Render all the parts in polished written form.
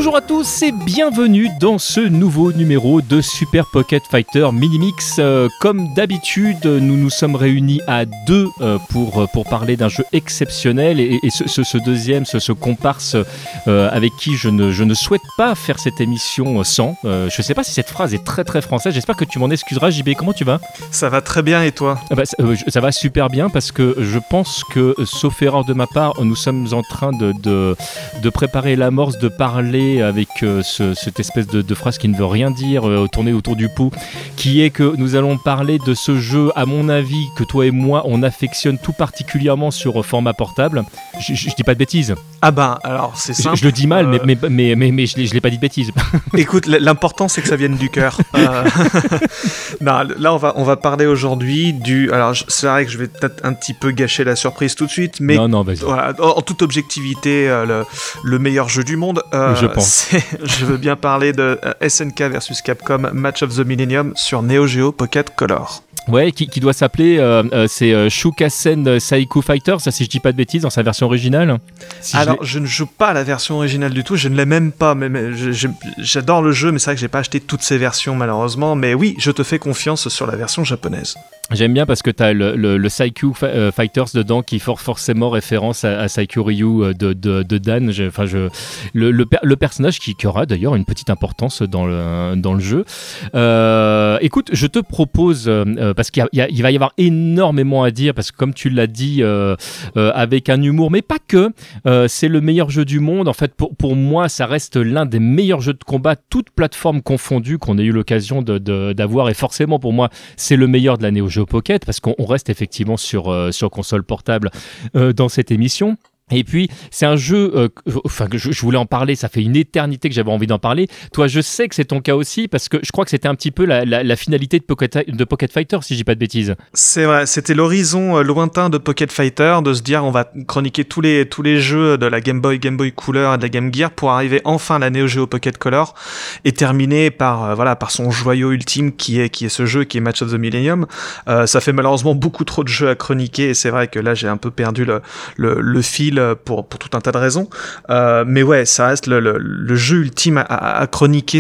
Bonjour à tous et bienvenue dans ce nouveau numéro de Super Pocket Fighter Minimix. Comme d'habitude, nous nous sommes réunis à deux pour parler d'un jeu exceptionnel et ce deuxième, ce comparse avec qui je ne souhaite pas faire cette émission sans. Je ne sais pas si cette phrase est très très française, j'espère que tu m'en excuseras. JB, comment tu vas ? Ça va très bien et toi ? Ça va super bien parce que je pense que, sauf erreur de ma part, nous sommes en train de préparer l'amorce de parler avec cette espèce de phrase qui ne veut rien dire, tourner autour du pot, qui est que nous allons parler de ce jeu, à mon avis, que toi et moi, on affectionne tout particulièrement sur format portable. Je dis pas de bêtises. Ah ben, alors c'est simple. Je le dis mal, mais je l'ai pas dit de bêtises. Écoute, l'important c'est que ça vienne du cœur. Non, là on va parler aujourd'hui du... Alors c'est vrai que je vais peut-être un petit peu gâcher la surprise tout de suite, mais non, vas-y. Voilà, en toute objectivité, le meilleur jeu du monde. Je pense. Je veux bien parler de SNK vs Capcom Match of the Millennium sur Neo Geo Pocket Color. Ouais, qui doit s'appeler c'est Shukasen Saiku Fighter, ça si je dis pas de bêtises, dans sa version originale. Alors je ne joue pas à la version originale du tout, je ne l'ai même pas, mais j'adore le jeu, mais c'est vrai que j'ai pas acheté toutes ces versions malheureusement, mais oui, je te fais confiance sur la version japonaise. J'aime bien parce que tu as le Saiku Fighters dedans qui fait forcément référence à Saiku Ryu de Dan. Le personnage qui aura d'ailleurs une petite importance dans le jeu. Écoute, je te propose, parce qu'il va y avoir énormément à dire, parce que comme tu l'as dit, avec un humour, mais pas que, c'est le meilleur jeu du monde. En fait, pour moi, ça reste l'un des meilleurs jeux de combat, toutes plateformes confondues, qu'on ait eu l'occasion d'avoir. Et forcément, pour moi, c'est le meilleur de la Neo Geo Pocket, parce qu'on reste effectivement sur console portable dans cette émission. Et puis, c'est un jeu, que je voulais en parler, ça fait une éternité que j'avais envie d'en parler. Toi, je sais que c'est ton cas aussi, parce que je crois que c'était un petit peu la finalité de Pocket Fighter, si je dis pas de bêtises. C'est vrai, c'était l'horizon lointain de Pocket Fighter, de se dire on va chroniquer tous les jeux de la Game Boy Color et de la Game Gear pour arriver enfin à la Neo Geo Pocket Color et terminer par son joyau ultime qui est ce jeu qui est Match of the Millennium. Ça fait malheureusement beaucoup trop de jeux à chroniquer et c'est vrai que là j'ai un peu perdu le fil pour tout un tas de raisons, mais ouais, ça reste le jeu ultime à chroniquer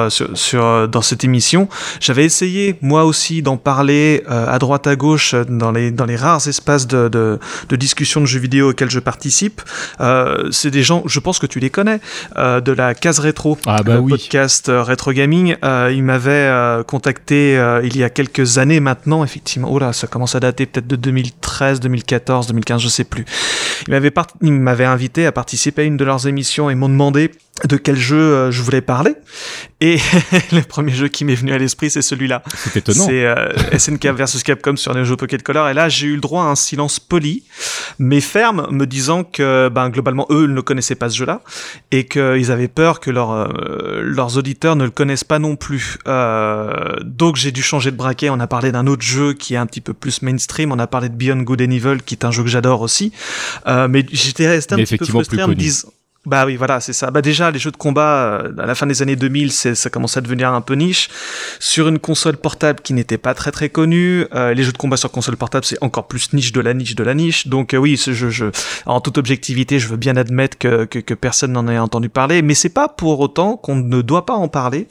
dans cette émission. J'avais essayé moi aussi d'en parler à droite à gauche dans les rares espaces de discussion de jeux vidéo auxquels je participe. C'est des gens, je pense que tu les connais, de la Case Rétro, oui. Podcast Rétro Gaming. Ils m'avaient contacté il y a quelques années maintenant, effectivement. Oh là, ça commence à dater peut-être de 2013, 2014, 2015, je sais plus. Ils m'avaient invité à participer à une de leurs émissions et m'ont demandé de quel jeu je voulais parler. Et le premier jeu qui m'est venu à l'esprit, c'est celui-là. C'est étonnant. C'est SNK vs Capcom sur Neo Geo Pocket Color. Et là, j'ai eu le droit à un silence poli, mais ferme, me disant que globalement, eux, ils ne connaissaient pas ce jeu-là et qu'ils avaient peur que leurs auditeurs ne le connaissent pas non plus. Donc, j'ai dû changer de braquet. On a parlé d'un autre jeu qui est un petit peu plus mainstream. On a parlé de Beyond Good and Evil, qui est un jeu que j'adore aussi. Mais j'étais resté un petit peu frustré en me disant... Bah oui, voilà, c'est ça. Bah déjà, les jeux de combat, à la fin des années 2000, ça commençait à devenir un peu niche. Sur une console portable qui n'était pas très très connue, les jeux de combat sur console portable, c'est encore plus niche de la niche de la niche. Donc oui, ce jeu, en toute objectivité, je veux bien admettre que personne n'en ait entendu parler, mais c'est pas pour autant qu'on ne doit pas en parler.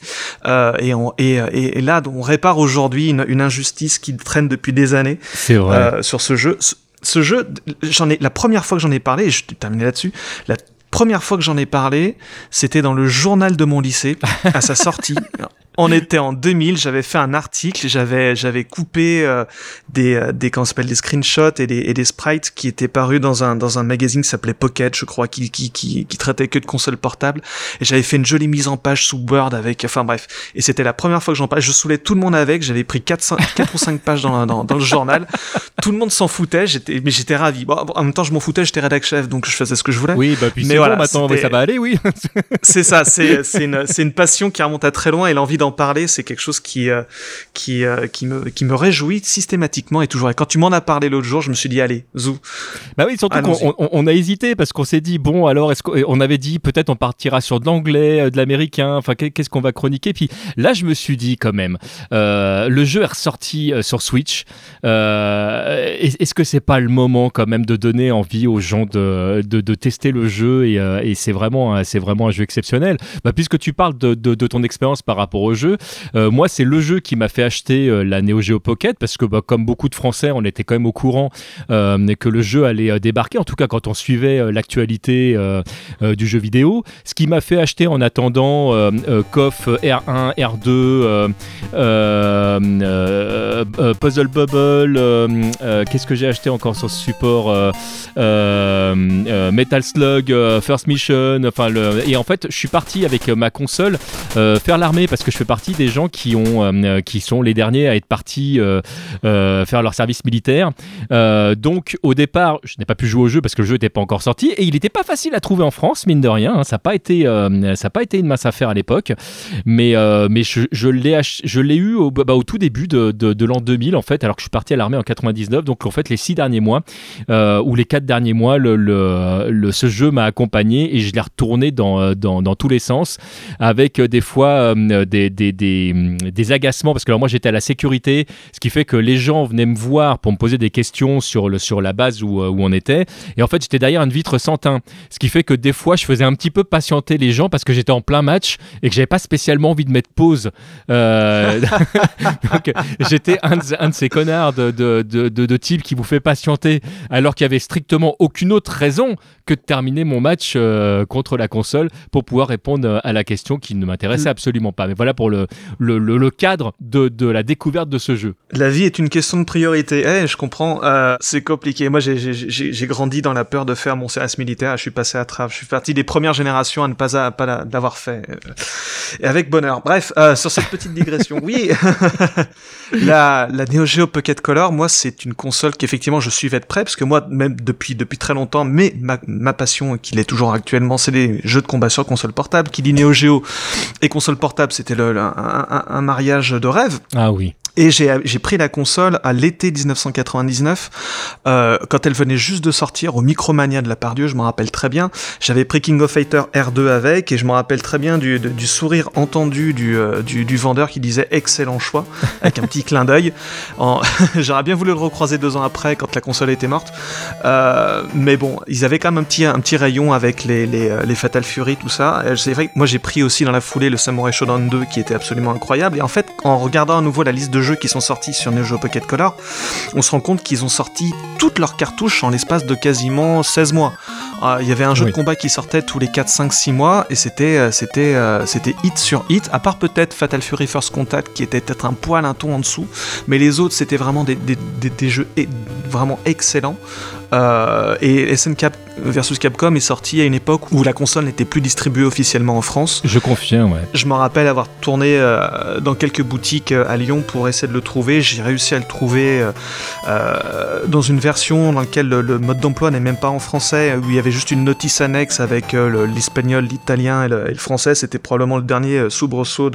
Et là, on répare aujourd'hui une injustice qui traîne depuis des années. C'est vrai. Sur ce jeu. Ce jeu, la première fois que j'en ai parlé, et je vais terminer là-dessus, la première fois que j'en ai parlé, c'était dans le journal de mon lycée, à sa sortie. On était en 2000, j'avais fait un article, j'avais coupé des comment ça s'appelle, des screenshots et des sprites qui étaient parus dans un magazine qui s'appelait Pocket, je crois, qui traitait que de consoles portables, et j'avais fait une jolie mise en page sous Word enfin bref, et c'était la première fois que j'en parlais, je saoulais tout le monde avec, j'avais pris 4 ou 5 pages dans le journal, tout le monde s'en foutait, mais j'étais ravi. Bon, en même temps, je m'en foutais, j'étais rédac chef, donc je faisais ce que je voulais. Oui, puis mais c'est voilà, bon, maintenant ça va aller, oui. C'est ça, c'est une passion qui remonte à très loin et l'envie d'en d'en parler, c'est quelque chose qui me réjouit systématiquement et toujours. Et quand tu m'en as parlé l'autre jour, je me suis dit allez, zou. Bah oui, surtout qu'on a hésité parce qu'on s'est dit bon alors on avait dit peut-être on partira sur de l'anglais, de l'américain, enfin qu'est-ce qu'on va chroniquer. Puis là je me suis dit quand même le jeu est ressorti sur Switch. Est-ce que c'est pas le moment quand même de donner envie aux gens de tester le jeu et c'est vraiment un jeu exceptionnel. Bah, puisque tu parles de ton expérience par rapport au jeu, moi c'est le jeu qui m'a fait acheter la Neo Geo Pocket parce que comme beaucoup de Français on était quand même au courant que le jeu allait débarquer, en tout cas quand on suivait l'actualité du jeu vidéo, ce qui m'a fait acheter en attendant KOF R1, R2, Puzzle Bubble, qu'est-ce que j'ai acheté encore sur ce support, Metal Slug, First Mission, et en fait je suis parti avec ma console faire l'armée parce que je fais partie des gens qui sont les derniers à être partis faire leur service militaire. Donc au départ je n'ai pas pu jouer au jeu parce que le jeu n'était pas encore sorti et il n'était pas facile à trouver en France, mine de rien, hein. Ça n'a pas été une mince affaire à l'époque, mais je l'ai eu au tout début de l'an 2000 en fait, alors que je suis parti à l'armée en 99. Donc en fait les 6 derniers mois ou les 4 derniers mois ce jeu m'a accompagné et je l'ai retourné dans tous les sens avec des fois des agacements parce que alors moi j'étais à la sécurité, ce qui fait que les gens venaient me voir pour me poser des questions sur la base où on était, et en fait j'étais derrière une vitre sans teint, ce qui fait que des fois je faisais un petit peu patienter les gens parce que j'étais en plein match et que j'avais pas spécialement envie de mettre pause. Donc j'étais un de ces connards de type qui vous fait patienter alors qu'il y avait strictement aucune autre raison que de terminer mon match contre la console pour pouvoir répondre à la question qui ne m'intéressait absolument pas. Mais voilà pour le cadre de la découverte de ce jeu. La vie est une question de priorité. Je comprends. C'est compliqué. Moi, j'ai grandi dans la peur de faire mon service militaire. Je suis passé à travers. Je suis partie des premières générations à ne pas l'avoir fait. Et avec bonheur. Bref, sur cette petite digression, oui. La Neo Geo Pocket Color, moi, c'est une console qu'effectivement je suivais de près parce que moi, même depuis très longtemps, mais ma passion, qu'il est toujours actuellement, c'est les jeux de combat sur console portable. Qui dit Neo Geo et console portable, c'était un mariage de rêve. Ah oui. Et j'ai pris la console à l'été 1999, quand elle venait juste de sortir au Micromania de la Pardieu, je m'en rappelle très bien. J'avais pris King of Fighter R2 avec, et je m'en rappelle très bien du sourire entendu du vendeur qui disait excellent choix, avec un petit clin d'œil. J'aurais bien voulu le recroiser 2 ans après, quand la console était morte. Mais bon, ils avaient quand même un petit rayon avec les Fatal Fury, tout ça. C'est vrai que moi j'ai pris aussi dans la foulée le Samurai Shodown 2 qui était absolument incroyable. Et en fait, en regardant à nouveau la liste de jeux qui sont sortis sur Neo Geo Pocket Color, on se rend compte qu'ils ont sorti toutes leurs cartouches en l'espace de quasiment 16 mois. Il y avait un jeu de combat qui sortait tous les 4, 5, 6 mois et c'était hit sur hit, à part peut-être Fatal Fury First Contact qui était peut-être un ton en dessous, mais les autres c'était vraiment des jeux vraiment excellents. Et SNK versus Capcom est sorti à une époque où la console n'était plus distribuée officiellement en France. Je confirme, ouais. Je me rappelle avoir tourné dans quelques boutiques à Lyon pour essayer de le trouver. J'ai réussi à le trouver dans une version dans laquelle le mode d'emploi n'est même pas en français, où il y avait juste une notice annexe avec l'espagnol, l'italien et le français. C'était probablement le dernier soubresaut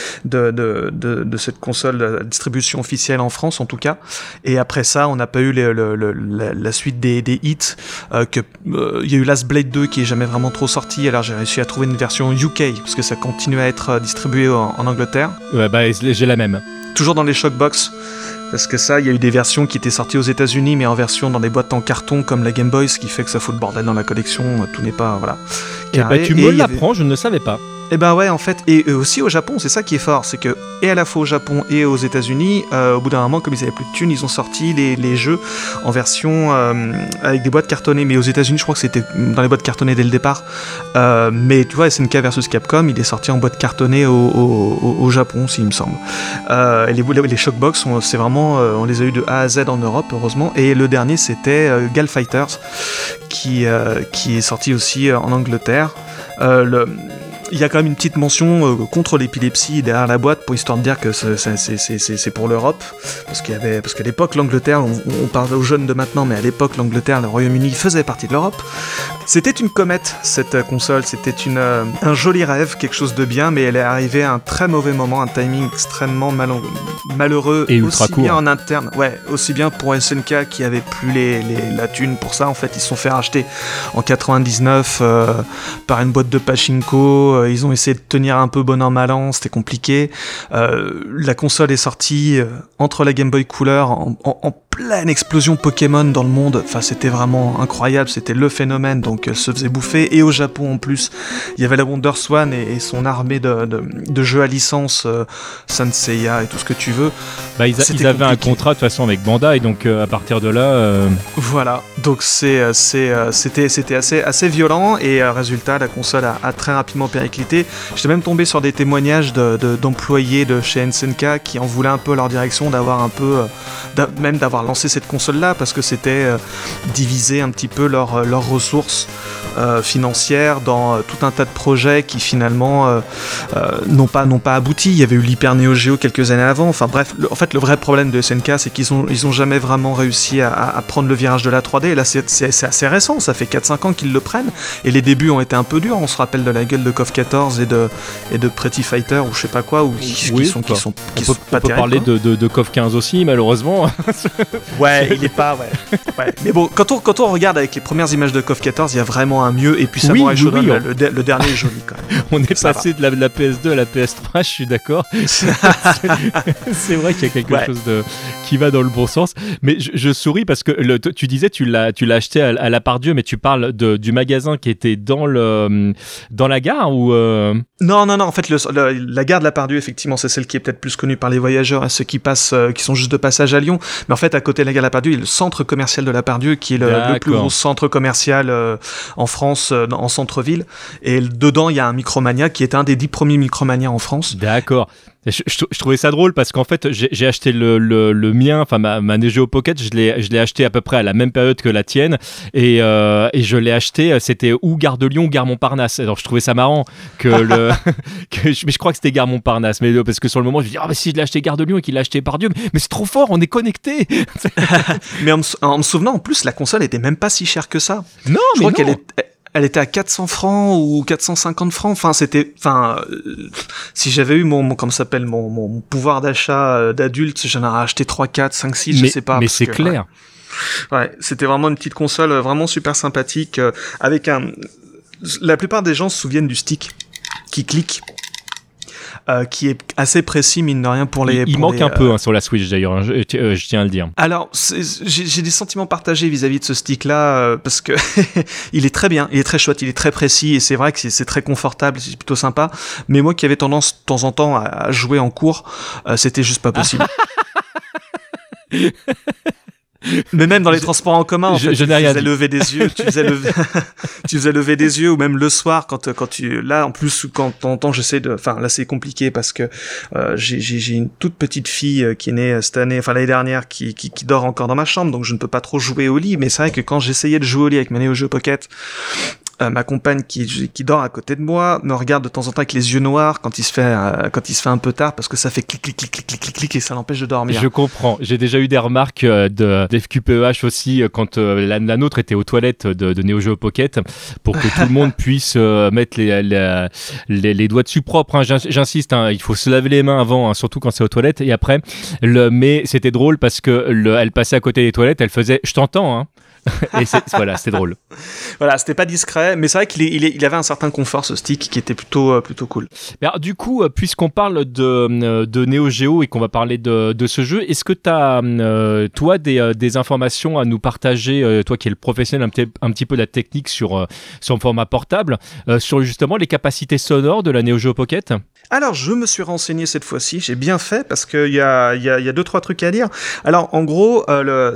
de cette console, de la distribution officielle en France en tout cas. Et après ça, on n'a pas eu la suite des hits. Il y a eu Last Blade 2 qui est jamais vraiment trop sorti, alors j'ai réussi à trouver une version UK parce que ça continue à être distribué en Angleterre. Ouais, bah j'ai la même. Toujours dans les Shockbox. Parce que ça, il y a eu des versions qui étaient sorties aux États-Unis, mais en version dans des boîtes en carton comme la Game Boy, ce qui fait que ça fout le bordel dans la collection. Tout n'est pas, voilà. Et bah, tu me l'apprends, je ne le savais pas. Et bah ouais, en fait, et aussi au Japon, c'est ça qui est fort, c'est que, et à la fois au Japon et aux États-Unis, au bout d'un moment, comme ils avaient plus de thunes, ils ont sorti les jeux en version avec des boîtes cartonnées. Mais aux États-Unis, je crois que c'était dans les boîtes cartonnées dès le départ. Mais tu vois, SNK versus Capcom, il est sorti en boîte cartonnée au Japon, s'il me semble. Et les Shockbox, c'est vraiment, on les a eu de A à Z en Europe, heureusement. Et le dernier, c'était Gal Fighters, qui est sorti aussi en Angleterre. il y a quand même une petite mention contre l'épilepsie derrière la boîte, pour histoire de dire que c'est pour l'Europe, parce qu'à l'époque l'Angleterre, on parle aux jeunes de maintenant, mais à l'époque l'Angleterre, le Royaume-Uni faisait partie de l'Europe. C'était une comète, cette console, c'était un joli rêve, quelque chose de bien, mais elle est arrivée à un très mauvais moment, un timing extrêmement malheureux, et ultra court. Bien en interne, aussi bien pour SNK qui avait plus la thune pour ça. En fait, ils se sont fait racheter en 99 par une boîte de pachinko. Ils ont essayé de tenir un peu bon an mal an, c'était compliqué. La console est sortie entre la Game Boy Color en pleine explosion Pokémon dans le monde. Enfin, c'était vraiment incroyable, c'était le phénomène, donc se faisait bouffer. Et au Japon en plus, il y avait la Wonder Swan et son armée de jeux à licence, Sanseiya et tout ce que tu veux. Bah, ils avaient compliqué. Un contrat de toute façon avec Bandai, donc à partir de là... Voilà, donc c'était assez violent, et résultat, la console a très rapidement périclité. J'étais même tombé sur des témoignages d'employés de chez SNK qui en voulaient un peu leur direction, d'avoir lancé cette console-là, parce que c'était diviser un petit peu leurs ressources financières dans tout un tas de projets qui finalement n'ont pas abouti. Il y avait eu l'Hyper Neo Geo quelques années avant. Enfin bref, le vrai problème de SNK, c'est qu'ils ont jamais vraiment réussi à prendre le virage de la 3D. Et là, c'est assez récent, ça fait 4-5 ans qu'ils le prennent, et les débuts ont été un peu durs. On se rappelle de la gueule de KOF 14 et de Pretty Fighter ou je sais pas quoi, qui sont pas terribles. On peut parler de KOF 15 aussi, malheureusement. Ouais, il est pas, ouais. Mais bon, quand on regarde avec les premières images de KOF 14, il y a vraiment un mieux, et puis Samurai Shodown, le dernier est joli quand même. On est passé de la PS2 à la PS3, je suis d'accord. C'est vrai qu'il y a quelque chose qui va dans le bon sens. Mais je souris parce que tu disais tu l'as acheté à la Part-Dieu, mais tu parles du magasin qui était dans la gare ou Non, en fait la gare de la Part-Dieu, effectivement, c'est celle qui est peut-être plus connue par les voyageurs et ceux qui sont juste de passage à Lyon. Mais en fait, à côté de la gare de la Part-Dieu, il y a le centre commercial de la Part-Dieu, qui est le plus gros centre commercial en France, en centre-ville. Et dedans, il y a un Micromania qui est un des 10 premiers Micromania en France. D'accord. Je trouvais ça drôle parce qu'en fait j'ai acheté le mien, enfin ma Neo Geo Pocket, je l'ai acheté à peu près à la même période que la tienne, et je l'ai acheté, c'était ou Gare de Lyon ou Gare Montparnasse. Alors je trouvais ça marrant mais je crois que c'était Gare Montparnasse, mais parce que sur le moment je me dis mais si je l'ai acheté Gare de Lyon et qu'il l'a acheté Part-Dieu, mais c'est trop fort, on est connectés. Mais en me souvenant, en plus la console était même pas si chère que ça. Non, je crois qu'elle elle était à 400 francs ou 450 francs. Si j'avais eu mon pouvoir d'achat d'adulte, j'en aurais acheté 3, 4, 5, 6, je sais pas. Mais c'est clair. Ouais, c'était vraiment une petite console vraiment super sympathique, avec la plupart des gens se souviennent du stick qui clique. Qui est assez précis, mine de rien, pour les... Il manque un peu sur la Switch, d'ailleurs, je tiens à le dire. Alors, j'ai des sentiments partagés vis-à-vis de ce stick-là, parce que il est très bien, il est très chouette, il est très précis, et c'est vrai que c'est très confortable, c'est plutôt sympa, mais moi qui avais tendance, de temps en temps, à jouer en cours, c'était juste pas possible. Mais même dans les transports en commun, en fait, tu faisais lever des yeux, tu faisais lever des yeux, ou même le soir quand là en plus quand t'entends, là c'est compliqué parce que j'ai une toute petite fille qui est née cette année, enfin l'année dernière, qui dort encore dans ma chambre, donc je ne peux pas trop jouer au lit. Mais c'est vrai que quand j'essayais de jouer au lit avec ma Neo Geo Pocket, ma compagne qui dort à côté de moi me regarde de temps en temps avec les yeux noirs quand il se fait un peu tard, parce que ça fait clic clic clic clic clic clic clic et ça l'empêche de dormir. Je comprends. J'ai déjà eu des remarques de FQPEH aussi quand la nôtre était aux toilettes de Neo Geo Pocket, pour que tout le monde puisse mettre les doigts dessus propres. Hein. J'insiste, hein, il faut se laver les mains avant, hein, surtout quand c'est aux toilettes, et après. Mais c'était drôle parce que elle passait à côté des toilettes, elle faisait "je t'entends", hein. Et voilà, c'était drôle. Voilà, c'était pas discret, mais c'est vrai qu'il avait un certain confort, ce stick, qui était plutôt cool. Mais alors, du coup, puisqu'on parle de Neo Geo et qu'on va parler de ce jeu, est-ce que tu as, toi, des informations à nous partager, toi qui es le professionnel un petit peu de la technique sur son format portable, sur justement les capacités sonores de la Neo Geo Pocket ? Alors, je me suis renseigné cette fois-ci, j'ai bien fait, parce qu'il y a 2-3 trucs à dire. Alors, en gros, le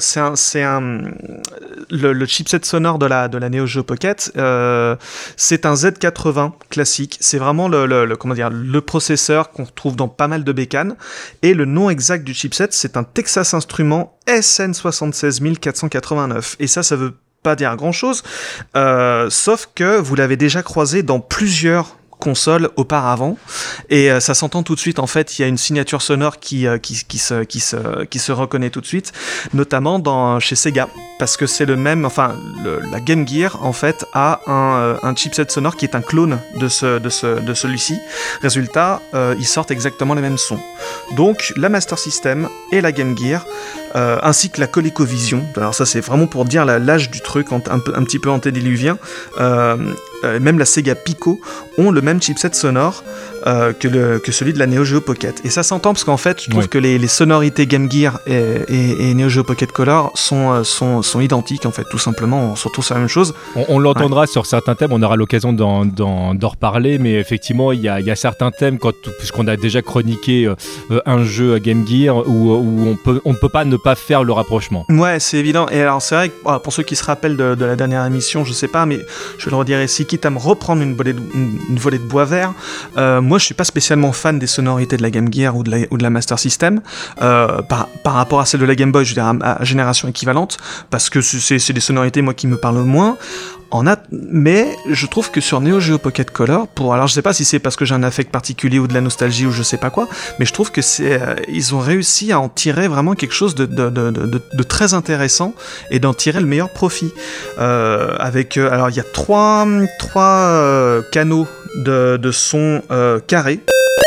chipset sonore de la Neo Geo Pocket, c'est un Z80 classique. C'est vraiment le processeur qu'on retrouve dans pas mal de bécanes. Et le nom exact du chipset, c'est un Texas Instruments SN76489. Et ça veut pas dire grand-chose, sauf que vous l'avez déjà croisé dans plusieurs console auparavant, et ça s'entend tout de suite. En fait, il y a une signature sonore qui se reconnaît tout de suite, notamment chez Sega, parce que c'est le même, enfin la Game Gear en fait a un chipset sonore qui est un clone de celui-ci. Résultat, ils sortent exactement les mêmes sons. Donc la Master System et la Game Gear, ainsi que la ColecoVision, alors ça c'est vraiment pour dire l'âge du truc un petit peu antédiluvien, même la Sega Pico ont le même chipset sonore que celui de la Neo Geo Pocket. Et ça s'entend parce qu'en fait, je trouve que les sonorités Game Gear et Neo Geo Pocket Color sont identiques, en fait, tout simplement. On se retrouve sur la même chose. On l'entendra sur certains thèmes, on aura l'occasion d'en reparler, mais effectivement, il y a certains thèmes, puisqu'on a déjà chroniqué un jeu à Game Gear, où on ne peut pas ne pas faire le rapprochement. Ouais, c'est évident. Et alors, c'est vrai que pour ceux qui se rappellent de la dernière émission, je sais pas, mais je le redirai ici, quitte à me reprendre une volée de bois vert, moi je suis pas spécialement fan des sonorités de la Game Gear ou de la Master System par rapport à celle de la Game Boy, je veux dire à génération équivalente, parce que c'est des sonorités moi qui me parlent moins. Mais je trouve que sur Neo Geo Pocket Color, alors je sais pas si c'est parce que j'ai un affect particulier ou de la nostalgie ou je sais pas quoi, mais je trouve que ils ont réussi à en tirer vraiment quelque chose de très intéressant et d'en tirer le meilleur profit. Alors il y a trois canaux de son carrés.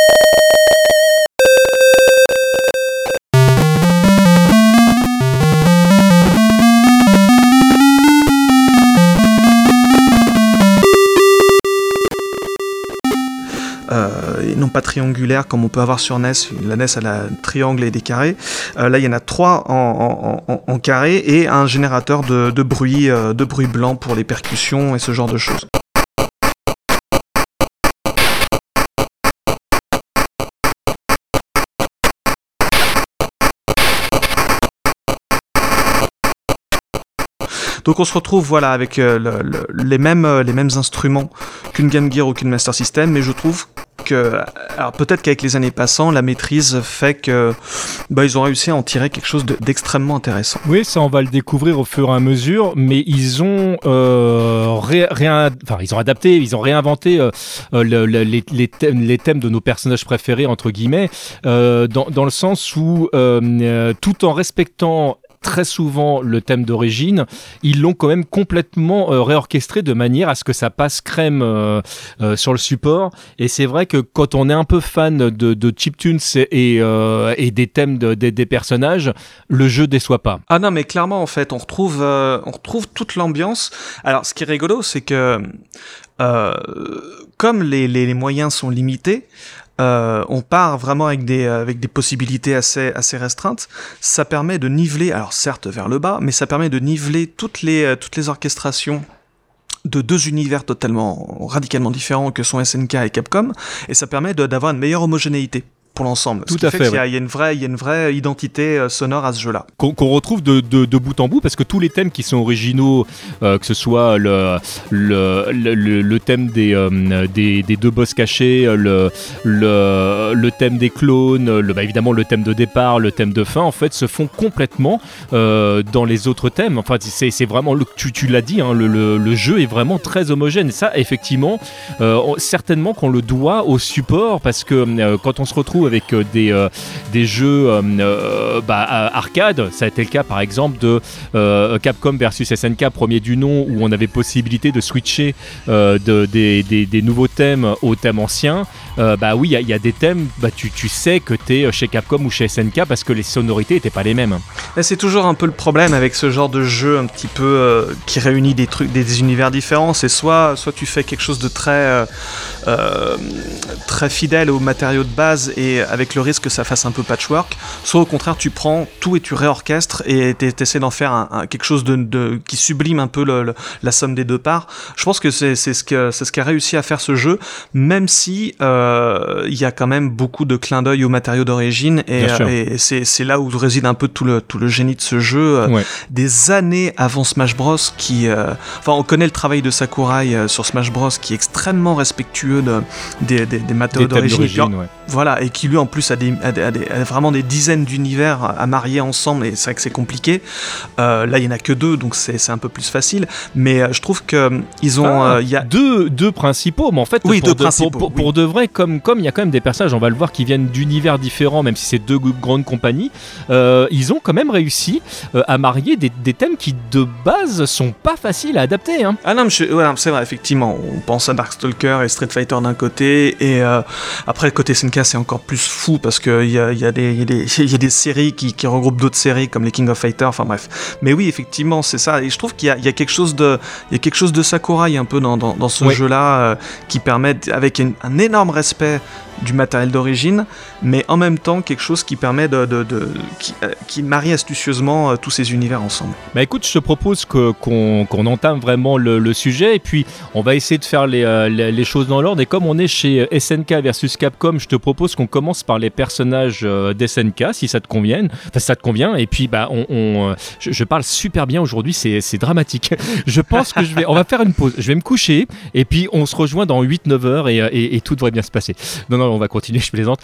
Et non pas triangulaire comme on peut avoir sur NES. La NES elle a un triangle et des carrés. Là il y en a 3 en carré et un générateur de bruit blanc pour les percussions et ce genre de choses. Donc on se retrouve avec les mêmes instruments qu'une Game Gear ou qu'une Master System, mais je trouve que, alors peut-être qu'avec les années passant, la maîtrise fait que ils ont réussi à en tirer quelque chose d'extrêmement intéressant. Oui, ça on va le découvrir au fur et à mesure, mais ils ont ils ont adapté, ils ont réinventé les thèmes de nos personnages préférés entre guillemets, dans le sens où tout en respectant très souvent le thème d'origine, ils l'ont quand même complètement réorchestré de manière à ce que ça passe crème sur le support. Et c'est vrai que quand on est un peu fan de chiptunes et des thèmes des personnages, le jeu déçoit pas. Ah non, mais clairement en fait, on retrouve toute l'ambiance. Alors ce qui est rigolo, c'est que comme les moyens sont limités, on part vraiment avec des possibilités assez restreintes. Ça permet de niveler, alors certes vers le bas, mais ça permet de niveler toutes les orchestrations de 2 univers radicalement différents que sont SNK et Capcom, et ça permet d'avoir une meilleure homogénéité pour l'ensemble. Tout à fait. Il y a une vraie identité sonore à ce jeu-là. Qu'on retrouve de bout en bout, parce que tous les thèmes qui sont originaux, que ce soit le thème des 2 boss cachés, le thème des clones, évidemment le thème de départ, le thème de fin, en fait, se font complètement dans les autres thèmes. Enfin, c'est vraiment, tu l'as dit, hein, le jeu est vraiment très homogène. Et ça, effectivement, certainement qu'on le doit au support, parce que quand on se retrouve avec des jeux arcade, ça a été le cas par exemple de Capcom versus SNK premier du nom, où on avait possibilité de switcher des nouveaux thèmes aux thèmes anciens. Oui, il y a des thèmes, tu sais que t'es chez Capcom ou chez SNK parce que les sonorités n'étaient pas les mêmes. Et c'est toujours un peu le problème avec ce genre de jeu un petit peu qui réunit des univers différents. C'est soit tu fais quelque chose de très fidèle aux matériaux de base et avec le risque que ça fasse un peu patchwork, soit au contraire tu prends tout et tu réorchestres et t'essaies d'en faire quelque chose qui sublime un peu la somme des 2 parts. Je pense que c'est ce qu'a réussi à faire ce jeu, même si il y a quand même beaucoup de clins d'œil aux matériaux d'origine, et c'est là où réside un peu tout le génie de ce jeu. Des années avant Smash Bros, on connaît le travail de Sakurai sur Smash Bros qui est extrêmement respectueux des matériaux d'origine. Voilà, et qui lui en plus a vraiment des dizaines d'univers à marier ensemble, et c'est vrai que c'est compliqué. Là il y en a que 2, donc c'est un peu plus facile, mais je trouve que ils ont y a deux principaux, mais en fait oui, pour de vrai, comme il y a quand même des personnages, on va le voir, qui viennent d'univers différents, même si c'est 2 grandes compagnies, ils ont quand même réussi à marier des thèmes qui de base sont pas faciles à adapter, hein. Ah non, ouais, c'est vrai, effectivement, on pense à Darkstalker et Street Fighter d'un côté, et après le côté SNK c'est encore plus fou parce que il y a des séries qui regroupent d'autres séries comme les King of Fighters, enfin bref. Mais oui, effectivement, c'est ça, et je trouve qu'il y a quelque chose de Sakurai un peu dans ce jeu-là, qui permet, avec un énorme respect du matériel d'origine, mais en même temps quelque chose qui permet qui marie astucieusement tous ces univers ensemble. Bah écoute, je te propose qu'on entame vraiment le sujet, et puis on va essayer de faire les choses dans l'ordre, et comme on est chez SNK versus Capcom, je te propose qu'on commence par les personnages d'SNK, si ça te convient, et puis bah je parle super bien aujourd'hui, c'est dramatique. Je pense que on va faire une pause, je vais me coucher, et puis on se rejoint dans 8-9 heures, et tout devrait bien se passer. Non, on va continuer, je plaisante.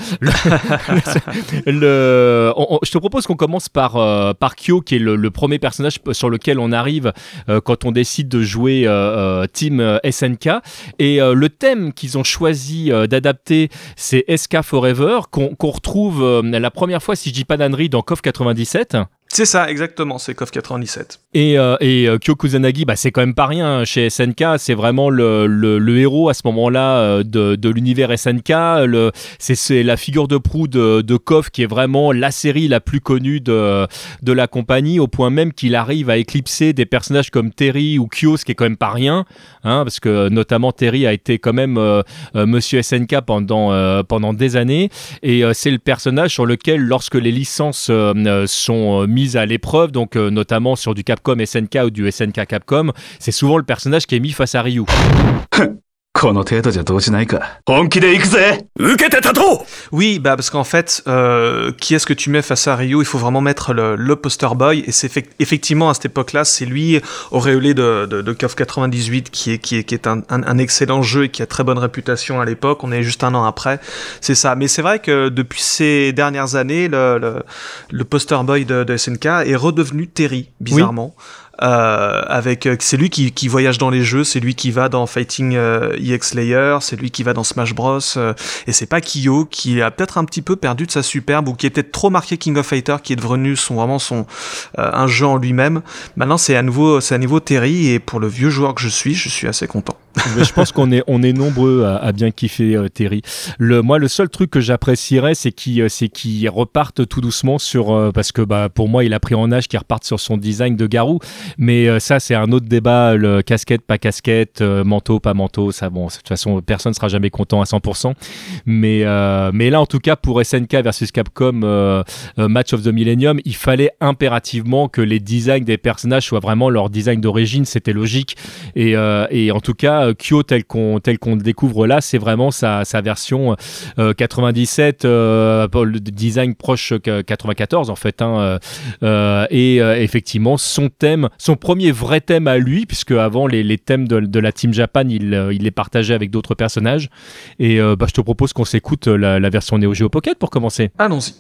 Je te propose qu'on commence par Kyo, qui est le premier personnage sur lequel on arrive quand on décide de jouer Team SNK. Et le thème qu'ils ont choisi d'adapter, c'est SK Forever, qu'on retrouve la première fois, si je dis pas d'ânerie, dans KOF 97. C'est ça, exactement, c'est KOF 97. Et Kyo Kusanagi, bah, c'est quand même pas rien chez SNK, c'est vraiment le héros à ce moment-là de l'univers SNK, c'est la figure de proue de KOF, qui est vraiment la série la plus connue de la compagnie, au point même qu'il arrive à éclipser des personnages comme Terry ou Kyo, ce qui est quand même pas rien, hein, parce que notamment Terry a été quand même Monsieur SNK pendant des années, et c'est le personnage sur lequel, lorsque les licences sont mises à l'épreuve, donc notamment sur du Capcom SNK ou du SNK Capcom, c'est souvent le personnage qui est mis face à Ryu. Oui, bah parce qu'en fait, qui est-ce que tu mets face à Ryu? Il faut vraiment mettre le poster boy, et c'est effectivement à cette époque-là, c'est lui, auréolé de KOF 98, qui est un excellent jeu et qui a très bonne réputation à l'époque. On est juste un an après, c'est ça. Mais c'est vrai que depuis ces dernières années, le poster boy de SNK est redevenu Terry, bizarrement. Oui. C'est lui qui voyage dans les jeux, c'est lui qui va dans Fighting EX Layer, c'est lui qui va dans Smash Bros, et c'est pas Kyo, qui a peut-être un petit peu perdu de sa superbe, ou qui est peut-être trop marqué King of Fighters, qui est devenu un jeu en lui-même. Maintenant c'est à nouveau Terry, et pour le vieux joueur que je suis assez content. Mais je pense qu'on est nombreux à bien kiffer Terry. Moi, le seul truc que j'apprécierais, c'est qu'il reparte tout doucement parce que bah pour moi il a pris en âge, qu'il reparte sur son design de Garou. Mais ça, c'est un autre débat, le casquette, pas casquette, manteau, pas manteau. Ça, bon, de toute façon, personne ne sera jamais content à 100%. Mais là, en tout cas, pour SNK versus Capcom Match of the Millennium, il fallait impérativement que les designs des personnages soient vraiment leur design d'origine. C'était logique. Et en tout cas, Kyo, tel qu'on le découvre là, c'est vraiment sa version 97, le design proche 94, en fait. Hein, et effectivement, son premier vrai thème à lui, puisque avant les thèmes de la Team Japan, il les partageait avec d'autres personnages. Et je te propose qu'on s'écoute la version Neo Geo Pocket pour commencer. Allons-y.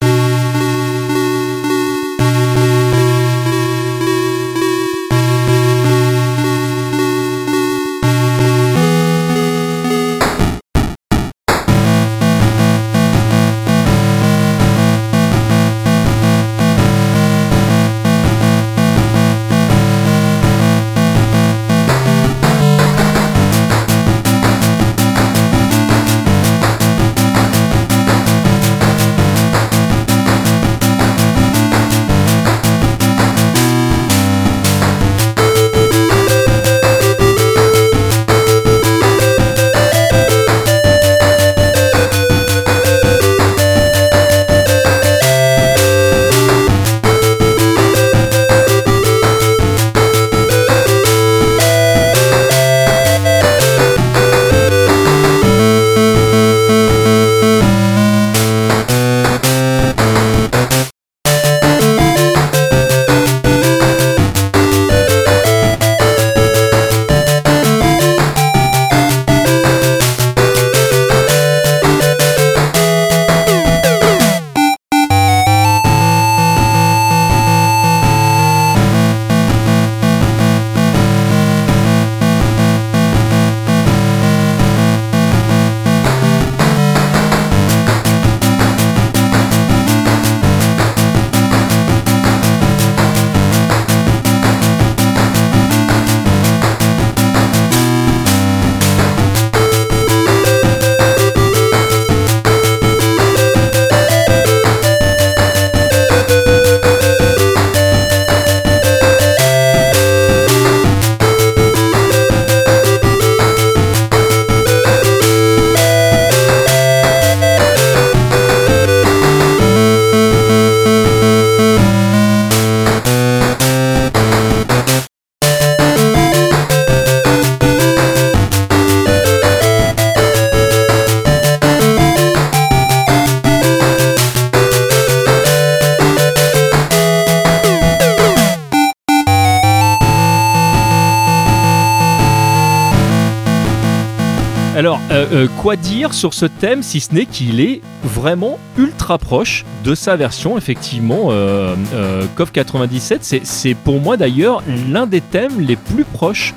Alors, quoi dire sur ce thème si ce n'est qu'il est vraiment ultra proche de sa version, effectivement, KOF 97, c'est pour moi d'ailleurs l'un des thèmes les plus proches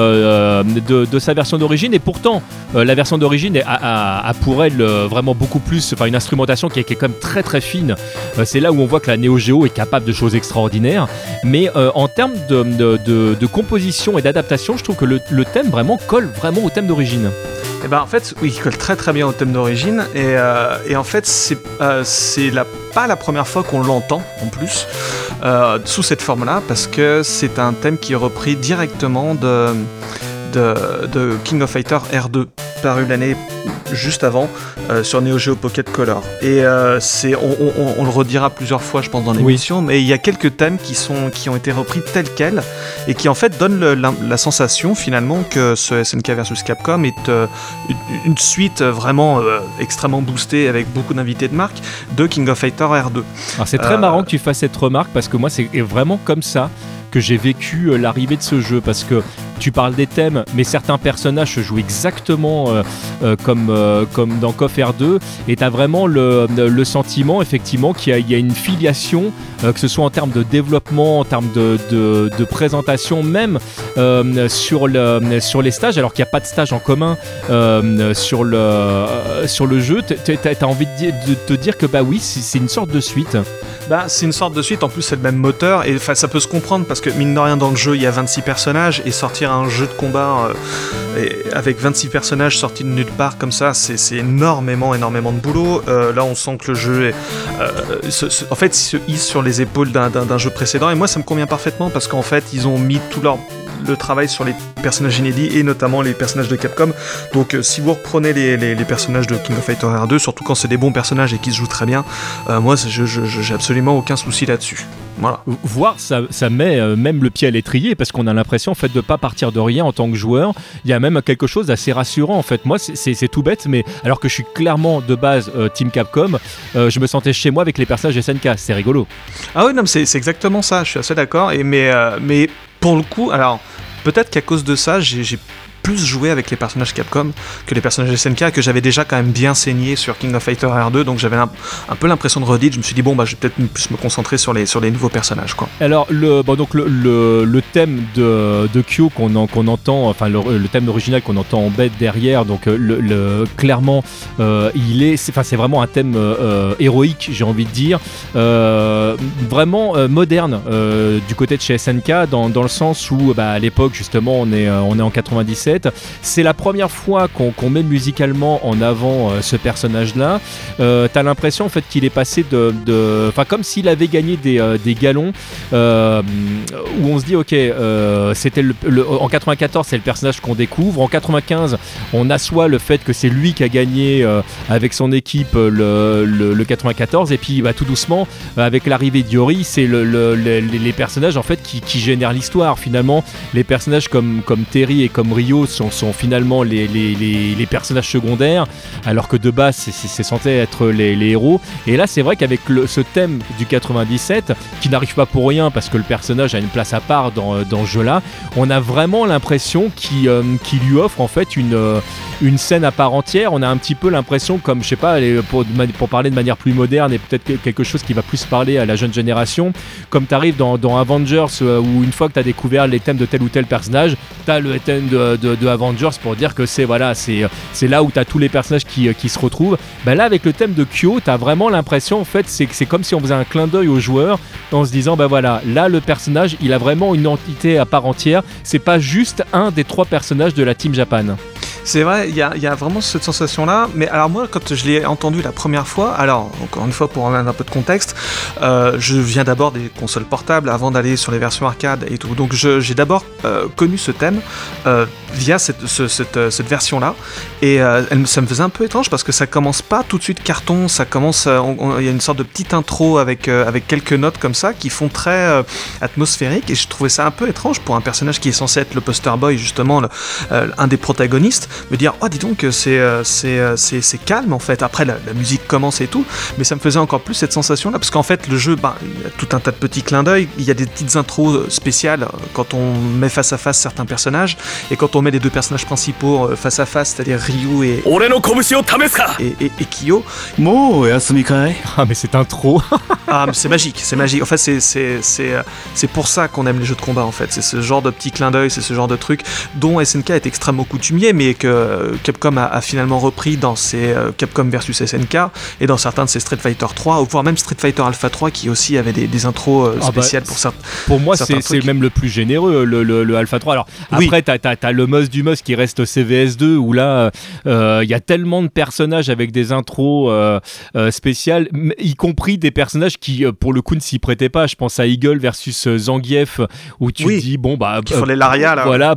de sa version d'origine, et pourtant la version d'origine a pour elle vraiment beaucoup plus, enfin une instrumentation qui est quand même très très fine. C'est là où on voit que la Neo Geo est capable de choses extraordinaires, mais en termes de composition et d'adaptation, je trouve que le thème vraiment colle vraiment au thème d'origine. Et ben en fait, oui, il colle très très bien au thème d'origine, et en fait c'est pas la première fois qu'on l'entend en plus sous cette forme-là, parce que c'est un thème qui est repris directement de King of Fighters R2, paru l'année juste avant sur Neo Geo Pocket Color. Et on le redira plusieurs fois, je pense, dans l'émission, mais il y a quelques thèmes qui ont été repris tels quels et qui en fait donnent la sensation finalement que ce SNK vs Capcom est une suite vraiment extrêmement boostée avec beaucoup d'invités de marque de King of Fighters R2. Alors c'est très marrant que tu fasses cette remarque, parce que moi c'est vraiment comme ça que j'ai vécu l'arrivée de ce jeu, parce que tu parles des thèmes, mais certains personnages se jouent exactement comme dans KOF R2, et tu as vraiment le sentiment effectivement qu'il y a une filiation, que ce soit en termes de développement, en termes de présentation, même sur les stages, alors qu'il n'y a pas de stage en commun sur le jeu. T'as envie de te dire que bah oui, c'est une sorte de suite. Bah, c'est une sorte de suite, en plus c'est le même moteur, et ça peut se comprendre parce que mine de rien dans le jeu il y a 26 personnages, et sortir un jeu de combat avec 26 personnages sortis de nulle part comme ça, c'est énormément de boulot. Là on sent que le jeu en fait il se hisse sur les épaules d'un jeu précédent, et moi ça me convient parfaitement parce qu'en fait ils ont mis tout le travail sur les personnages inédits et notamment les personnages de Capcom. Donc si vous reprenez les personnages de King of Fighters R2, surtout quand c'est des bons personnages et qui se jouent très bien, moi j'ai absolument aucun souci là-dessus. Voilà. Voire ça met même le pied à l'étrier, parce qu'on a l'impression en fait de pas partir de rien en tant que joueur. Il y a même quelque chose d'assez rassurant en fait. Moi c'est tout bête, mais alors que je suis clairement de base Team Capcom, je me sentais chez moi avec les personnages SNK. C'est rigolo. Ah oui, non, mais c'est exactement ça. Je suis assez d'accord. Mais pour le coup, alors peut-être qu'à cause de ça, j'ai plus joué avec les personnages Capcom que les personnages SNK, que j'avais déjà quand même bien saigné sur King of Fighters R2, donc j'avais un peu l'impression de redite. Je me suis dit bon bah je vais peut-être plus me concentrer sur les nouveaux personnages, quoi. Alors le thème de Kyo qu'on entend, enfin le thème original qu'on entend en bête derrière, donc clairement c'est vraiment un thème héroïque, j'ai envie de dire, vraiment moderne du côté de chez SNK, dans le sens où à l'époque justement on est en 97. C'est la première fois qu'on met musicalement en avant ce personnage-là. T'as l'impression en fait qu'il est passé comme s'il avait gagné des galons, où on se dit ok, c'était en 94 c'est le personnage qu'on découvre. En 95 on assoit le fait que c'est lui qui a gagné avec son équipe le 94, et puis tout doucement avec l'arrivée d'Iori, c'est les personnages en fait qui génèrent l'histoire. Finalement les personnages comme Terry et comme Ryo sont finalement les personnages secondaires, alors que de base c'est censé être les héros. Et là c'est vrai qu'avec ce thème du 97 qui n'arrive pas pour rien, parce que le personnage a une place à part dans ce jeu là, on a vraiment l'impression qu'il lui offre en fait une scène à part entière. On a un petit peu l'impression, comme je sais pas, pour parler de manière plus moderne et peut-être quelque chose qui va plus parler à la jeune génération, comme t'arrives dans Avengers, où une fois que t'as découvert les thèmes de tel ou tel personnage, t'as le thème de Avengers pour dire que c'est là où t'as tous les personnages qui se retrouvent. Là avec le thème de Kyo, t'as vraiment l'impression en fait c'est comme si on faisait un clin d'œil aux joueurs en se disant là le personnage il a vraiment une entité à part entière, c'est pas juste un des 3 personnages de la Team Japan. C'est vrai, il y a vraiment cette sensation-là, mais alors moi, quand je l'ai entendu la première fois, alors, encore une fois, pour remettre un peu de contexte, je viens d'abord des consoles portables avant d'aller sur les versions arcade et tout, donc j'ai d'abord connu ce thème via cette version-là, et ça me faisait un peu étrange, parce que ça commence pas tout de suite carton, ça commence, il y a une sorte de petite intro avec quelques notes comme ça, qui font très atmosphérique, et je trouvais ça un peu étrange pour un personnage qui est censé être le poster boy, justement, un des protagonistes. juste me dire oh dis donc c'est calme en fait. Après la musique commence et tout, mais ça me faisait encore plus cette sensation là parce qu'en fait le jeu, il y a tout un tas de petits clins d'œil, il y a des petites intros spéciales quand on met face à face certains personnages et quand on met les deux personnages principaux face à face, c'est-à-dire Ryu et Kyo. Ah mais c'est un trop. Ah mais c'est magique. En fait c'est pour ça qu'on aime les jeux de combat en fait. C'est ce genre de petits clins d'œil, c'est ce genre de truc dont SNK est extrêmement coutumier, mais que Capcom a finalement repris dans ses Capcom versus SNK et dans certains de ses Street Fighter 3 ou voire même Street Fighter Alpha 3 qui aussi avait des intros spéciales pour certains. Pour moi c'est même le plus généreux le Alpha 3. Alors après t'as le Mus du Mus qui reste au CVS2 où là il y a tellement de personnages avec des intros spéciales, y compris des personnages qui pour le coup ne s'y prêtaient pas. Je pense à Eagle versus Zangief où tu te dis qui font les Laria là. Voilà.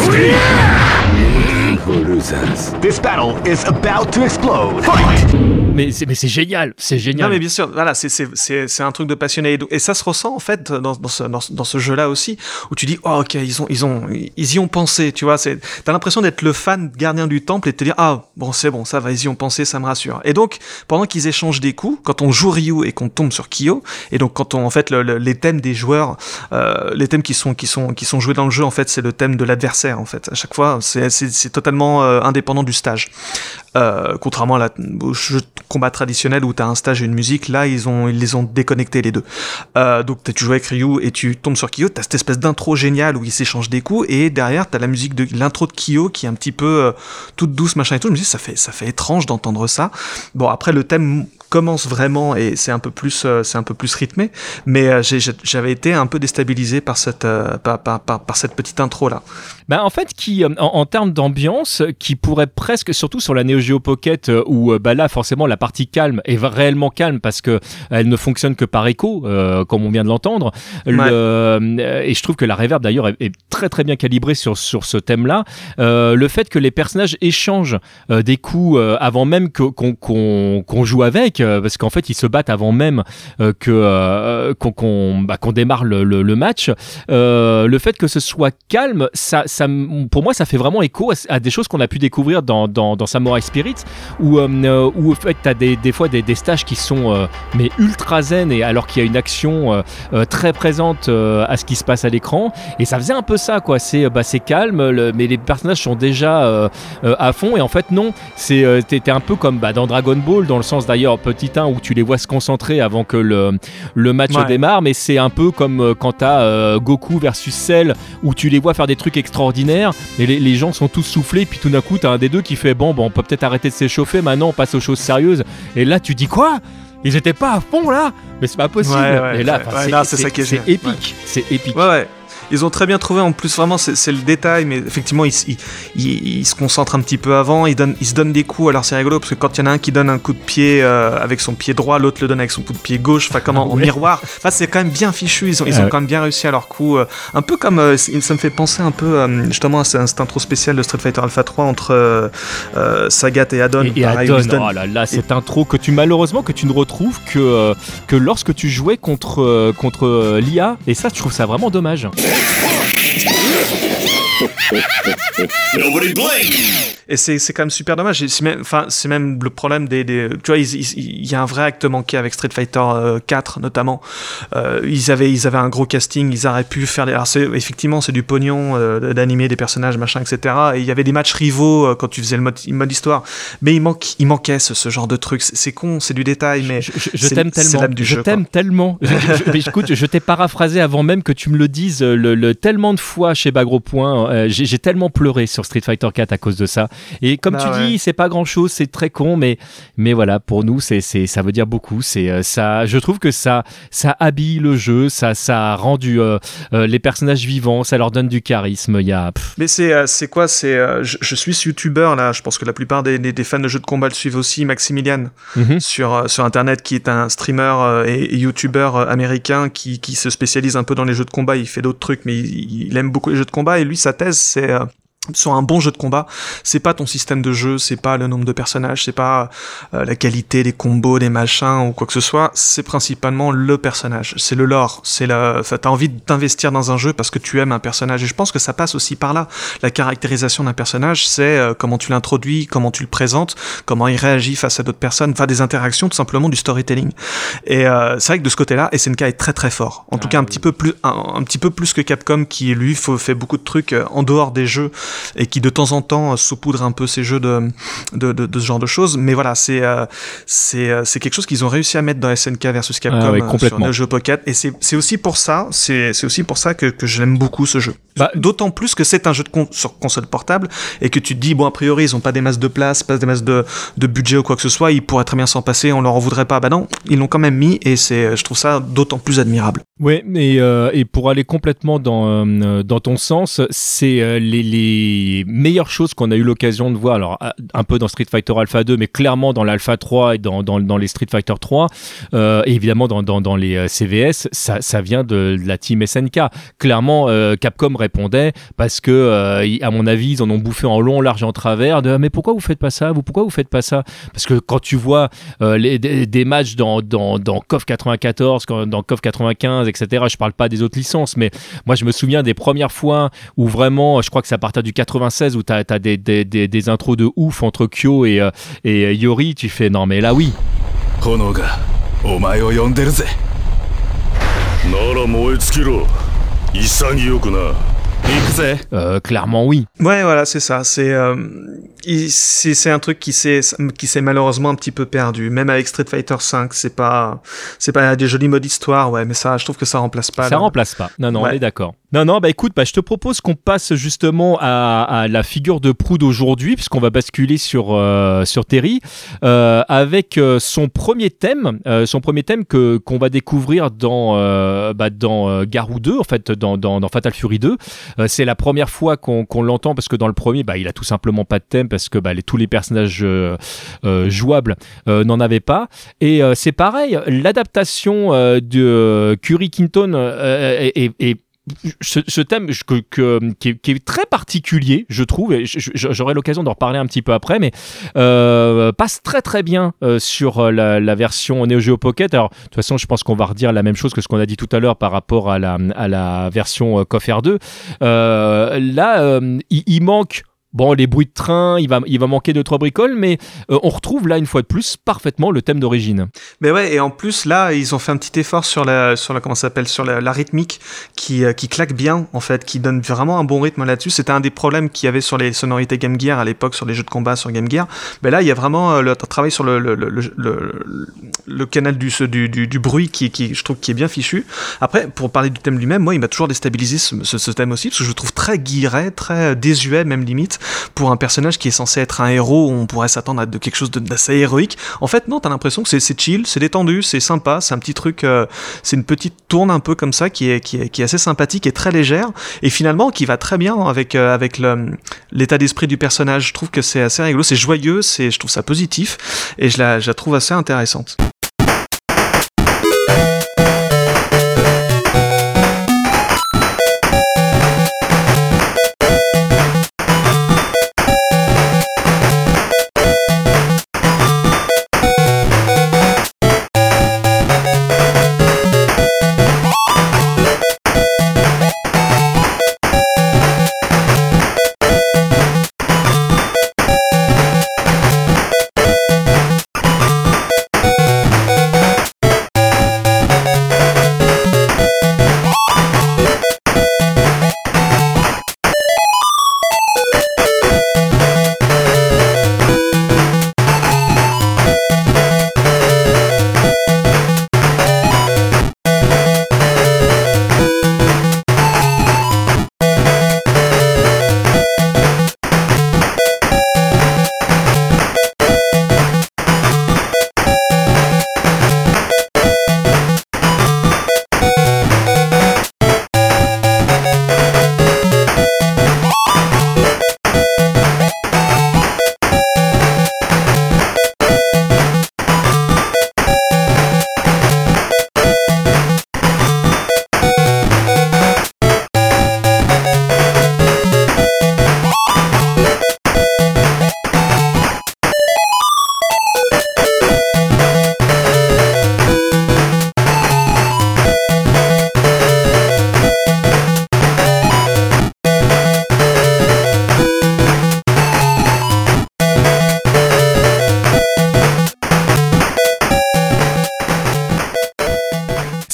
This battle is about to explode. Fight! Mais c'est génial, c'est génial. Non mais bien sûr, voilà, c'est un truc de passionné et ça se ressent en fait dans ce jeu-là aussi où tu dis oh ok ils y ont pensé, tu vois, t'as l'impression d'être le fan gardien du temple et de te dire ah bon c'est bon ça va, ils y ont pensé, ça me rassure. Et donc pendant qu'ils échangent des coups, quand on joue Ryu et qu'on tombe sur Kyo et donc quand on en fait les thèmes des joueurs, les thèmes qui sont joués dans le jeu en fait c'est le thème de l'adversaire en fait à chaque fois, c'est totalement indépendant du stage. Contrairement au jeu de combat traditionnel où t'as un stage et une musique, là ils les ont déconnectés les deux. Donc tu joues avec Ryu et tu tombes sur Kyo, t'as cette espèce d'intro géniale où ils s'échangent des coups et derrière t'as la musique de l'intro de Kyo qui est un petit peu toute douce machin et tout. Je me dis ça fait étrange d'entendre ça. Bon après le thème commence vraiment et c'est un peu plus rythmé, mais j'avais été un peu déstabilisé par cette petite intro là. En fait qui en termes d'ambiance qui pourrait presque, surtout sur la Neo Geo Pocket où là forcément la partie calme est réellement calme parce que elle ne fonctionne que par écho comme on vient de l'entendre. Et je trouve que la reverb d'ailleurs est très très bien calibrée sur ce thème là. Le fait que les personnages échangent des coups avant même qu'on joue avec, parce qu'en fait ils se battent avant même qu'on démarre le match. Le fait que ce soit calme, ça pour moi ça fait vraiment écho à des choses qu'on a pu découvrir dans Samurai Spirit où en fait t'as des fois des stages qui sont mais ultra zen et alors qu'il y a une action très présente à ce qui se passe à l'écran et ça faisait un peu ça quoi. C'est calme mais les personnages sont déjà à fond et en fait non, t'es un peu comme dans Dragon Ball dans le sens d'ailleurs petit 1 où tu les vois se concentrer avant que le match démarre, mais c'est un peu comme quand t'as Goku versus Cell où tu les vois faire des trucs extraordinaires et les gens sont tous soufflés puis tout d'un coup t'as un des deux qui fait bon on peut peut-être arrêter de s'échauffer, maintenant on passe aux choses sérieuses et là tu dis quoi, ils étaient pas à fond là, mais c'est pas possible. Et là c'est épique, c'est épique. Ils ont très bien trouvé, en plus vraiment c'est le détail, mais effectivement ils se concentrent un petit peu avant, ils se donnent des coups, alors c'est rigolo parce que quand il y en a un qui donne un coup de pied avec son pied droit, l'autre le donne avec son coup de pied gauche, enfin comme en miroir, enfin c'est quand même bien fichu, ils ont quand même bien réussi à leur coup, un peu comme, ça me fait penser un peu justement à cette intro spéciale de Street Fighter Alpha 3 entre Sagat et Adon. Et Adon, oh là là, cette intro que tu malheureusement que tu ne retrouves que lorsque tu jouais contre l'IA, et ça je trouve ça vraiment dommage. Et c'est quand même super dommage. C'est même le problème des tu vois, il y a un vrai acte manqué avec Street Fighter 4 notamment. Ils avaient un gros casting, ils auraient pu faire alors effectivement c'est du pognon d'animer des personnages machin etc. Et il y avait des matchs rivaux quand tu faisais le mode histoire, mais il manquait ce genre de truc. C'est con, c'est du détail, mais je t'aime tellement. Je t'aime tellement. Écoute, je t'ai paraphrasé avant même que tu me le dises tellement de fois chez Bagro Point. J'ai tellement pleuré sur Street Fighter 4 à cause de ça. Et comme tu dis, c'est pas grand chose, c'est très con, mais voilà, pour nous, ça veut dire beaucoup. Ça, je trouve que ça habille le jeu, ça a rendu les personnages vivants, ça leur donne du charisme. Mais c'est quoi je suis ce youtubeur là, je pense que la plupart des fans de jeux de combat le suivent aussi, Maximilian, sur internet, qui est un streamer et youtubeur américain qui se spécialise un peu dans les jeux de combat. Il fait d'autres trucs, mais il aime beaucoup les jeux de combat, et lui sa thèse sur un bon jeu de combat, c'est pas ton système de jeu, c'est pas le nombre de personnages, c'est pas la qualité des combos, des machins ou quoi que ce soit, c'est principalement le personnage, c'est le lore, t'as envie d'investir dans un jeu parce que tu aimes un personnage, et je pense que ça passe aussi par là. La caractérisation d'un personnage, c'est comment tu l'introduis, comment tu le présentes, comment il réagit face à d'autres personnes, enfin des interactions, tout simplement du storytelling. Et c'est vrai que de ce côté-là, SNK est très très fort. En tout cas, un petit peu plus que Capcom, qui lui fait beaucoup de trucs en dehors des jeux, et qui de temps en temps saupoudre un peu ces jeux de ce genre de choses, mais voilà, c'est quelque chose qu'ils ont réussi à mettre dans SNK versus Capcom sur Neo Geo Pocket, et c'est aussi pour ça que je l'aime beaucoup, ce jeu. D'autant plus que c'est un jeu sur console portable, et que tu te dis, bon, a priori ils ont pas des masses de place, pas des masses de budget ou quoi que ce soit, ils pourraient très bien s'en passer, on leur en voudrait pas. Bah non, ils l'ont quand même mis, et je trouve ça d'autant plus admirable. Ouais, et pour aller complètement dans ton sens, c'est les meilleures choses qu'on a eu l'occasion de voir, alors un peu dans Street Fighter Alpha 2, mais clairement dans l'Alpha 3 et dans les Street Fighter 3, et évidemment dans les CVS, ça vient de la team SNK. Clairement, Capcom répondait parce que, à mon avis, ils en ont bouffé en long, large et en travers, mais pourquoi vous faites pas ça ? Pourquoi vous faites pas ça ? Parce que quand tu vois des matchs dans KOF 94, dans KOF 95, etc., je parle pas des autres licences, mais moi je me souviens des premières fois où vraiment, je crois que c'est à partir du 96 où t'as des intros de ouf entre Kyo et Yori, tu fais non mais là oui. Konoga, omae o yonderu ze. Nara moe tsukiro. Isagyoku na. Clairement oui. Ouais, voilà, c'est ça. C'est un truc qui s'est malheureusement un petit peu perdu. Même avec Street Fighter V, c'est pas des jolis modes histoire, ouais, mais ça, je trouve que ça remplace pas. Ça remplace pas. Non, ouais. On est d'accord. Non, bah écoute, je te propose qu'on passe justement à la figure de proue d'aujourd'hui, puisqu'on va basculer sur Terry, avec son premier thème qu'on va découvrir dans Garou 2, en fait, dans Fatal Fury 2. C'est la première fois qu'on l'entend, parce que dans le premier, il a tout simplement pas de thème, parce que tous les personnages jouables n'en avaient pas. Et c'est pareil, l'adaptation de Curry Kinton est ce thème qui est très particulier, je trouve, et j'aurai l'occasion d'en reparler un petit peu après, mais passe très très bien sur la version Neo Geo Pocket. Alors de toute façon, je pense qu'on va redire la même chose que ce qu'on a dit tout à l'heure par rapport à la version KOF R2. Là, il manque les bruits de train, il va manquer 2-3 bricoles, mais on retrouve là une fois de plus parfaitement le thème d'origine. Mais ouais, et en plus là, ils ont fait un petit effort sur la rythmique qui claque bien en fait, qui donne vraiment un bon rythme là-dessus. C'était un des problèmes qu'il y avait sur les sonorités Game Gear à l'époque, sur les jeux de combat sur Game Gear. Mais là, il y a vraiment le travail sur le canal du bruit qui je trouve qui est bien fichu. Après, pour parler du thème lui-même, moi, il m'a toujours déstabilisé ce thème aussi, parce que je le trouve très guilleret, très désuet même limite, pour un personnage qui est censé être un héros où on pourrait s'attendre à quelque chose d'assez héroïque. En fait, non, t'as l'impression que c'est chill, c'est détendu, c'est sympa, c'est un petit truc, c'est une petite tourne un peu comme ça qui est assez sympathique et très légère, et finalement qui va très bien avec l'état d'esprit du personnage. Je trouve que c'est assez rigolo, c'est joyeux, je trouve ça positif, et je la trouve assez intéressante.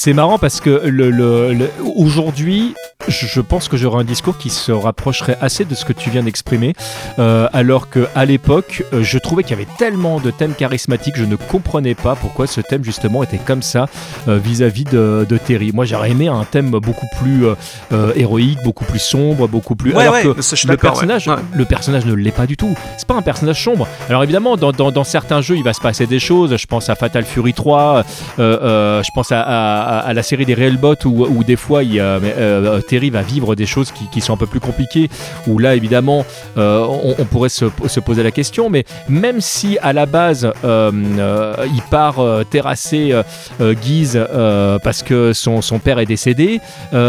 c'est marrant parce que aujourd'hui, je pense que j'aurai un discours qui se rapprocherait assez de ce que tu viens d'exprimer, alors qu'à l'époque, je trouvais qu'il y avait tellement de thèmes charismatiques, je ne comprenais pas pourquoi ce thème justement était comme ça vis-à-vis de Terry. Moi, j'aurais aimé un thème beaucoup plus héroïque, beaucoup plus sombre, beaucoup plus... Ouais, alors que ça, je suis le d'accord, personnage, ouais. le personnage ne l'est pas du tout. C'est pas un personnage sombre. Alors évidemment, dans certains jeux, il va se passer des choses. Je pense à Fatal Fury 3, je pense à la série des Railbots où des fois Terry va vivre des choses qui sont un peu plus compliquées, où là évidemment on pourrait se poser la question, mais même si à la base il part terrasser Guise parce que son père est décédé,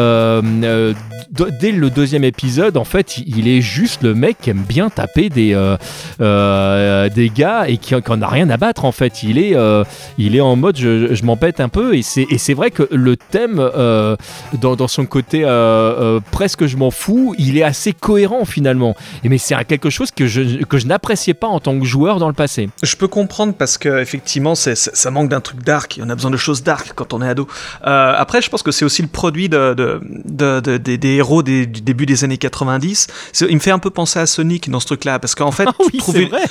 dès le deuxième épisode, en fait, il est juste le mec qui aime bien taper des gars et qui en a rien à battre, en fait. Il est en mode je m'en pète un peu, et c'est vrai que le thème dans son côté presque je m'en fous, il est assez cohérent finalement. Mais c'est quelque chose que je n'appréciais pas en tant que joueur dans le passé. Je peux comprendre parce que effectivement ça manque d'un truc dark. On a besoin de choses dark quand on est ado. Après, je pense que c'est aussi le produit des héros du début des années 90. Il me fait un peu penser à Sonic dans ce truc-là, parce qu'en fait, oui, c'est vrai.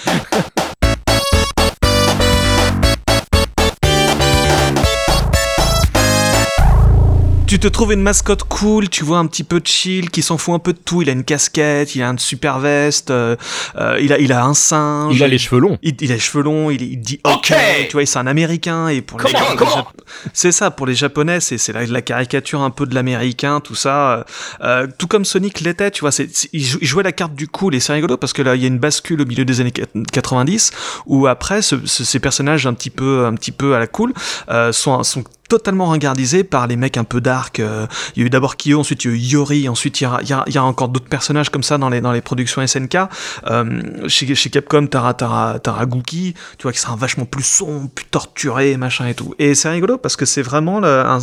Tu te trouves une mascotte cool, tu vois un petit peu chill, qui s'en fout un peu de tout. Il a une casquette, il a une super veste, il a un singe. Il a les cheveux longs. Il a les cheveux longs, il dit OK. Tu vois, c'est un Américain, et pour c'est ça, pour les Japonais, c'est la caricature un peu de l'Américain, tout ça. Tout comme Sonic l'était, tu vois, il jouait la carte du cool, et c'est rigolo parce que là, il y a une bascule au milieu des années 90 où après, ces personnages un petit peu à la cool sont totalement ringardisé par les mecs un peu dark. Il y a eu d'abord Kyo, ensuite il y a eu Yori, ensuite il y a encore d'autres personnages comme ça dans les productions SNK. Chez Capcom, t'as Gookie, tu vois, qui sera vachement plus sombre, plus torturé, machin et tout. Et c'est rigolo parce que c'est vraiment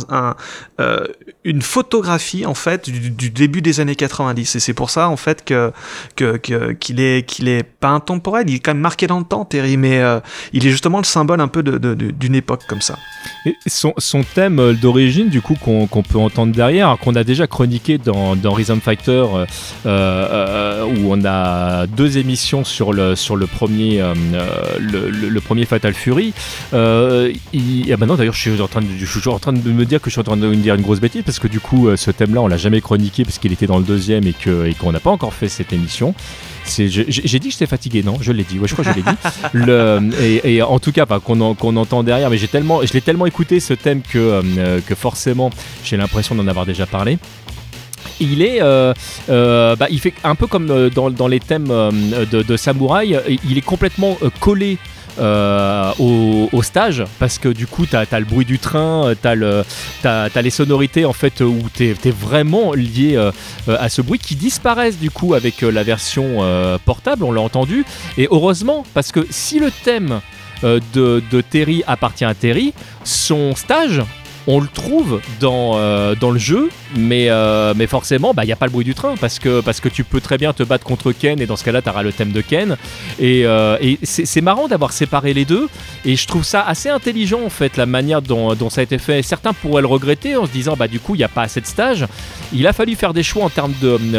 une photographie en fait du début des années 90. Et c'est pour ça en fait qu'il est pas intemporel, il est quand même marqué dans le temps, Terry, mais il est justement le symbole un peu d'une époque comme ça. Et son thème d'origine, du coup, qu'on peut entendre derrière, qu'on a déjà chroniqué dans Rhythm Fighter, où on a 2 émissions sur le premier Fatal Fury. Maintenant, d'ailleurs, je suis en train de me dire que je suis en train de dire une grosse bêtise, parce que du coup, ce thème-là, on l'a jamais chroniqué parce qu'il était dans le deuxième et qu'on n'a pas encore fait cette émission. J'ai dit que j'étais fatigué, non? Je l'ai dit, ouais, je crois que je l'ai dit. Et en tout cas, qu'on entend derrière, mais je l'ai tellement écouté ce thème que forcément, j'ai l'impression d'en avoir déjà parlé. Il fait un peu comme dans les thèmes de samouraï, il est complètement collé au stage, parce que du coup t'as le bruit du train, t'as les sonorités en fait où t'es vraiment lié à ce bruit, qui disparaissent du coup avec la version portable, on l'a entendu, et heureusement, parce que si le thème de Terry appartient à Terry, son stage on le trouve dans le jeu, mais forcément, il n'y a pas le bruit du train, parce que tu peux très bien te battre contre Ken, et dans ce cas-là, tu auras le thème de Ken. Et c'est marrant d'avoir séparé les deux, et je trouve ça assez intelligent, en fait, la manière dont ça a été fait. Certains pourraient le regretter en se disant, du coup, il n'y a pas assez de stages. Il a fallu faire des choix en termes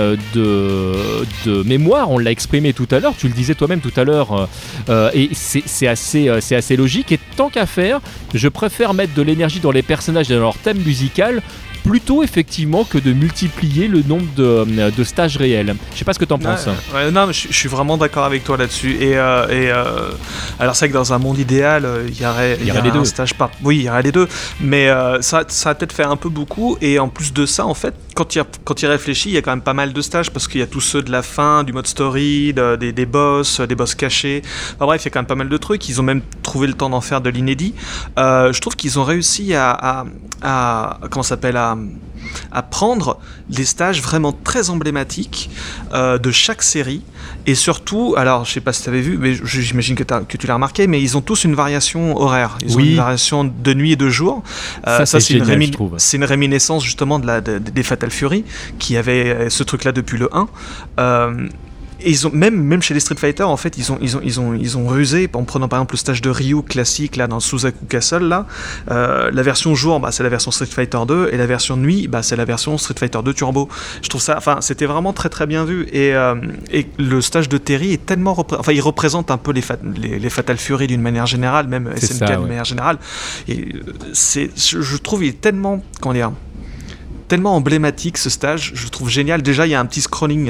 de mémoire, on l'a exprimé tout à l'heure, tu le disais toi-même tout à l'heure, et c'est assez logique, et tant qu'à faire, je préfère mettre de l'énergie dans les personnages et dans leur thème musical, plutôt effectivement que de multiplier le nombre de stages réels. Je sais pas ce que t'en penses. Non, mais je suis vraiment d'accord avec toi là-dessus. Et alors c'est vrai que dans un monde idéal, il y aurait les deux. Un stage par. Oui, il y aurait les deux. Mais ça a peut-être fait un peu beaucoup. Et en plus de ça, en fait, quand il réfléchit, il y a quand même pas mal de stages, parce qu'il y a tous ceux de la fin, du mode story, des boss cachés. Enfin bref, il y a quand même pas mal de trucs. Ils ont même trouvé le temps d'en faire de l'inédit. Je trouve qu'ils ont réussi à comment ça s'appelle, à prendre les stages vraiment très emblématiques de chaque série, et surtout, alors je sais pas si tu avais vu, mais j'imagine que tu l'as remarqué, mais ils ont tous une variation horaire, ils ont une variation de nuit et de jour. Ça c'est génial, je trouve. C'est une réminiscence justement des Fatal Fury, qui avait ce truc là depuis le 1. Et ils ont même chez les Street Fighter, en fait, ils ont rusé en prenant par exemple le stage de Ryu classique là dans Suzaku Castle là. La version jour, c'est la version Street Fighter 2 et la version nuit, c'est la version Street Fighter 2 Turbo. Je trouve ça, c'était vraiment très très bien vu et le stage de Terry est tellement il représente un peu les Fatal Fury d'une manière générale, même SNK d'une manière générale. Et je trouve il est tellement tellement emblématique ce stage, je le trouve génial. Déjà il y a un petit scrolling,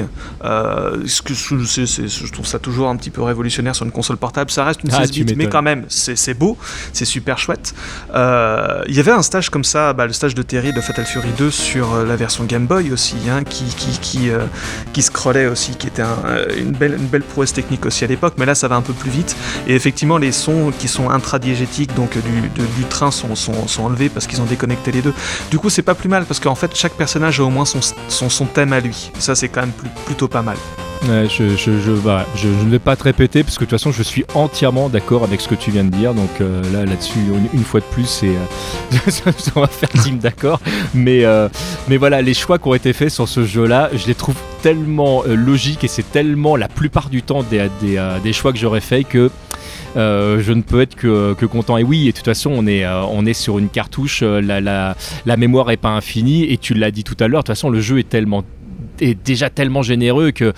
je trouve ça toujours un petit peu révolutionnaire sur une console portable. Ça reste une 16 bits, mais quand même c'est beau, c'est super chouette. Il y avait un stage comme ça, le stage de Terry de Fatal Fury 2 sur la version Game Boy aussi, qui scrollait aussi, qui était une belle prouesse technique aussi à l'époque, mais là ça va un peu plus vite. Et effectivement les sons qui sont intradiégétiques donc du train sont enlevés parce qu'ils ont déconnecté les deux. Du coup c'est pas plus mal parce qu'en fait chaque personnage a au moins son thème à lui. Ça, c'est quand même plutôt pas mal. Ouais, je ne vais pas te répéter parce que de toute façon je suis entièrement d'accord avec ce que tu viens de dire, donc là-dessus une fois de plus on va faire team d'accord, mais voilà, les choix qui ont été faits sur ce jeu-là, je les trouve tellement logiques et c'est tellement la plupart du temps des choix que j'aurais fait que je ne peux être que content. Et oui, et de toute façon on est sur une cartouche, la mémoire est pas infinie et tu l'as dit tout à l'heure, de toute façon le jeu est déjà tellement généreux que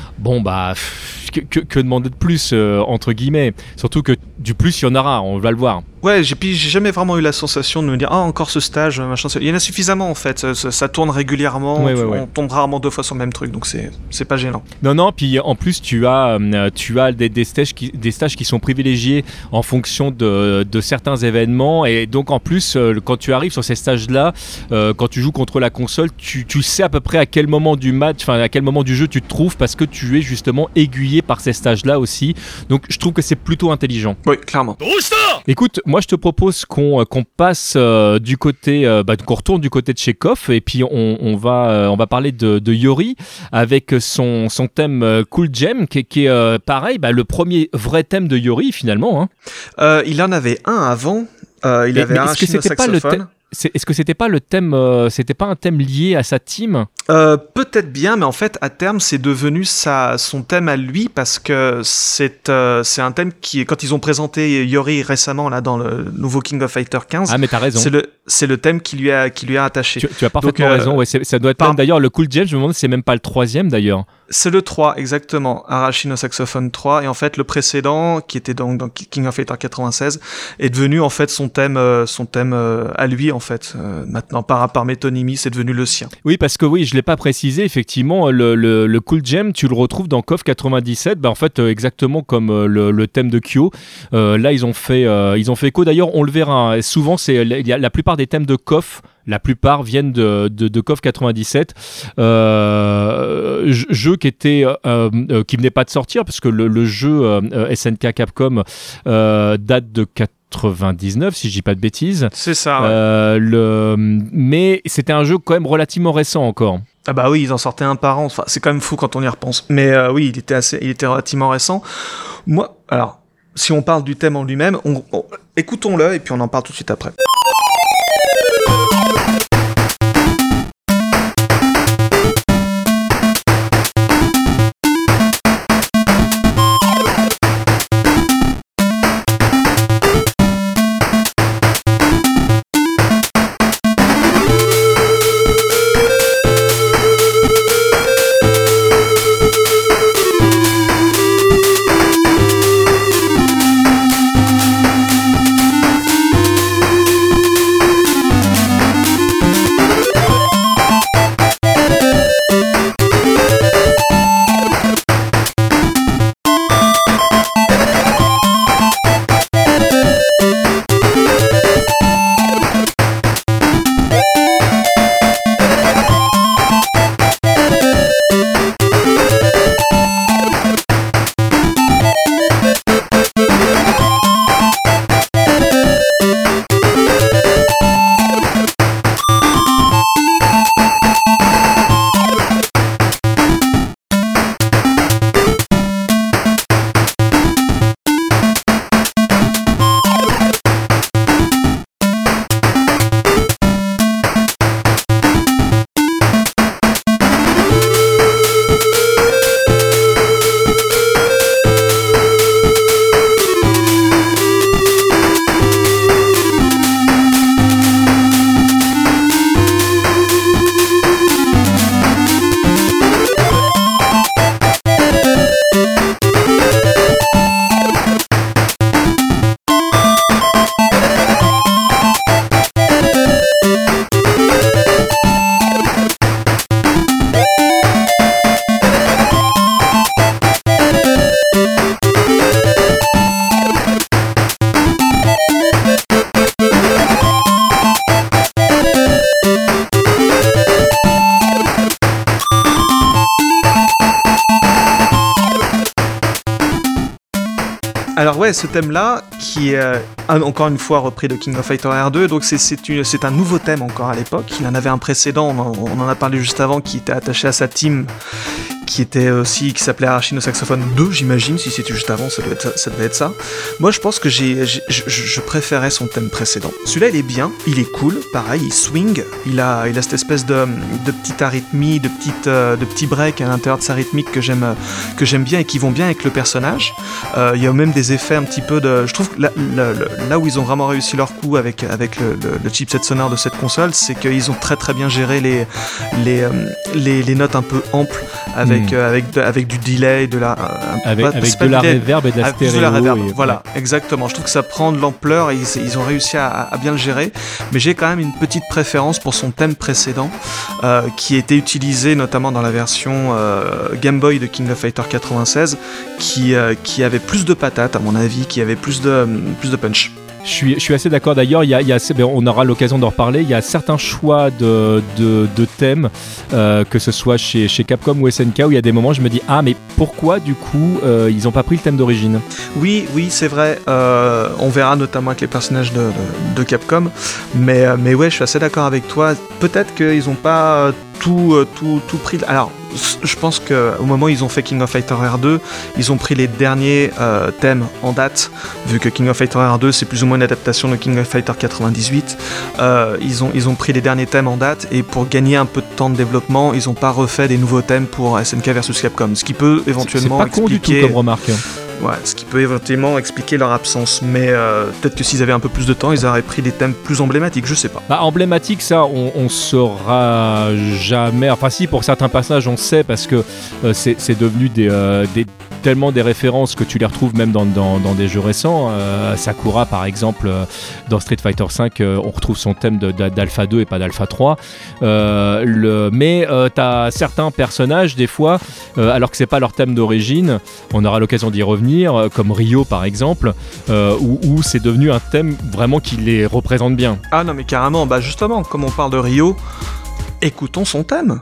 que demander de plus entre guillemets, surtout que du plus il y en aura, on va le voir. Ouais, j'ai jamais vraiment eu la sensation de me dire encore ce stage, machin. Il y en a suffisamment en fait, ça tourne régulièrement, on tombe rarement 2 fois sur le même truc, donc c'est pas gênant. Non, puis en plus tu as des stages qui sont privilégiés en fonction de certains événements, et donc en plus quand tu arrives sur ces stages-là, quand tu joues contre la console, tu sais à peu près à quel moment du match, à quel moment du jeu tu te trouves, parce que tu es justement aiguillé par ces stages-là aussi. Donc je trouve que c'est plutôt intelligent. Oui, clairement. Écoute, moi je te propose qu'on passe du côté, qu'on retourne du côté de Chekhov, et puis on va parler de Yori avec son thème Cool Gem qui est pareil, le premier vrai thème de Yori finalement. Il en avait un avant. Il avait arraché le saxophone. Est-ce que c'était pas le thème, c'était pas un thème lié à sa team ? Peut-être bien, mais en fait, à terme, c'est devenu son thème à lui parce que c'est un thème qui, quand ils ont présenté Yori récemment là dans le nouveau King of Fighter 15. Ah mais t'as raison. C'est le thème qui lui a attaché. Tu as parfaitement raison. Ouais, ça doit être même d'ailleurs le Cool Gem. Je me demande si c'est même pas le 3e d'ailleurs. C'est le à exactement. Arashi no Saxophone 3, et en fait le précédent qui était donc dans King of Fighter 96 est devenu en fait son thème à lui en fait. Maintenant par métonymie, c'est devenu le sien. Oui, parce que je l'ai pas précisé, effectivement le Cool Gem, tu le retrouves dans KOF 97, en fait exactement comme le thème de Kyo. Là ils ont fait écho, d'ailleurs on le verra, souvent c'est la plupart des thèmes de KOF, la plupart viennent de KOF 97, jeu qui qui venait pas de sortir parce que le jeu SNK Capcom date de 99 si je dis pas de bêtises. C'est ça. Ouais. Mais c'était un jeu quand même relativement récent encore. Ah bah oui, ils en sortaient un par an. Enfin, c'est quand même fou quand on y repense. Mais oui, il était relativement récent. Moi, alors, si on parle du thème en lui-même, écoutons-le et puis on en parle tout de suite après. Alors ouais, ce thème-là, qui est encore une fois repris de King of Fighter R2, donc c'est un nouveau thème encore à l'époque. Il en avait un précédent, on en a parlé juste avant, qui était attaché à sa team, qui s'appelait Arachino Saxophone 2, j'imagine, si c'était juste avant, ça devait être ça. Moi, je pense que je préférais son thème précédent. Celui-là, il est bien, il est cool, pareil, il swing, il a cette espèce de petite arythmie, de petits breaks à l'intérieur de sa rythmique que j'aime bien et qui vont bien avec le personnage. Il y a même des effets un petit peu de... Je trouve que là où ils ont vraiment réussi leur coup avec le chipset sonore de cette console, c'est qu'ils ont très très bien géré les notes un peu amples avec du delay, de la reverb et de la stéréo. Voilà, exactement. Je trouve que ça prend de l'ampleur et ils ont réussi à bien le gérer. Mais j'ai quand même une petite préférence pour son thème précédent qui a été utilisé notamment dans la version Game Boy de King of Fighter 96 qui avait plus de patates à mon avis, qui avait plus de punch. Je suis assez d'accord d'ailleurs, on aura l'occasion d'en reparler, il y a certains choix de thèmes, que ce soit chez Capcom ou SNK, où il y a des moments où je me dis mais pourquoi du coup ils n'ont pas pris le thème d'origine ? Oui, c'est vrai, on verra notamment avec les personnages de Capcom, mais ouais, je suis assez d'accord avec toi, peut-être qu'ils n'ont pas tout pris. Alors, je pense qu'au moment où ils ont fait King of Fighter R2, ils ont pris les derniers thèmes en date, vu que King of Fighter R2 c'est plus ou moins une adaptation de King of Fighter 98. Ils ont pris les derniers thèmes en date et pour gagner un peu de temps de développement, ils n'ont pas refait des nouveaux thèmes pour SNK vs Capcom, ce qui peut éventuellement c'est pas con du tout comme remarque. Ouais, ce qui peut éventuellement expliquer leur absence, mais peut-être que s'ils avaient un peu plus de temps, ils auraient pris des thèmes plus emblématiques, je sais pas. Emblématique, ça, on saura jamais. Enfin, si, pour certains passages, on sait parce que c'est devenu tellement des références que tu les retrouves même dans des jeux récents. Sakura, par exemple, dans Street Fighter V, on retrouve son thème d'Alpha 2 et pas d'Alpha 3. Mais t'as certains personnages, des fois, alors que c'est pas leur thème d'origine, on aura l'occasion d'y revenir, comme Ryo par exemple, où c'est devenu un thème vraiment qui les représente bien. Ah non mais carrément, justement, comme on parle de Ryo, écoutons son thème.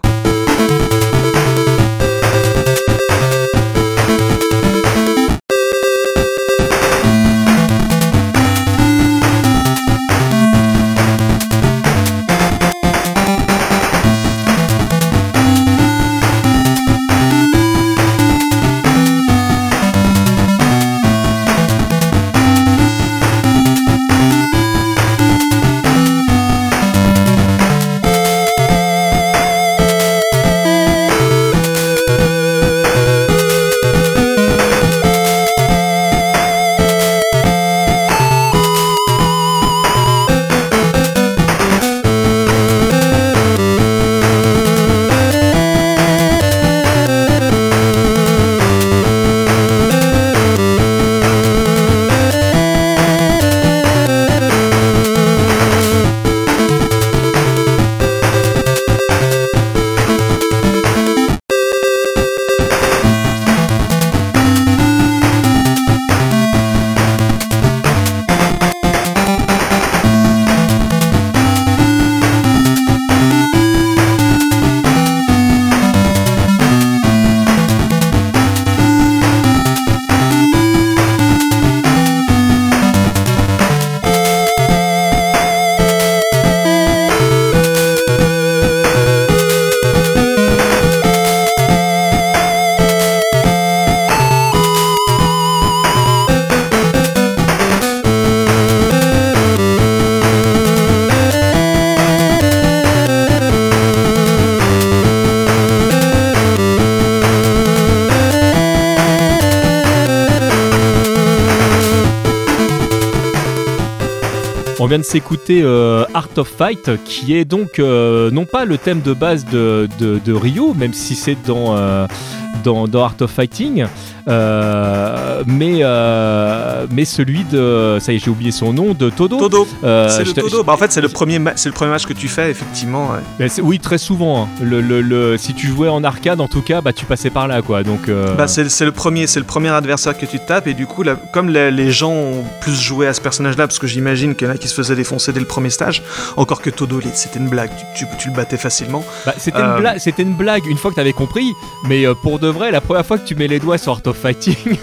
On vient de s'écouter Art of Fight, qui est donc non pas le thème de base de Ryo, même si c'est dans Art of Fighting, mais celui de, ça y est, j'ai oublié son nom, de Todo. Todo. C'est le Todo. En fait, c'est le premier match que tu fais, effectivement. Ouais. Oui, très souvent. Hein. Si tu jouais en arcade, en tout cas, tu passais par là, quoi. Donc. C'est le premier adversaire que tu te tapes, et du coup, comme les gens ont plus joué à ce personnage-là, parce que j'imagine qu'il y en a qui se faisaient défoncer dès le premier stage, encore que Todo, c'était une blague. Tu le battais facilement. C'était une blague une fois que t'avais compris, mais pour de vrai, la première fois que tu mets les doigts sur Art of Fighting,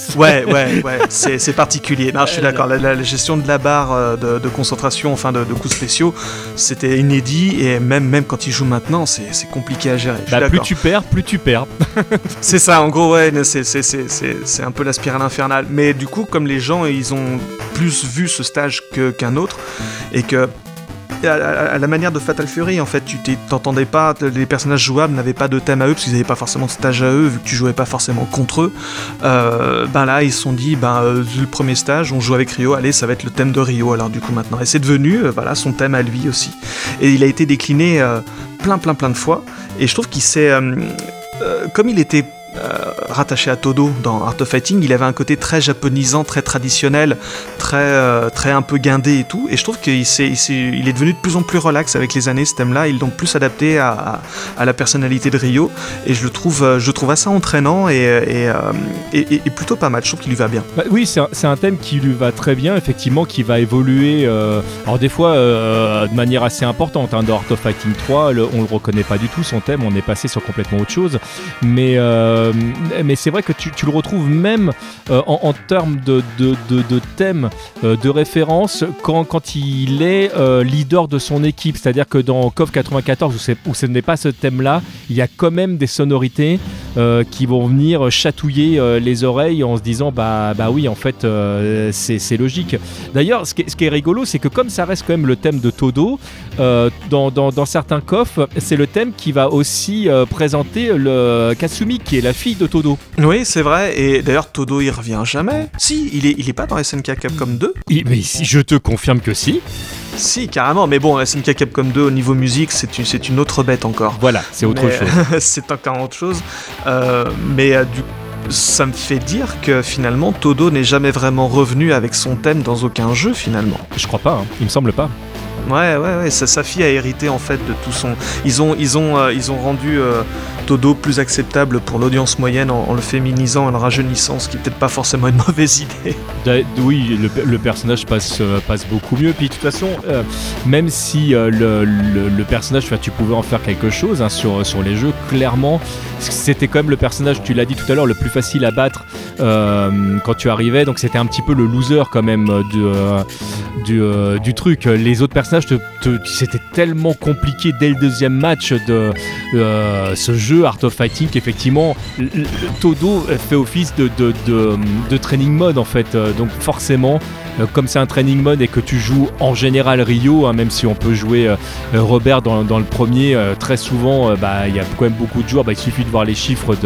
Ouais, c'est particulier. Non, je suis d'accord. La gestion de la barre de concentration, enfin de coups spéciaux, c'était inédit et même quand il joue maintenant, c'est compliqué à gérer. Plus tu perds. C'est ça, en gros, ouais, c'est un peu la spirale infernale. Mais du coup, comme les gens, ils ont plus vu ce stage qu'un autre, et que à la manière de Fatal Fury, en fait, tu t'entendais pas, les personnages jouables n'avaient pas de thème à eux parce qu'ils n'avaient pas forcément de stage à eux, vu que tu jouais pas forcément contre eux. Là, ils se sont dit, le premier stage, on joue avec Ryo, allez, ça va être le thème de Ryo, alors du coup maintenant. Et c'est devenu, son thème à lui aussi. Et il a été décliné plein de fois. Et je trouve qu'il s'est, comme il était rattaché à Todo dans Art of Fighting, il avait un côté très japonisant, très traditionnel, très un peu guindé et tout, et je trouve qu'il il est devenu de plus en plus relax avec les années, ce thème-là. Ils l'ont plus adapté à la personnalité de Ryo, et je le trouve assez entraînant et plutôt pas mal. Je trouve qu'il lui va bien. Oui, c'est un thème qui lui va très bien, effectivement, qui va évoluer alors des fois de manière assez importante, dans Art of Fighting 3 on le reconnaît pas du tout, son thème, on est passé sur complètement autre chose, mais c'est vrai que tu le retrouves même en termes de thème, de référence, quand il est leader de son équipe. C'est-à-dire que dans KOF 94, où ce n'est pas ce thème-là, il y a quand même des sonorités qui vont venir chatouiller les oreilles en se disant oui, en fait, c'est logique. D'ailleurs, ce qui est rigolo, c'est que comme ça reste quand même le thème de Todo, dans certains KOF, c'est le thème qui va aussi présenter le Kasumi, qui est la fille de Todo. Oui, c'est vrai, et d'ailleurs Todo il revient jamais. Si, il est pas dans SNK Capcom 2. Mais si, je te confirme que si. Si, carrément, mais bon, SNK Capcom 2 au niveau musique, c'est une autre bête encore. Voilà, c'est autre chose. C'est encore autre chose. Ça me fait dire que finalement Todo n'est jamais vraiment revenu avec son thème dans aucun jeu finalement. Je crois pas, il me semble pas. Ouais, sa fille a hérité en fait de tout son. Ils ont rendu Todo plus acceptable pour l'audience moyenne en le féminisant, en le rajeunissant, ce qui est peut-être pas forcément une mauvaise idée. Oui, le personnage passe beaucoup mieux. Puis de toute façon, même si le personnage, tu pouvais en faire quelque chose sur les jeux, clairement, c'était quand même le personnage, tu l'as dit tout à l'heure, le plus facile à battre quand tu arrivais. Donc c'était un petit peu le loser quand même du truc. Les autres personnages, c'était tellement compliqué dès le deuxième match de ce jeu Art of Fighting qu'effectivement Todo fait office de training mode en fait. Donc forcément, comme c'est un training mode et que tu joues en général Ryo, même si on peut jouer Robert dans le premier, très souvent il y a quand même beaucoup de joueurs, il suffit de voir les chiffres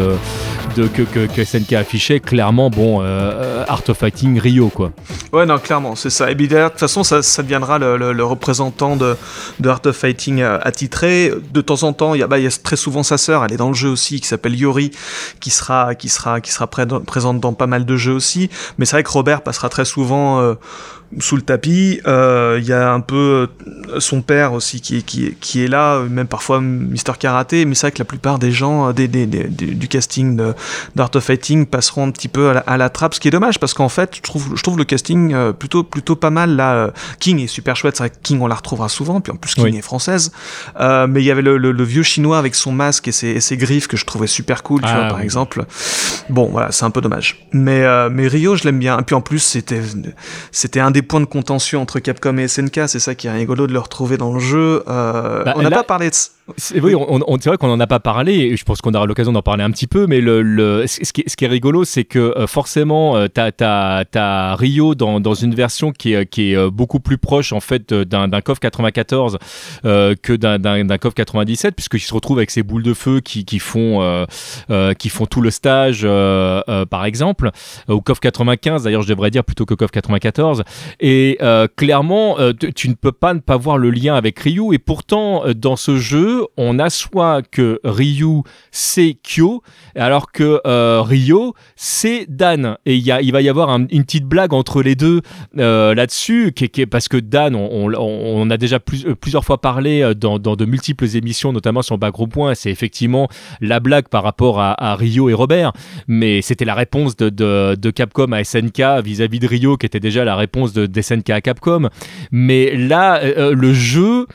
que SNK affichait, clairement Art of Fighting Ryo quoi. Ouais, non, clairement, c'est ça. Et puis d'ailleurs, de toute façon, ça deviendra le représentant de Art of Fighting attitré. De temps en temps, il y a très souvent sa sœur, elle est dans le jeu aussi, qui s'appelle Yori, qui sera présente dans pas mal de jeux aussi. Mais c'est vrai que Robert passera très souvent sous le tapis. Il y a un peu son père aussi qui est là, même parfois Mister Karaté. Mais c'est vrai que la plupart des gens du casting d'Art of Fighting passeront un petit peu à la trappe, ce qui est dommage parce qu'en fait, je trouve le casting plutôt pas mal là. King est super chouette, c'est vrai que King on la retrouvera souvent, puis en plus King est française. Mais il y avait le vieux chinois avec son masque et ses griffes que je trouvais super cool, tu vois, par exemple. Bon, voilà, c'est un peu dommage. Mais Ryo, je l'aime bien. Et puis en plus, c'était un des points de contention entre Capcom et SNK, c'est ça qui est rigolo de le retrouver dans le jeu. On n'a pas parlé de... Oui, c'est vrai qu'on n'en a pas parlé, et je pense qu'on aura l'occasion d'en parler un petit peu, mais ce qui est rigolo, c'est que forcément, t'as Ryo dans une version qui est beaucoup plus proche en fait d'un KOF 94 que d'un KOF 97, puisqu'il se retrouve avec ces boules de feu qui font tout le stage, par exemple, ou KOF 95, d'ailleurs je devrais dire plutôt que KOF 94, et clairement, tu ne peux pas ne pas voir le lien avec Ryu, et pourtant, dans ce jeu, on a soit que Ryu c'est Kyo, alors que Ryo c'est Dan, et il va y avoir une petite blague entre les deux là-dessus, parce que Dan, on a déjà plusieurs fois parlé dans de multiples émissions, notamment sur Backroom Point, c'est effectivement la blague par rapport à Ryo et Robert, mais c'était la réponse de Capcom à SNK vis-à-vis de Ryo, qui était déjà la réponse de SNK à Capcom. Mais là, le jeu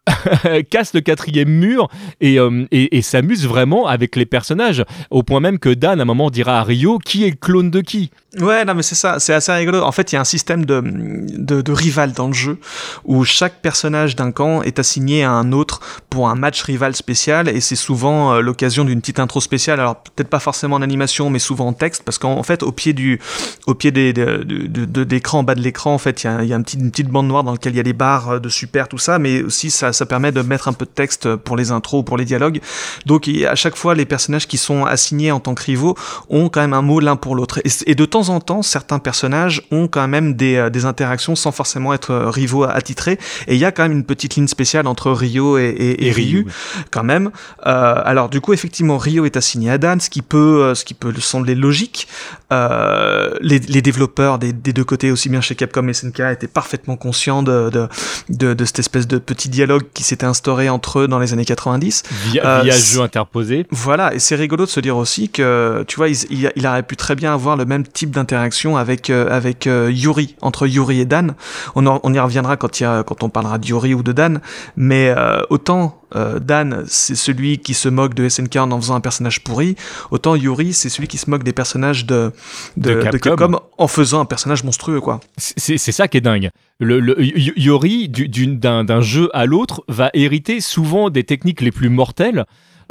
casse le quatrième mur et s'amuse vraiment avec les personnages, au point même que Dan à un moment dira à Ryo qui est le clone de qui. Ouais, non mais c'est ça, c'est assez rigolo. En fait, il y a un système de rival dans le jeu où chaque personnage d'un camp est assigné à un autre pour un match rival spécial, et c'est souvent l'occasion d'une petite intro spéciale. Alors peut-être pas forcément en animation, mais souvent en texte, parce qu'en fait au pied de l'écran, en bas de l'écran, en fait, il y a une petite bande noire dans laquelle il y a les barres de super, tout ça, mais aussi ça permet de mettre un peu de texte pour les intros ou pour les dialogues. Donc à chaque fois, les personnages qui sont assignés en tant que rivaux ont quand même un mot l'un pour l'autre. Et de temps en temps, certains personnages ont quand même des interactions sans forcément être rivaux attitrés. Et il y a quand même une petite ligne spéciale entre Ryo et Ryu, quand même. Alors du coup, effectivement, Ryo est assigné à Dan, ce qui peut sembler logique. Les développeurs des deux côtés, aussi bien chez Capcom et SNK, étaient parfaitement conscients de cette espèce de petit dialogue qui s'était instauré entre eux dans les années 90. Via jeu interposé. Voilà, et c'est rigolo de se dire aussi que, tu vois, il aurait pu très bien avoir le même type d'interaction avec Yuri, entre Yuri et Dan. On y reviendra quand on parlera de Yuri ou de Dan, mais autant Dan, c'est celui qui se moque de SNK en faisant un personnage pourri, autant Yuri, c'est celui qui se moque des personnages de Capcom en faisant un personnage monstrueux, quoi. C'est ça qui est dingue. Yuri, d'un jeu à l'autre, va hériter souvent des techniques les plus mortelles.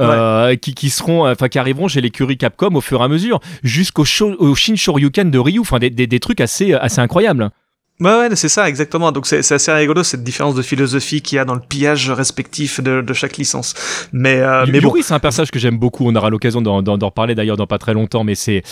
Qui arriveront chez l'écurie Capcom au fur et à mesure, jusqu'au Shin Shoryuken de Ryu, enfin des trucs assez incroyables. Ouais, c'est ça, exactement. Donc c'est assez rigolo cette différence de philosophie qu'il y a dans le pillage respectif de chaque licence. Mais Yuri, bon, c'est un personnage que j'aime beaucoup. On aura l'occasion d'en reparler d'ailleurs dans pas très longtemps. Mais c'est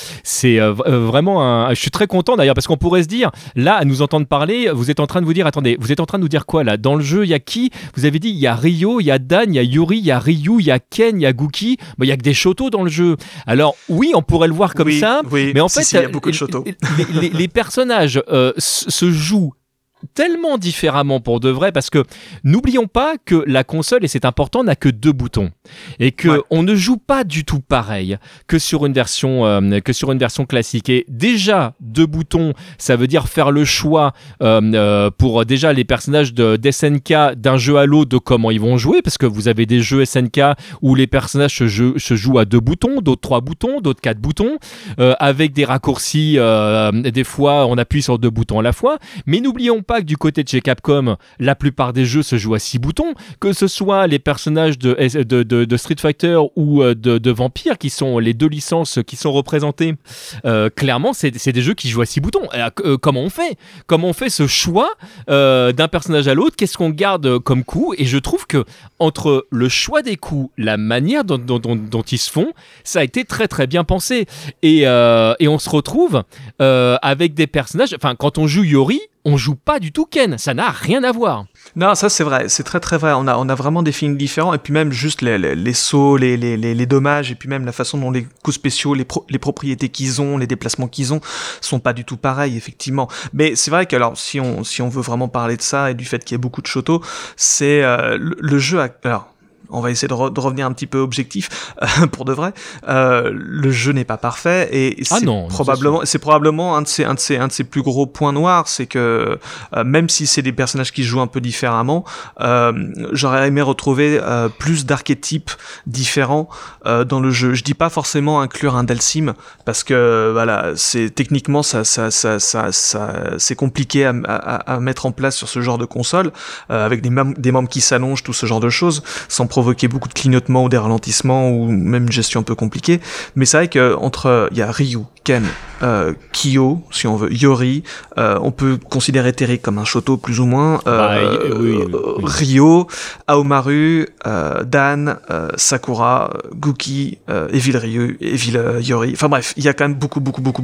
vraiment je suis très content d'ailleurs, parce qu'on pourrait se dire, là, à nous entendre parler, vous êtes en train de vous dire, attendez, vous êtes en train de nous dire quoi là? Dans le jeu, il y a qui? Vous avez dit, il y a Ryo, il y a Dan, il y a Yuri, il y a Ryu, il y a Ken, il y a Gookie. Il y a que des shotos dans le jeu. Alors oui, on pourrait le voir comme ça. Oui, mais en fait, il y a beaucoup de shotos. Les personnages se jouent tellement différemment pour de vrai, parce que n'oublions pas que la console, et c'est important, n'a que 2 boutons, et que on ne joue pas du tout pareil que sur une version classique. Et déjà 2 boutons, ça veut dire faire le choix pour déjà les personnages d'SNK d'un jeu à l'autre de comment ils vont jouer, parce que vous avez des jeux SNK où les personnages se jouent à 2 boutons, d'autres 3 boutons, d'autres 4 boutons, avec des raccourcis, des fois on appuie sur 2 boutons à la fois. Mais n'oublions pas que du côté de chez Capcom, la plupart des jeux se jouent à 6 boutons, que ce soit les personnages de Street Fighter ou de Vampire, qui sont les 2 licences qui sont représentées. Clairement, c'est des jeux qui jouent à 6 boutons. Comment on fait ce choix d'un personnage à l'autre? Qu'est-ce qu'on garde comme coup? Et je trouve que entre le choix des coups, la manière dont ils se font, ça a été très très bien pensé. Et on se retrouve avec des personnages. Enfin, quand on joue Yuri, on joue pas du tout Ken, ça n'a rien à voir. Non, ça c'est vrai, c'est très très vrai. On a vraiment des feelings différents, et puis même juste les sauts, les dommages, et puis même la façon dont les coups spéciaux, les propriétés qu'ils ont, les déplacements qu'ils ont, sont pas du tout pareils, effectivement. Mais c'est vrai que, alors, si on veut vraiment parler de ça et du fait qu'il y ait beaucoup de shotos, c'est le jeu. Alors, on va essayer de revenir un petit peu objectif pour de vrai. Le jeu n'est pas parfait, et c'est probablement un de ses plus gros points noirs, c'est que même si c'est des personnages qui jouent un peu différemment, j'aurais aimé retrouver plus d'archétypes différents dans le jeu. Je dis pas forcément inclure un Dalsim, parce que voilà, c'est techniquement ça c'est compliqué à mettre en place sur ce genre de console, avec des membres qui s'allongent, tout ce genre de choses, sans provoquer beaucoup de clignotements ou des ralentissements, ou même une gestion un peu compliquée. Mais c'est vrai que il y a Ryu, Ken, Kyo, si on veut, Yori, on peut considérer Terry comme un shoto plus ou moins, oui. Ryo, Aomaru, Dan, Sakura, Gookie, Evil Ryu, Evil Yori. Enfin bref, il y a quand même beaucoup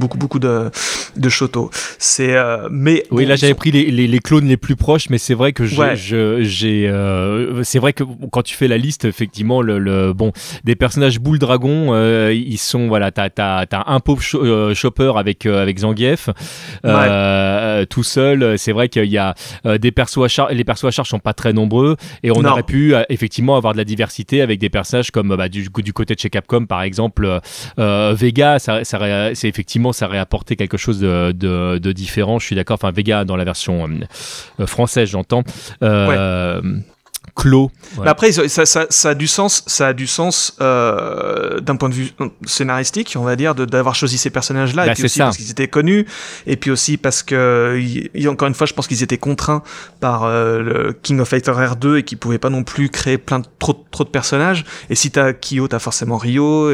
de shoto. C'est mais oui, bon, là j'avais pris les clones les plus proches, mais c'est vrai que c'est vrai que quand tu fais la liste, effectivement, bon, des personnages boule dragon, ils sont, voilà, t'as un pauvre Chopper avec Zangief, tout seul. C'est vrai qu'il y a des persos à charge. Les persos à charge sont pas très nombreux, et on aurait pu effectivement avoir de la diversité avec des personnages comme du côté de chez Capcom, par exemple, Vega. C'est effectivement, ça aurait apporté quelque chose de différent. Je suis d'accord. Enfin, Vega dans la version française, j'entends. clos. Ouais. Mais après, ça a du sens d'un point de vue scénaristique, on va dire, d'avoir choisi ces personnages-là, et puis aussi parce qu'ils étaient connus, et puis aussi parce que, encore une fois, je pense qu'ils étaient contraints par le King of Fighter R2 et qu'ils pouvaient pas non plus créer trop de personnages. Et si t'as Kyo, t'as forcément Ryu,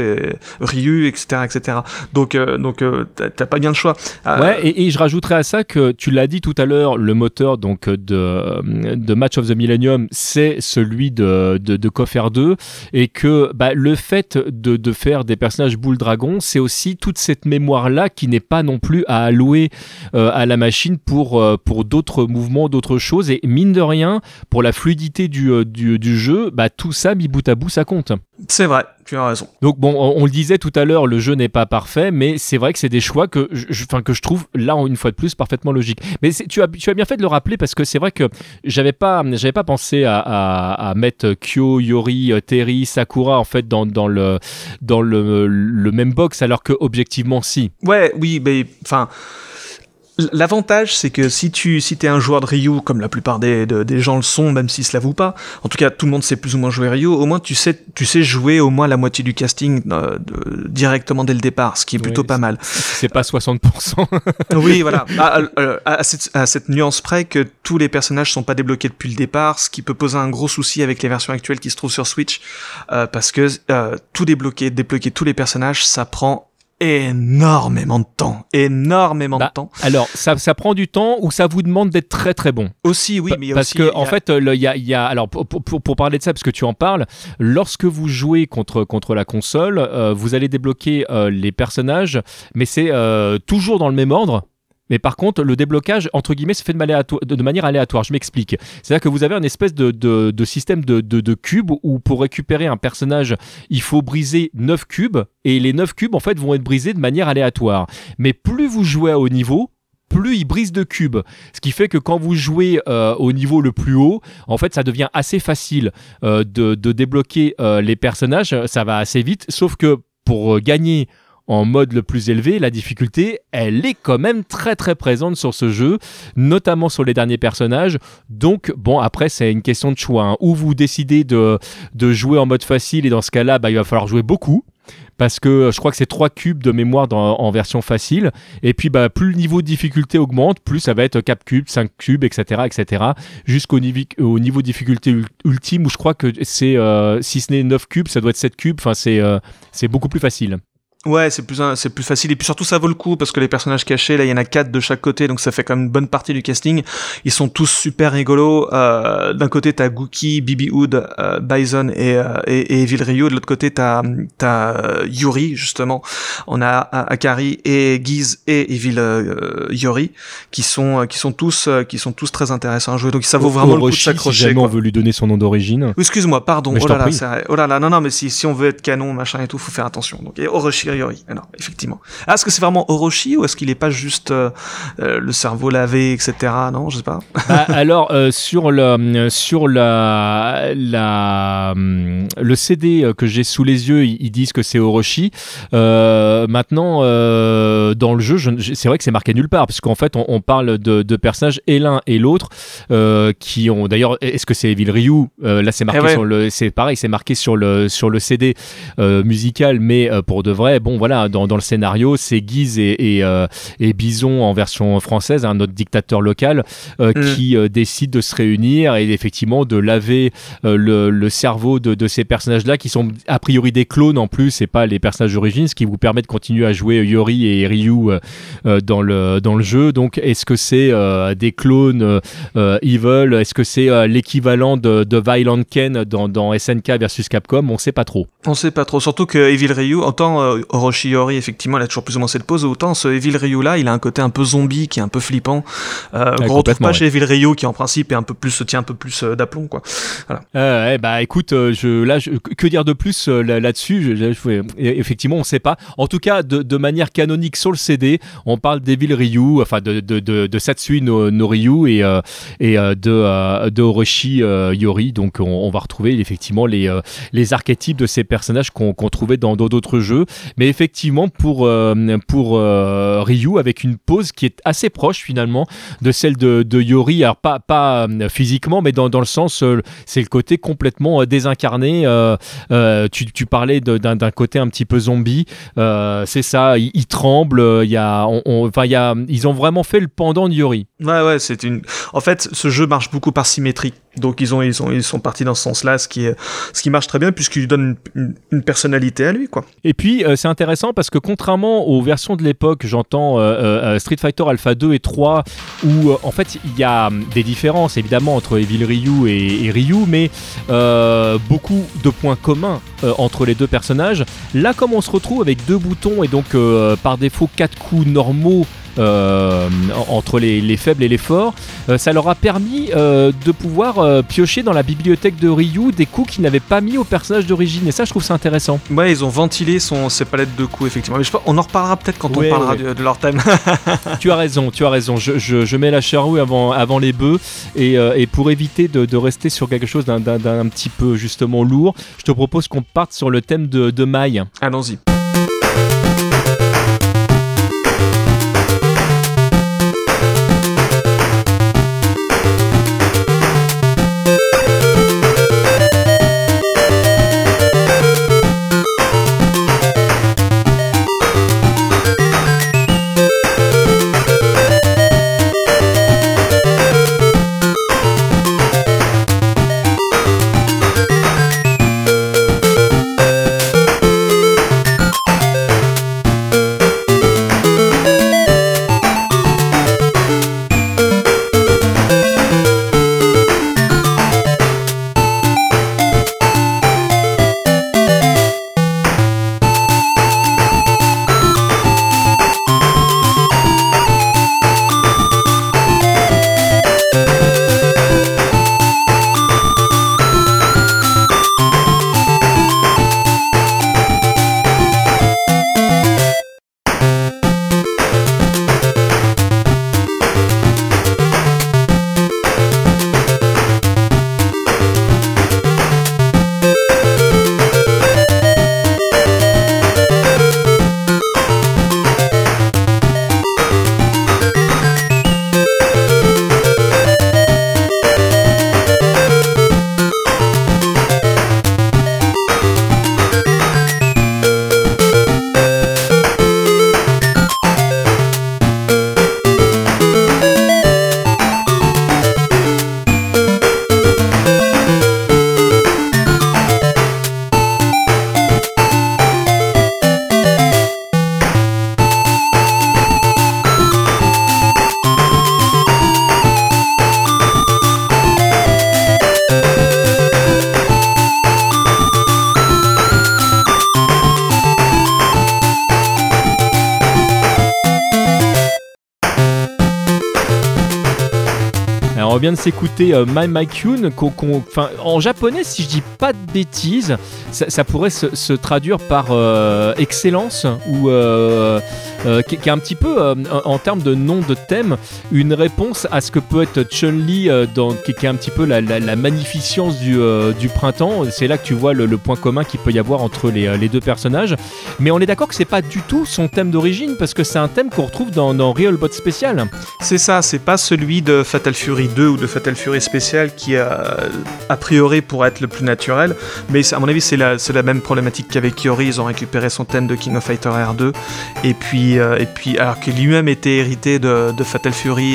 etc. Donc t'as pas bien le choix. Ouais, et je rajouterais à ça que tu l'as dit tout à l'heure, le moteur donc de Match of the Millennium, c'est celui de KOF R2, et que le fait de faire des personnages boule dragon, c'est aussi toute cette mémoire là qui n'est pas non plus à allouer à la machine pour d'autres mouvements, d'autres choses, et mine de rien, pour la fluidité du jeu, tout ça mis bout à bout, ça compte. C'est vrai, tu as raison. Donc bon, on le disait tout à l'heure, le jeu n'est pas parfait, mais c'est vrai que c'est des choix que je trouve là une fois de plus parfaitement logiques. Mais tu as bien fait de le rappeler, parce que c'est vrai que j'avais pas pensé à mettre Kyo, Yori, Terry, Sakura en fait dans le même box, alors que objectivement si. Ouais, oui, mais enfin. L'avantage, c'est que si t'es un joueur de Ryu, comme la plupart des gens le sont, même s'ils se l'avouent pas, en tout cas tout le monde sait plus ou moins jouer Ryu, au moins tu sais jouer au moins la moitié du casting directement dès le départ, ce qui est plutôt pas mal. C'est pas 60%. Oui, voilà. À cette nuance près que tous les personnages sont pas débloqués depuis le départ, ce qui peut poser un gros souci avec les versions actuelles qui se trouvent sur Switch, parce que tout débloquer tous les personnages, ça prend énormément de temps. Alors, ça prend du temps, ou ça vous demande d'être très très bon. Aussi, oui, mais parce que en fait, il y a alors pour parler de ça, parce que tu en parles, lorsque vous jouez contre la console, vous allez débloquer les personnages, mais c'est toujours dans le même ordre. Mais par contre, le déblocage, entre guillemets, se fait de manière aléatoire. Je m'explique. C'est-à-dire que vous avez un espèce de système de cubes où pour récupérer un personnage, il faut briser 9 cubes. Et les 9 cubes, en fait, vont être brisés de manière aléatoire. Mais plus vous jouez à haut niveau, plus il brise de cubes. Ce qui fait que quand vous jouez au niveau le plus haut, en fait, ça devient assez facile de débloquer les personnages. Ça va assez vite. Sauf que pour gagner en mode le plus élevé, la difficulté, elle est quand même très très présente sur ce jeu, notamment sur les derniers personnages. Donc bon, après c'est une question de choix, hein. Ou vous décidez de jouer en mode facile, et dans ce cas-là, il va falloir jouer beaucoup, parce que je crois que c'est 3 cubes de mémoire en version facile, et puis plus le niveau de difficulté augmente, plus ça va être 4 cubes, 5 cubes, etc. jusqu'au niveau de difficulté ultime, où je crois que c'est, si ce n'est 9 cubes, ça doit être 7 cubes, enfin c'est beaucoup plus facile. Ouais, c'est plus facile, et puis surtout ça vaut le coup, parce que les personnages cachés, là il y en a 4 de chaque côté, donc ça fait quand même une bonne partie du casting. Ils sont tous super rigolos. D'un côté t'as Gookie, Bibi Hood, Bison et Evil Ryu. De l'autre côté t'as Yuri, justement. On a Akari et Giz et Evil Yuri qui sont tous très intéressants à jouer. Donc ça vaut vraiment le coup de s'accrocher. Si jamais on veut lui donner son nom d'origine. Oui, excuse-moi, pardon. Oh là là, non, mais si on veut être canon, machin et tout, faut faire attention. Donc Orochi Yori, alors effectivement. Est-ce que c'est vraiment Orochi, ou est-ce qu'il est pas juste le cerveau lavé, etc. Non, je sais pas. Alors sur le CD que j'ai sous les yeux, ils disent que c'est Orochi. Maintenant, dans le jeu, c'est vrai que c'est marqué nulle part, parce qu'en fait, on parle de personnages, et l'un et l'autre, qui ont d'ailleurs. Est-ce que c'est Evil Ryu? Là, c'est marqué c'est pareil, c'est marqué sur le CD musical, mais pour de vrai. Bon, voilà, dans le scénario, c'est Giz et Bison en version française, notre dictateur local, qui décide de se réunir et effectivement de laver le cerveau de ces personnages-là, qui sont a priori des clones en plus, et pas les personnages d'origine, ce qui vous permet de continuer à jouer Yori et Ryu dans le jeu. Donc, est-ce que c'est des clones evil? Est-ce que c'est l'équivalent de Violent Ken dans SNK versus Capcom? On sait pas trop. On sait pas trop, surtout que Evil Ryu, autant Orochi Yori, effectivement, il a toujours plus ou moins cette pose, autant ce Evil Ryu là, il a un côté un peu zombie qui est un peu flippant. Qu'on retrouve pas chez Evil Ryu, qui en principe est se tient un peu plus d'aplomb, quoi. Voilà. Écoute, que dire de plus là-dessus? Effectivement, on sait pas. En tout cas, de manière canonique sur le CD, on parle d'Evil Ryu, enfin de Satsui no Ryu et de Orochi Yori. Donc on va retrouver effectivement les archétypes de ces personnages qu'on trouvait dans d'autres jeux. mais effectivement pour Ryu, avec une pose qui est assez proche finalement de celle de Yori, alors pas physiquement, mais dans le sens, c'est le côté complètement désincarné. Tu parlais d'un côté un petit peu zombie, c'est ça, il tremble, ils ont vraiment fait le pendant de Yori. Ouais, en fait, ce jeu marche beaucoup par symétrie. Donc ils sont partis dans ce sens-là, ce qui marche très bien puisqu'il lui donne une personnalité à lui, quoi. Et puis c'est intéressant parce que contrairement aux versions de l'époque, j'entends Street Fighter Alpha 2 et 3, où en fait il y a des différences évidemment entre Evil Ryu et Ryu, mais beaucoup de points communs entre les deux personnages. Là, comme on se retrouve avec 2 boutons et donc par défaut 4 coups normaux entre les faibles et les forts, ça leur a permis de pouvoir piocher dans la bibliothèque de Ryu des coups qu'ils n'avaient pas mis au personnage d'origine, et ça je trouve ça intéressant. Ouais, ils ont ventilé ses palettes de coups, effectivement, mais je sais pas, on en reparlera peut-être quand on parlera de leur thème. Tu as raison, je mets la charrue avant les bœufs, et pour éviter de rester sur quelque chose d'un petit peu justement lourd, je te propose qu'on parte sur le thème de Mai. Allons-y. On vient de s'écouter My Kyun, en japonais, si je dis pas de bêtises, ça pourrait se traduire par excellence, ou qui est un petit peu, en termes de nom de thème, une réponse à ce que peut être Chun-Li, qui est un petit peu la magnificence du printemps. C'est là que tu vois le point commun qu'il peut y avoir entre les deux personnages. Mais on est d'accord que c'est pas du tout son thème d'origine, parce que c'est un thème qu'on retrouve dans Real Bot Special. C'est ça, c'est pas celui de Fatal Fury 2 ou de Fatal Fury Special qui a priori pourrait être le plus naturel, mais à mon avis c'est la même problématique qu'avec Yori. Ils ont récupéré son thème de King of Fighter R2, et puis alors que lui-même était hérité de Fatal Fury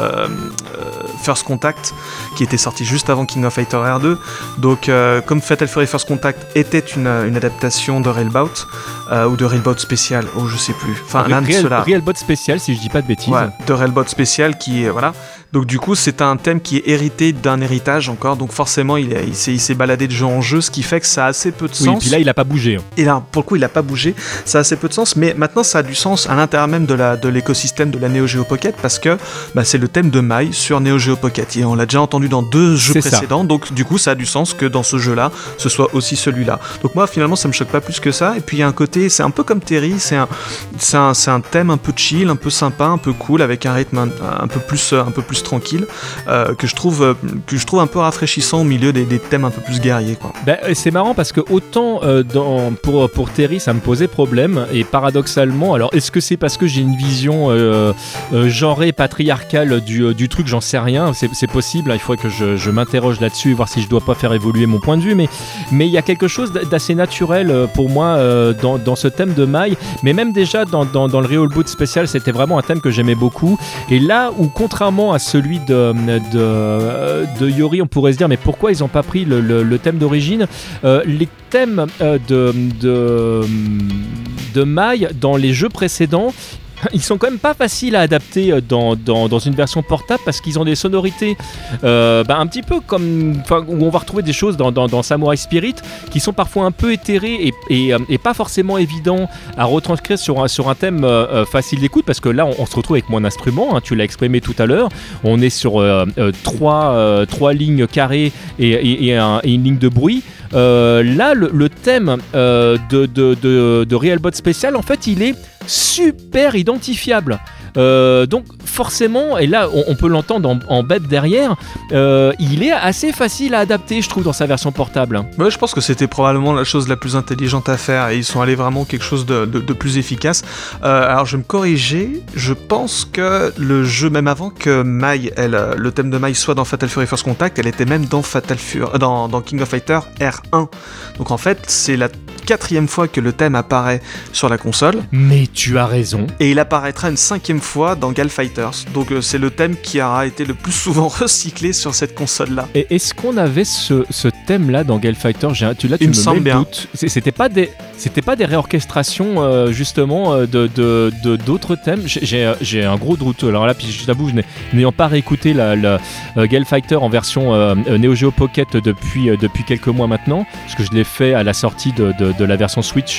First Contact, qui était sorti juste avant King of Fighter R2. Donc comme Fatal Fury First Contact était une adaptation de Railbout, ou de Railbout Special, je sais plus, enfin l'un de ceux-là. Railbout Special, si je dis pas de bêtises. Ouais, de Railbout Special, qui voilà. Donc du coup c'est un thème qui est hérité d'un héritage encore, donc forcément il s'est baladé de jeu en jeu, ce qui fait que ça a assez peu de sens. Oui, puis là il a pas bougé. Et là pour le coup il a pas bougé, ça a assez peu de sens, mais maintenant ça a du sens à l'intérieur même de l'écosystème de la Neo Geo Pocket, parce que c'est le thème de Mai sur Neo Geo Pocket, et on l'a déjà entendu dans 2 jeux précédents, donc du coup ça a du sens que dans ce jeu-là ce soit aussi celui-là. Donc moi finalement ça me choque pas plus que ça, et puis il y a un côté, c'est un peu comme Terry, c'est un thème un peu chill, un peu sympa, un peu cool, avec un rythme un peu plus tranquille, que je trouve un peu rafraîchissant au milieu des thèmes un peu plus guerriers, quoi. C'est marrant parce que autant pour Terry ça me posait problème, et paradoxalement, alors est-ce que c'est parce que j'ai une vision genrée, patriarcale du truc, j'en sais rien, c'est possible, hein, il faudrait que je m'interroge là-dessus et voir si je dois pas faire évoluer mon point de vue, mais il y a quelque chose d'assez naturel pour moi dans ce thème de Mai, mais même déjà dans le Real Boot spécial, c'était vraiment un thème que j'aimais beaucoup, et là où contrairement à celui de Yori, on pourrait se dire mais pourquoi ils n'ont pas pris le thème d'origine, les thèmes de Mai dans les jeux précédents, ils sont quand même pas faciles à adapter dans une version portable, parce qu'ils ont des sonorités un petit peu comme, où on va retrouver des choses dans Samurai Spirit qui sont parfois un peu éthérées et pas forcément évident à retranscrire sur un thème facile d'écoute, parce que là on se retrouve avec moins d'instruments, hein, tu l'as exprimé tout à l'heure, on est sur trois lignes carrées et une ligne de bruit. Là le thème de Realbot spécial, en fait il est super identifiable, donc forcément, et là on peut l'entendre en bête derrière, il est assez facile à adapter, je trouve, dans sa version portable. Ouais, je pense que c'était probablement la chose la plus intelligente à faire, et ils sont allés vraiment quelque chose de plus efficace. Alors je vais me corriger, je pense que le jeu, même avant que Mai, le thème de Mai soit dans Fatal Fury First Contact, elle était même dans dans King of Fighters R1. Donc en fait, c'est la 4e fois que le thème apparaît sur la console. Mais tu as raison. Et il apparaîtra une 5e fois dans Gal Fighters. Donc c'est le thème qui aura été le plus souvent recyclé sur cette console-là. Et est-ce qu'on avait ce thème-là dans Gal Fighters? Tu il me semble bien. Doute. C'était pas des réorchestrations justement de d'autres thèmes? J'ai un gros doute. Alors là, puis je t'avoue, n'ayant pas réécouté la Gal Fighter en version Neo Geo Pocket depuis quelques mois maintenant, parce que je l'ai fait à la sortie de la version Switch,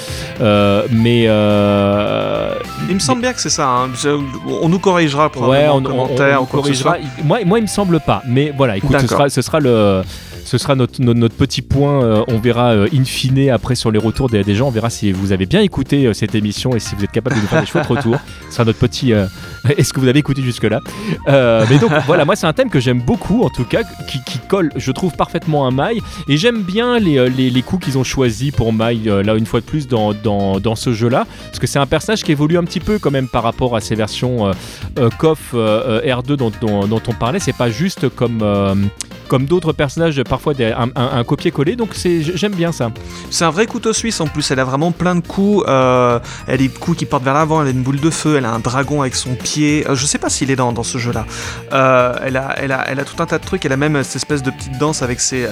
mais il me semble bien que c'est ça, hein. On nous corrigera probablement en commentaire ou quoi que ce soit. Moi il me semble pas, mais voilà, écoute, ce sera notre petit point, on verra in fine après sur les retours des gens, on verra si vous avez bien écouté cette émission et si vous êtes capable de nous faire des chouettes retours. Ce sera notre petit est-ce que vous avez écouté jusque là, mais donc voilà, moi c'est un thème que j'aime beaucoup, en tout cas qui colle, je trouve, parfaitement à Mai, et j'aime bien les coups qu'ils ont choisis pour Mai, là une fois de plus dans ce jeu là, parce que c'est un personnage qui évolue un petit peu quand même par rapport à ces versions KOF R2 dont on parlait. C'est pas juste comme d'autres personnages, parfois un copier-coller, donc j'aime bien ça. C'est un vrai couteau suisse en plus, elle a vraiment plein de coups, elle a des coups qui portent vers l'avant, elle a une boule de feu, elle a un dragon avec son pied, je sais pas s'il est dans ce jeu là, elle a tout un tas de trucs, elle a même cette espèce de petite danse avec ses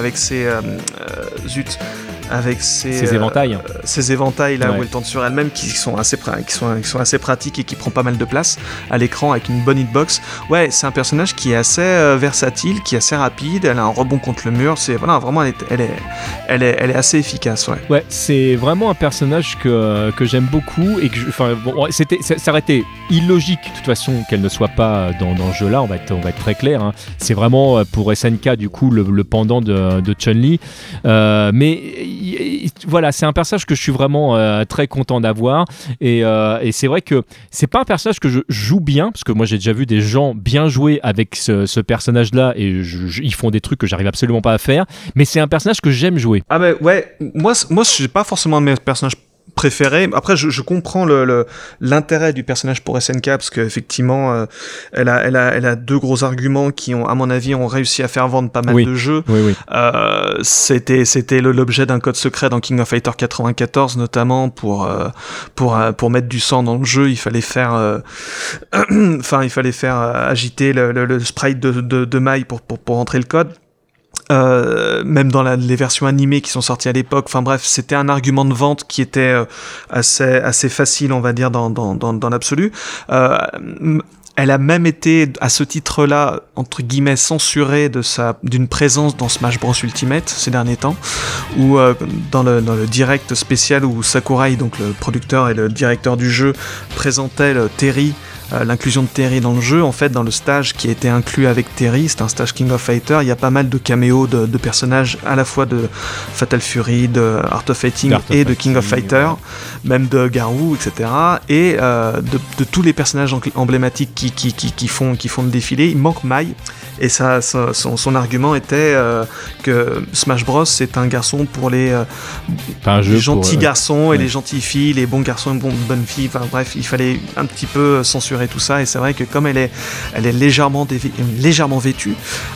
éventails. Ces éventails là, ouais, où elle tente sur elle-même, qui sont assez pratiques et qui prend pas mal de place à l'écran avec une bonne hitbox. Ouais, c'est un personnage qui est assez versatile, qui est assez rapide, elle a un rebond contre le mur, vraiment elle est assez efficace, ouais. Ouais, c'est vraiment un personnage que j'aime beaucoup, et que ça aurait été illogique de toute façon qu'elle ne soit pas dans ce jeu là, on va être très clair, hein. C'est vraiment pour SNK du coup le pendant de Chun-Li, mais voilà, c'est un personnage que je suis vraiment très content d'avoir, et c'est vrai que c'est pas un personnage que je joue bien, parce que moi j'ai déjà vu des gens bien jouer avec ce personnage là, et ils font des trucs que j'arrive absolument pas à faire, mais c'est un personnage que j'aime jouer. Ah bah ouais, moi c'est pas forcément un de mes personnages préféré. Après, je comprends l'intérêt du personnage pour SNK, parce qu'effectivement, elle a deux gros arguments qui ont, à mon avis, réussi à faire vendre pas mal de jeux. Oui. C'était l'objet d'un code secret dans King of Fighters 94, notamment pour mettre du sang dans le jeu. Il fallait faire, agiter le sprite de Mai pour entrer le code. Même dans les versions animées qui sont sorties à l'époque, enfin bref, c'était un argument de vente qui était assez facile, on va dire, dans l'absolu. Elle a même été, à ce titre-là, entre guillemets, censurée d'une présence dans Smash Bros Ultimate ces derniers temps, où dans le direct spécial où Sakurai, donc le producteur et le directeur du jeu, présentaient Terry l'inclusion de Terry dans le jeu, en fait, dans le stage qui a été inclus avec Terry, c'est un stage King of Fighter, il y a pas mal de caméos de personnages, à la fois de Fatal Fury, de Art of Fighting et de King of Fighter, même de Garou, etc. Et de tous les personnages emblématiques qui font le défilé, il manque Mai. Et son argument était que Smash Bros c'est un garçon pour les gentils garçons et les gentilles filles, les bons garçons et bonnes filles. Enfin bref, il fallait un petit peu censurer tout ça. Et c'est vrai que comme elle est légèrement vêtue,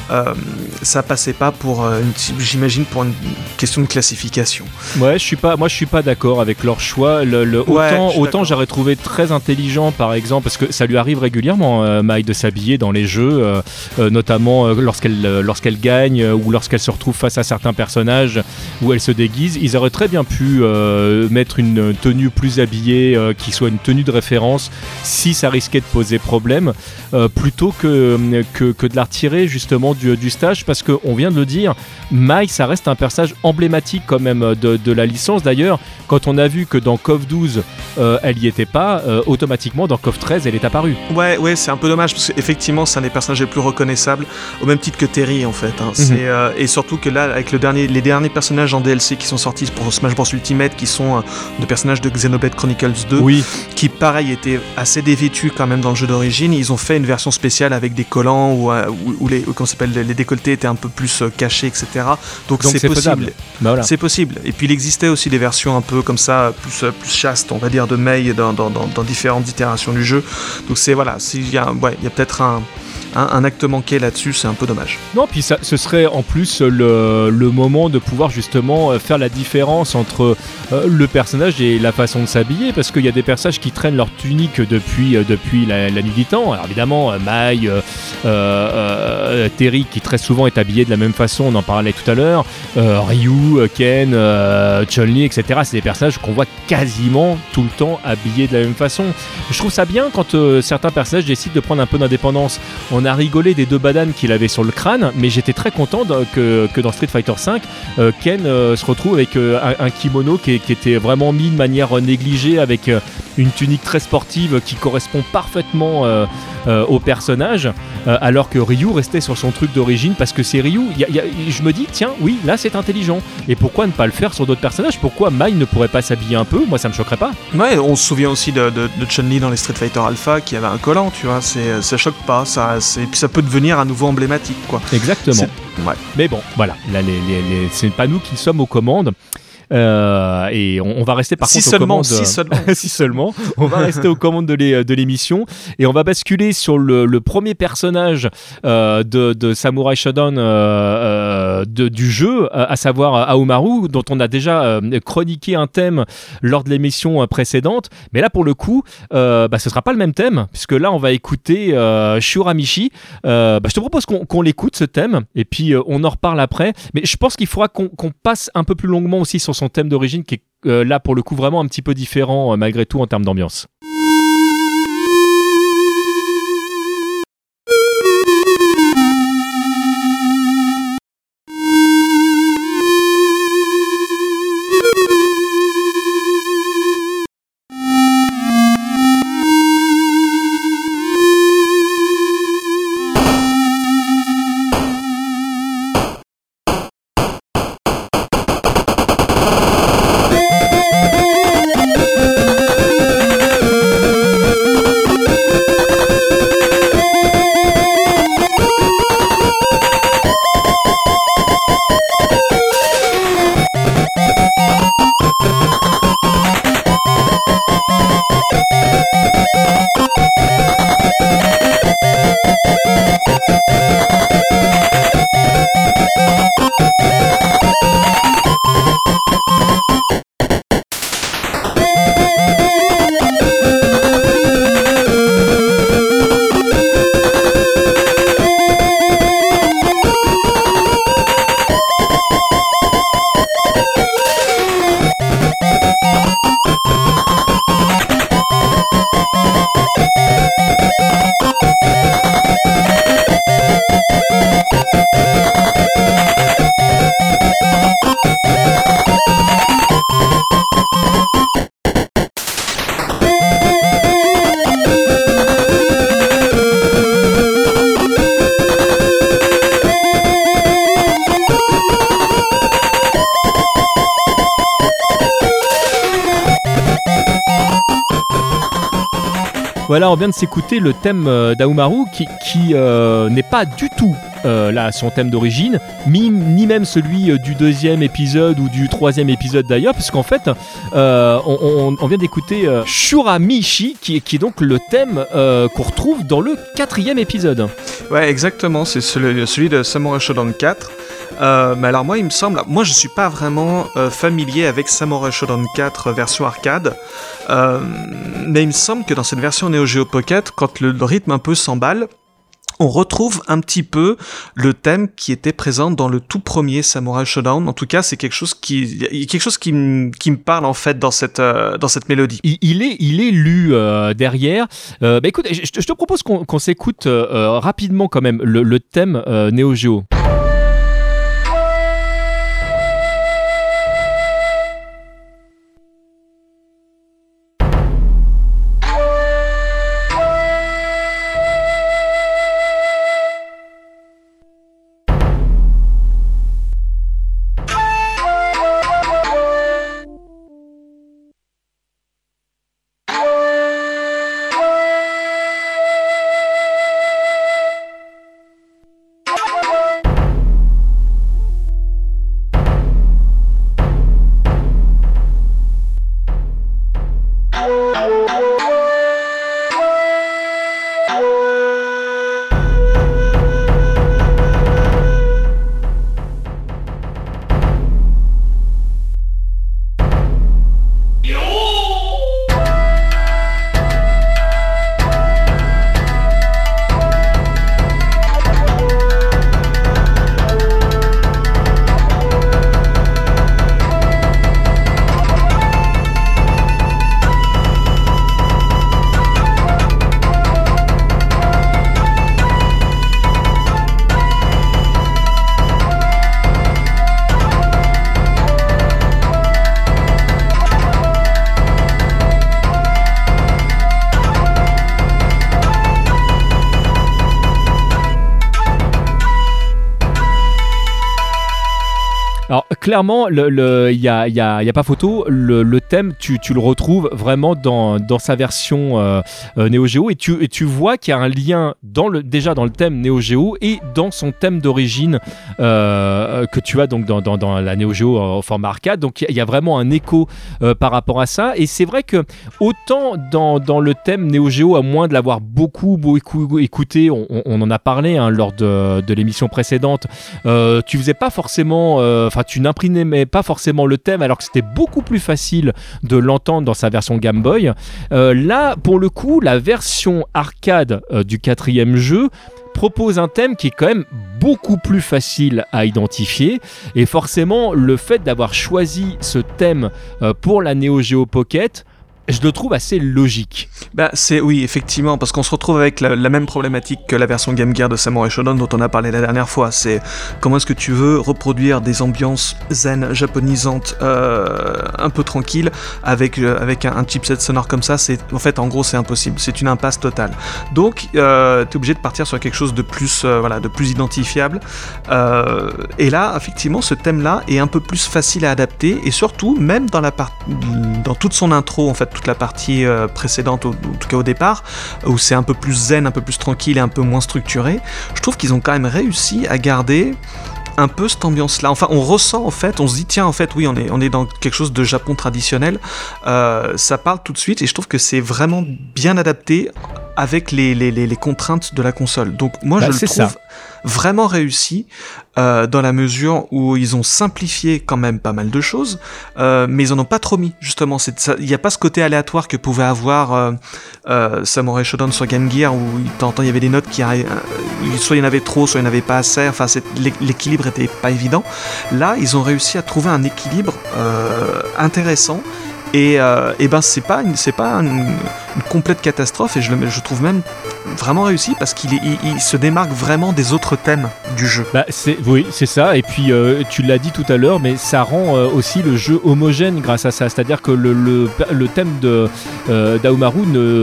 ça passait pas pour j'imagine pour une question de classification. Ouais, je suis pas d'accord avec leur choix. Autant j'aurais trouvé très intelligent, par exemple, parce que ça lui arrive régulièrement, Mai, de s'habiller dans les jeux, notamment lorsqu'elle gagne ou lorsqu'elle se retrouve face à certains personnages où elle se déguise. Ils auraient très bien pu mettre une tenue plus habillée, qui soit une tenue de référence, si ça risquait de poser problème, plutôt que de la retirer justement du stage, parce qu'on vient de le dire, Mai, ça reste un personnage emblématique quand même de la licence. D'ailleurs, quand on a vu que dans KOF 12 elle y était pas, automatiquement dans KOF 13 elle est apparue. Ouais, c'est un peu dommage parce qu'effectivement c'est un des personnages les plus reconnaissables, au même titre que Terry en fait. Et surtout que là, avec les derniers personnages en DLC qui sont sortis pour Smash Bros Ultimate, qui sont des personnages de Xenoblade Chronicles 2, qui pareil étaient assez dévêtus quand même dans le jeu d'origine. Ils ont fait une version spéciale avec des collants où les décolletés étaient un peu plus cachés, etc. Donc c'est possible. Bah voilà. C'est possible. Et puis il existait aussi des versions un peu comme ça, plus chastes, on va dire, de Mai dans différentes itérations du jeu. Donc il y a peut-être un acte manqué là-dessus, c'est un peu dommage. Non, puis ce serait en plus le moment de pouvoir justement faire la différence entre le personnage et la façon de s'habiller, parce qu'il y a des personnages qui traînent leur tunique depuis la nuit du temps. Alors évidemment, Mai, Terry qui très souvent est habillé de la même façon, on en parlait tout à l'heure, Ryu, Ken, Chun-Li, etc. C'est des personnages qu'on voit quasiment tout le temps habillés de la même façon. Je trouve ça bien quand certains personnages décident de prendre un peu d'indépendance. On a rigolé des 2 bananes qu'il avait sur le crâne, mais j'étais très content que dans Street Fighter V, Ken se retrouve avec un kimono qui était vraiment mis de manière négligée, avec une tunique très sportive qui correspond parfaitement au personnage, alors que Ryu restait sur son truc d'origine, parce que c'est Ryu. Je me dis, tiens, oui, là c'est intelligent. Et pourquoi ne pas le faire sur d'autres personnages? Pourquoi Mai ne pourrait pas s'habiller un peu? Moi ça me choquerait pas. Ouais, on se souvient aussi de Chun-Li dans les Street Fighter Alpha qui avait un collant, tu vois, ça choque pas, et puis ça peut devenir à nouveau emblématique, quoi. Exactement. Ouais. Mais bon, voilà, là, c'est pas nous qui sommes aux commandes. Et on va rester par contre aux commandes. Si seulement. On va rester aux commandes de l'émission, et on va basculer sur le premier personnage de Samurai Shodown du jeu, à savoir Aomaru, dont on a déjà chroniqué un thème lors de l'émission précédente. Mais là, pour le coup, ce sera pas le même thème, puisque là, on va écouter Shuramishi. Je te propose qu'on l'écoute, ce thème, et puis on en reparle après. Mais je pense qu'il faudra qu'on passe un peu plus longuement aussi sur son thème d'origine, qui est là pour le coup vraiment un petit peu différent malgré tout en termes d'ambiance. Voilà, on vient de s'écouter le thème d'Aomaru qui n'est pas du tout là son thème d'origine, ni même celui du deuxième épisode ou du troisième épisode d'ailleurs, puisqu'en fait on vient d'écouter Shuramishi qui est donc le thème qu'on retrouve dans le quatrième épisode. Ouais, exactement, c'est celui de Samurai Shodown 4. Mais alors moi il me semble, moi je suis pas vraiment familier avec Samurai Shodown 4 version arcade, mais il me semble que dans cette version Neo Geo Pocket, quand le rythme un peu s'emballe, on retrouve un petit peu le thème qui était présent dans le tout premier Samurai Shodown. En tout cas, c'est quelque chose qui me parle en fait dans cette mélodie. Il est lu derrière. Écoute, je te propose qu'on s'écoute rapidement quand même le thème Neo Geo. Alors clairement, il y a pas photo. Le thème, tu le retrouves vraiment dans sa version Neo Geo, et tu vois qu'il y a un lien déjà dans le thème Neo Geo et dans son thème d'origine que tu as donc dans la Neo Geo au format arcade. Donc il y a vraiment un écho par rapport à ça. Et c'est vrai que autant dans le thème Neo Geo, à moins de l'avoir beaucoup écouté, on en a parlé lors de l'émission précédente, tu faisais pas forcément, tu n'imprimais pas forcément le thème, alors que c'était beaucoup plus facile de l'entendre dans sa version Game Boy. Là, pour le coup, la version arcade du quatrième jeu propose un thème qui est quand même beaucoup plus facile à identifier, et forcément le fait d'avoir choisi ce thème pour la Neo Geo Pocket, je le trouve assez logique. Oui, effectivement, parce qu'on se retrouve avec la même problématique que la version Game Gear de Samurai Shodown dont on a parlé la dernière fois. C'est comment est-ce que tu veux reproduire des ambiances zen, japonisantes, un peu tranquilles, avec un chipset sonore comme ça. En gros, c'est impossible. C'est une impasse totale. Donc, t'es obligé de partir sur quelque chose de plus, de plus identifiable. Et là, effectivement, ce thème-là est un peu plus facile à adapter, et surtout, même dans toute son intro, en fait, toute la partie précédente, en tout cas au départ, où c'est un peu plus zen, un peu plus tranquille et un peu moins structuré, je trouve qu'ils ont quand même réussi à garder un peu cette ambiance-là. Enfin, on ressent, en fait, on se dit, tiens, en fait, oui, on est dans quelque chose de Japon traditionnel. Ça parle tout de suite, et je trouve que c'est vraiment bien adapté avec les contraintes de la console. Donc, moi, je le trouve vraiment réussi, dans la mesure où ils ont simplifié quand même pas mal de choses, mais ils en ont pas trop mis, justement. Il n'y a pas ce côté aléatoire que pouvait avoir Samurai Shodown sur Game Gear, où il y avait des notes qui soit il y en avait trop, soit il n'y en avait pas assez. Enfin, l'équilibre était pas évident. Là, ils ont réussi à trouver un équilibre intéressant. Et c'est pas une complète catastrophe, et je trouve même vraiment réussi, parce qu'il se démarque vraiment des autres thèmes du jeu. Oui, c'est ça, et puis tu l'as dit tout à l'heure, mais ça rend aussi le jeu homogène grâce à ça, c'est-à-dire que le thème d'Aomaru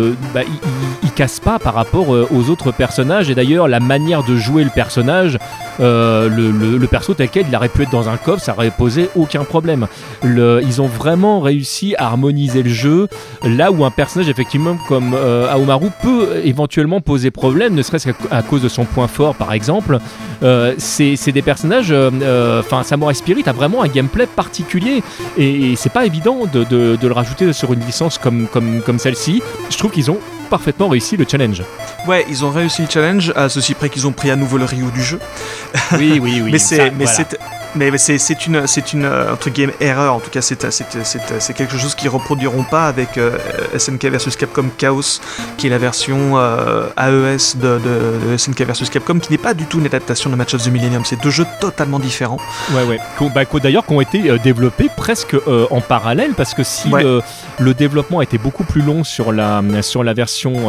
il casse pas par rapport aux autres personnages, et d'ailleurs la manière de jouer le personnage, le perso tel quel, il aurait pu être dans un coffre, ça aurait posé aucun problème. Ils ont vraiment réussi à harmoniser le jeu, là où un personnage effectivement humain comme Aomaru peut éventuellement poser problème, ne serait-ce qu'à cause de son point fort par exemple. C'est des personnages, Samurai Spirit a vraiment un gameplay particulier et c'est pas évident de le rajouter sur une licence comme celle-ci. Je trouve qu'ils ont parfaitement réussi le challenge. Ouais, ils ont réussi le challenge, à ceci près qu'ils ont pris à nouveau le Ryu du jeu. Oui. Mais c'est une entre guillemets erreur. En tout cas, c'est quelque chose qu'ils reproduiront pas avec SNK vs Capcom Chaos, qui est la version AES de SNK vs Capcom, qui n'est pas du tout une adaptation de Match of the Millennium. C'est deux jeux totalement différents. Ouais. D'ailleurs, qui ont été développés presque en parallèle, parce que si le développement était beaucoup plus long sur la version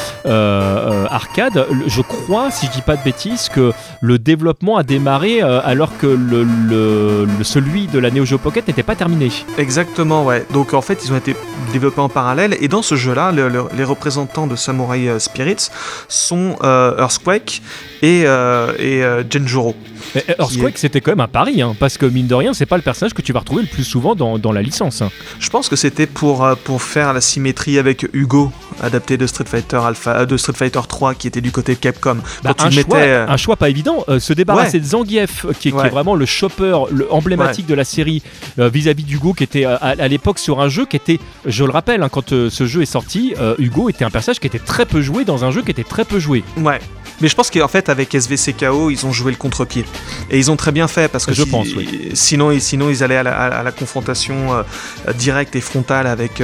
arcade, je crois, si je dis pas de bêtises, que le développement a démarré alors que celui de la Neo Geo Pocket n'était pas terminé. Exactement, ouais. Donc en fait, ils ont été développés en parallèle, et dans ce jeu-là, les représentants de Samurai Spirits sont Earthquake et Genjuro. Earthquake, c'était quand même un pari, hein, parce que mine de rien, c'est pas le personnage que tu vas retrouver le plus souvent dans la licence. Hein. Je pense que c'était pour faire la symétrie avec Hugo, adapté de Street Fighter 3, qui était du côté de Capcom. Un choix pas évident, se débarrasser de Zangief, qui est vraiment le chopper emblématique de la série, vis-à-vis d'Hugo, qui était à l'époque sur un jeu qui était, je le rappelle, hein, quand ce jeu est sorti, Hugo était un personnage qui était très peu joué dans un jeu qui était très peu joué. Ouais. Mais je pense qu'en fait, avec SVCKO, ils ont joué le contre-pied. Et ils ont très bien fait, parce que sinon ils allaient à la confrontation directe et frontale avec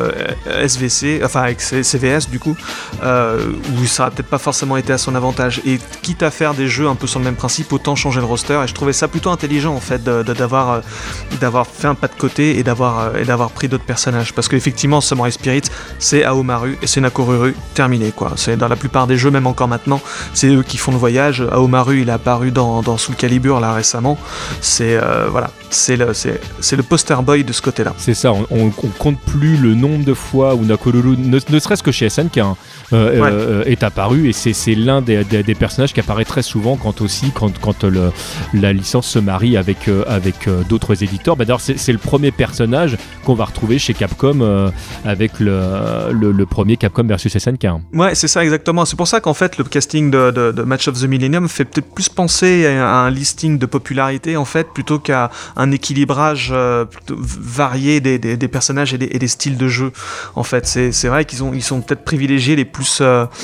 SVC, enfin avec CVS du coup, où ça n'aurait peut-être pas forcément été à son avantage. Et quitte à faire des jeux un peu sur le même principe, autant changer le roster. Et je trouvais ça plutôt intelligent en fait, d'avoir fait un pas de côté et d'avoir pris d'autres personnages. Parce qu'effectivement, Samurai Spirit, c'est Aomaru et c'est Nakoruru, terminé quoi. C'est dans la plupart des jeux, même encore maintenant. C'est eux qui font le voyage. Aomaru, il est apparu dans Soul Calibur là récemment. C'est le poster boy de ce côté-là. C'est ça. On compte plus le nombre de fois où Nakoruru, ne serait-ce que chez SNK, est apparu, et c'est l'un des personnages qui apparaît très souvent quand la licence se marie avec d'autres éditeurs. D'ailleurs, c'est le premier personnage qu'on va retrouver chez Capcom avec le premier Capcom versus SNK. Ouais, c'est ça exactement. C'est pour ça qu'en fait le casting de Match of the Millennium fait peut-être plus penser à un listing de popularité en fait, plutôt qu'à un équilibrage varié des personnages et des styles de jeu. En fait, c'est vrai qu'ils sont peut-être privilégiés les plus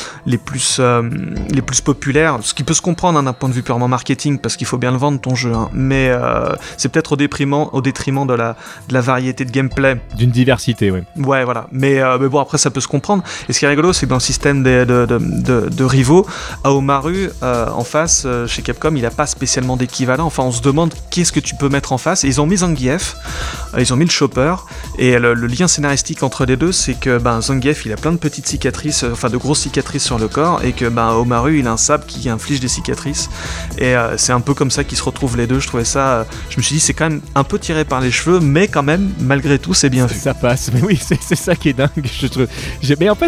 populaires, ce qui peut se comprendre d'un point de vue purement marketing, parce qu'il faut bien le vendre ton jeu, hein. Mais c'est peut-être au détriment de la variété de gameplay, d'une diversité, ouais. Ouais, voilà. Mais bon, après ça peut se comprendre. Et ce qui est rigolo, c'est que dans le système de rivaux, Aomaru en face chez Capcom, il a pas spécialement d'équivalent. Enfin, on se demande qu'est-ce que tu peux mettre en face. Et ils ont mis Zangief, ils ont mis le chopper, et le lien scénaristique entre les deux, c'est que Zangief, il a plein de petites cicatrices, de grosses cicatrices sur le corps, et que Aomaru, il a un sabre qui inflige des cicatrices, et c'est un peu comme ça qu'ils se retrouvent les deux. Je trouvais ça, je me suis dit, c'est quand même un peu tiré par les cheveux, mais quand même, malgré tout, c'est bien vu. Ça passe, mais oui, c'est ça qui est dingue, je trouve. Mais en fait,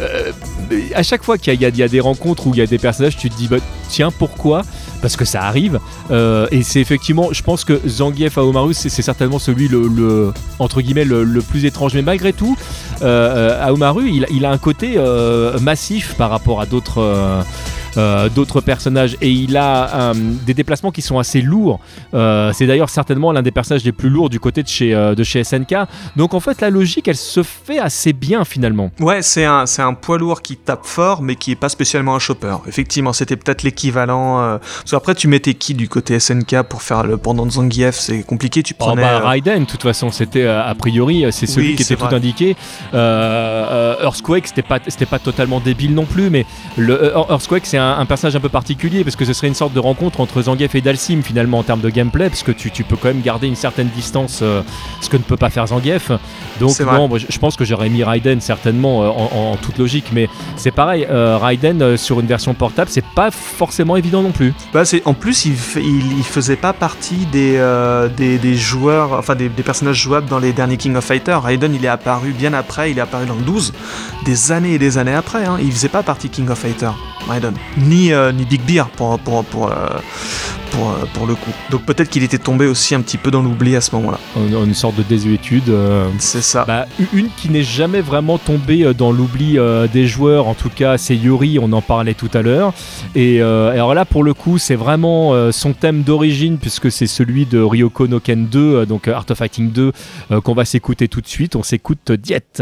à chaque fois qu'il y a des rencontres où il y a des personnages, tu te dis, tiens, pourquoi ? Parce que ça arrive, et c'est effectivement, je pense que Zangief Aomaru, c'est certainement celui entre guillemets le plus étrange, mais malgré tout, Aomaru, il a un côté massif par rapport à d'autres personnages, et il a des déplacements qui sont assez lourds. C'est d'ailleurs certainement l'un des personnages les plus lourds du côté de chez SNK. Donc en fait, la logique, elle se fait assez bien finalement. Ouais, c'est un poids lourd qui tape fort, mais qui est pas spécialement un chopper. Effectivement, c'était peut-être l'équivalent. Parce qu'après, tu mettais qui du côté SNK pour faire le pendant de Zangief ? C'est compliqué. Tu prenais. Raiden, de toute façon, c'était a priori, c'est celui qui était tout indiqué. Earthquake, c'était pas totalement débile non plus, mais Earthquake, c'est un personnage un peu particulier, parce que ce serait une sorte de rencontre entre Zangief et Dalsim finalement en termes de gameplay, parce que tu peux quand même garder une certaine distance, ce que ne peut pas faire Zangief. Donc bon, je pense que j'aurais mis Raiden certainement en toute logique, mais c'est pareil, Raiden sur une version portable, c'est pas forcément évident non plus. En plus, il faisait pas partie des joueurs, enfin des personnages jouables dans les derniers King of Fighters. Raiden, il est apparu bien après, il est apparu dans le 12, des années et des années après, hein. Il faisait pas partie King of Fighters, Raiden, ni Big Bear pour pour le coup. Donc peut-être qu'il était tombé aussi un petit peu dans l'oubli à ce moment-là. Une sorte de désuétude. C'est ça. Une qui n'est jamais vraiment tombée dans l'oubli des joueurs, en tout cas c'est Yori, on en parlait tout à l'heure. Et alors là pour le coup c'est vraiment son thème d'origine, puisque c'est celui de Ryoko no Ken 2, donc Art of Fighting 2, qu'on va s'écouter tout de suite. On s'écoute Diet.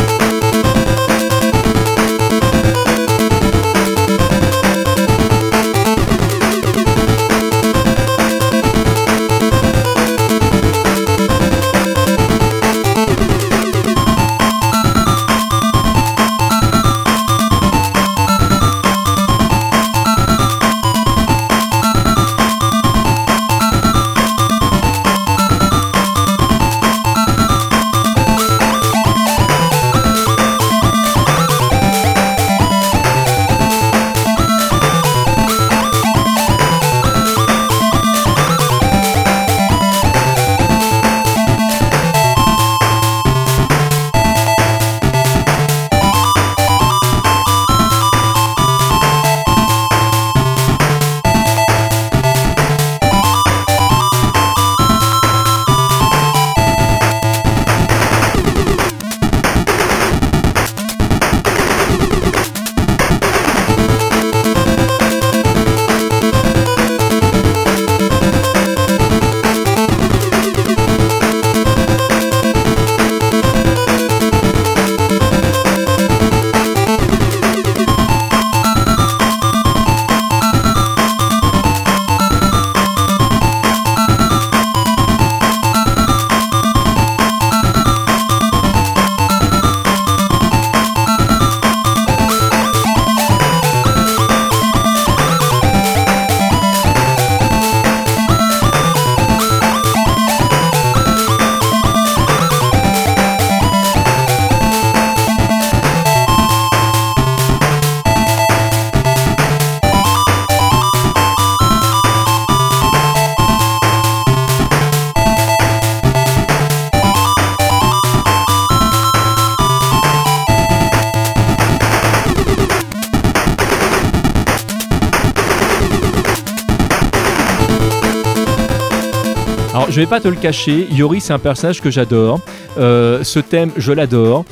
Alors je vais pas te le cacher, Yori c'est un personnage que j'adore, ce thème je l'adore,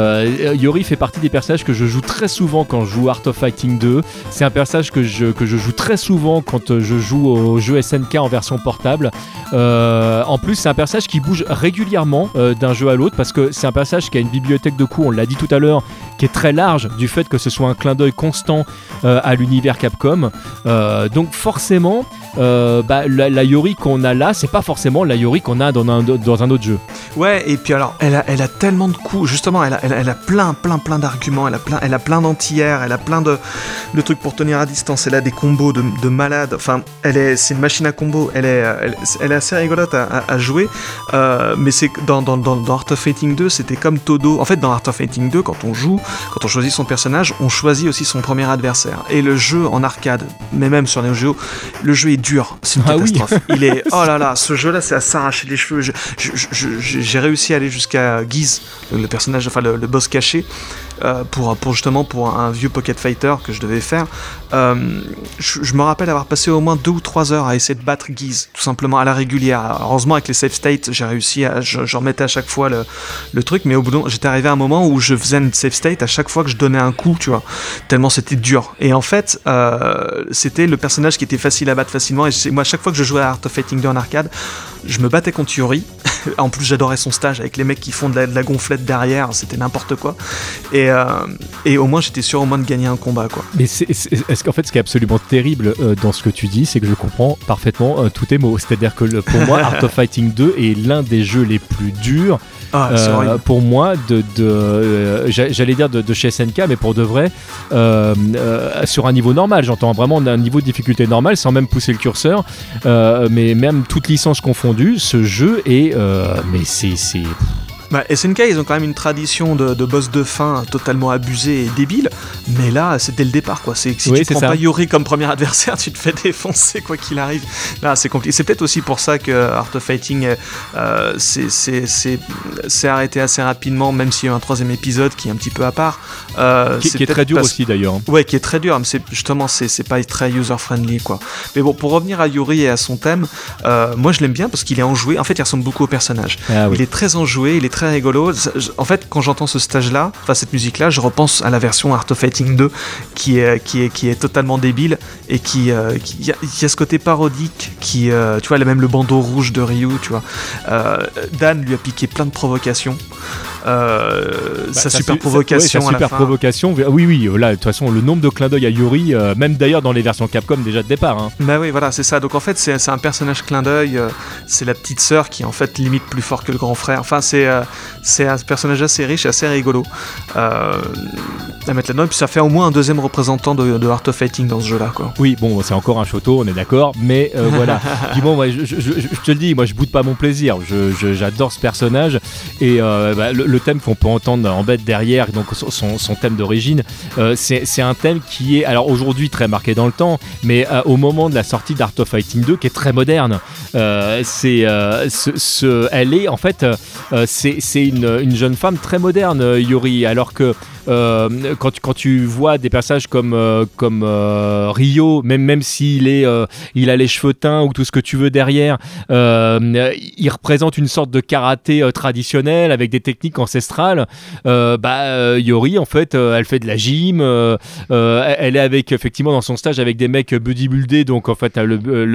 Yori fait partie des personnages que je joue très souvent quand je joue Art of Fighting 2, c'est un personnage que je joue très souvent quand je joue au jeu SNK en version portable. En plus c'est un personnage qui bouge régulièrement d'un jeu à l'autre, parce que c'est un personnage qui a une bibliothèque de coups, on l'a dit tout à l'heure, qui est très large du fait que ce soit un clin d'œil constant à l'univers Capcom, donc forcément la Yori qu'on a là, c'est pas forcément la Yori qu'on a dans un autre jeu. Ouais, et puis alors, elle a tellement de coups, justement, elle a plein d'arguments, elle a plein d'anti-air, elle a plein de trucs pour tenir à distance, elle a des combos de malade, enfin, c'est une machine à combo, elle est assez rigolote à jouer, mais c'est dans Art of Fighting 2, c'était comme Todo. En fait, dans Art of Fighting 2, quand on choisit son personnage, on choisit aussi son premier adversaire, et le jeu en arcade, mais même sur Neo Geo, le jeu est dur, c'est une catastrophe. Oui. Il est, oh là là, ce jeu-là, c'est à s'arracher les cheveux. J'ai réussi à aller jusqu'à Guise, le personnage, enfin le boss caché, pour un vieux Pocket Fighter que je devais faire. Je me rappelle avoir passé au moins 2 ou 3 heures à essayer de battre Guise, tout simplement à la régulière. Heureusement, avec les save states, j'ai réussi je remettais à chaque fois le truc, mais au bout j'étais arrivé à un moment où je faisais une save state à chaque fois que je donnais un coup, tu vois, tellement c'était dur. Et en fait, c'était le personnage qui était facile à battre facilement, et moi, à chaque fois que je jouais à Art of Fighting 2 en arcade, je me battais contre Yori. En plus, j'adorais son stage avec les mecs qui font de la gonflette derrière, c'était n'importe quoi. Et au moins, j'étais sûr de gagner un combat, quoi. Mais est-ce qu'en fait, ce qui est absolument terrible dans ce que tu dis, c'est que je comprends parfaitement tous tes mots. C'est-à-dire que pour moi, Art of Fighting 2 est l'un des jeux les plus durs. Pour moi, j'allais dire de chez SNK, mais pour de vrai, sur un niveau normal, j'entends vraiment un niveau de difficulté normal, sans même pousser le curseur, mais même toute licence confondue, ce jeu est, mais c'est Bah, SNK, ils ont quand même une tradition de boss de fin totalement abusé et débile, mais là, c'est dès le départ, quoi. Si tu prends pas Yuri comme premier adversaire, tu te fais défoncer quoi qu'il arrive. Là, c'est compliqué. C'est peut-être aussi pour ça que Art of Fighting s'est arrêté assez rapidement, même s'il y a eu un 3e épisode qui est un petit peu à part. Qui est très dur aussi d'ailleurs. Ouais, qui est très dur, mais c'est pas très user-friendly, quoi. Mais bon, pour revenir à Yuri et à son thème, moi je l'aime bien parce qu'il est enjoué. En fait, il ressemble beaucoup au personnage. Ah, oui. Il est très enjoué, il est très rigolo. En fait, quand j'entends ce stage-là, enfin cette musique-là, je repense à la version Art of Fighting 2 qui est totalement débile et qui y a ce côté parodique qui, tu vois, même le bandeau rouge de Ryu, tu vois. Dan lui a piqué plein de provocations. Sa super provocation sa super provocation, oui, là de toute façon le nombre de clins d'œil à Yuri, même d'ailleurs dans les versions Capcom déjà de départ, hein. Bah oui, voilà, c'est ça. Donc en fait c'est un personnage clin d'œil, c'est la petite sœur qui est en fait limite plus fort que le grand frère. Enfin c'est un personnage assez riche, assez rigolo à mettre là-dedans, et puis ça fait au moins un 2e représentant de Art of Fighting dans ce jeu-là, quoi. Oui, bon, c'est encore un Shoto, on est d'accord, mais voilà. Puis bon, moi, je te le dis, moi je boude pas mon plaisir, j'adore ce personnage, et le thème qu'on peut entendre en bête derrière, donc son thème d'origine, c'est un thème qui est, alors aujourd'hui très marqué dans le temps, mais au moment de la sortie d'Art of Fighting 2, qui est très moderne, elle est en fait, c'est une jeune femme très moderne, Yuri, alors que quand tu vois des personnages comme Ryo, même s'il il a les cheveux teints ou tout ce que tu veux derrière, il représente une sorte de karaté traditionnel avec des techniques ancestrales. Yuri en fait, elle fait de la gym, elle est effectivement dans son stage avec des mecs bodybuildés, donc en fait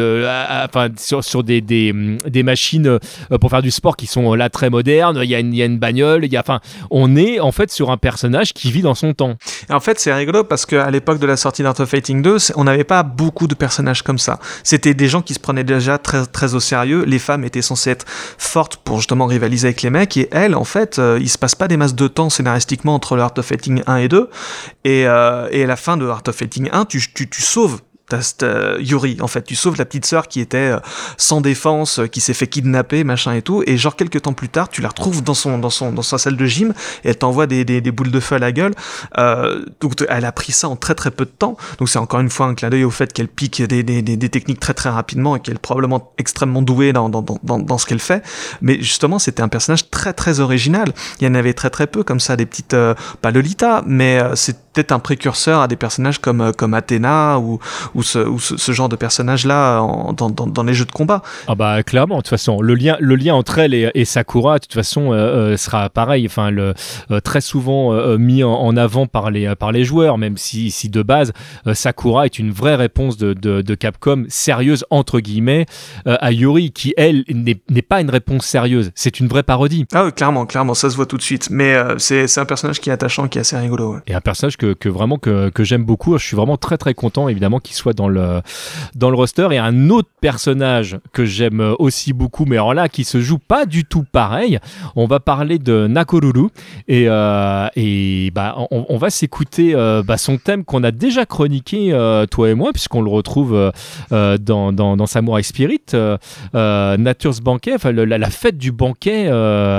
sur des machines pour faire du sport qui sont là très modernes. Il y a une bagnole, on est en fait sur un personnage qui vit dans son temps. Et en fait, c'est rigolo parce qu'à l'époque de la sortie d'Art of Fighting 2, on n'avait pas beaucoup de personnages comme ça. C'était des gens qui se prenaient déjà très, très au sérieux. Les femmes étaient censées être fortes pour justement rivaliser avec les mecs, et elles, en fait, il se passe pas des masses de temps scénaristiquement entre le Art of Fighting 1 et 2, et à la fin de Art of Fighting 1, tu sauves Yuri, en fait, tu sauves la petite sœur qui était sans défense, qui s'est fait kidnapper, machin et tout, et genre quelques temps plus tard, tu la retrouves dans sa salle de gym, et elle t'envoie des boules de feu à la gueule. Donc elle a pris ça en très très peu de temps, donc c'est encore une fois un clin d'œil au fait qu'elle pique des techniques très très rapidement, et qu'elle est probablement extrêmement douée dans ce qu'elle fait. Mais justement, c'était un personnage très très original. Il y en avait très très peu comme ça, des petites, pas Lolita, mais c'est peut-être un précurseur à des personnages comme Athéna ou ce genre de personnage-là dans les jeux de combat. Ah bah clairement, de toute façon, le lien entre elle et Sakura, de toute façon, sera pareil. Enfin, très souvent mis en avant par les joueurs, même si de base, Sakura est une vraie réponse de Capcom sérieuse entre guillemets à Yuri, qui elle n'est pas une réponse sérieuse. C'est une vraie parodie. Ah oui, clairement, ça se voit tout de suite. Mais c'est un personnage qui est attachant, qui est assez rigolo. Ouais. Et un personnage que vraiment que j'aime beaucoup. Je suis vraiment très très content évidemment qu'il soit dans le roster. Et un autre personnage que j'aime aussi beaucoup, mais alors là qui se joue pas du tout pareil, on va parler de Nakoruru, et on va s'écouter son thème qu'on a déjà chroniqué toi et moi, puisqu'on le retrouve dans Samurai Spirit, Nature's Banquet, enfin la fête du banquet,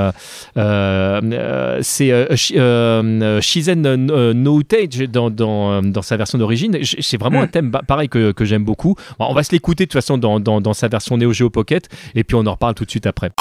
c'est Shizen no Utage dans sa version d'origine. C'est vraiment un thème pareil que j'aime beaucoup. Bon, on va se l'écouter de toute façon dans sa version Neo Geo Pocket, et puis on en reparle tout de suite après.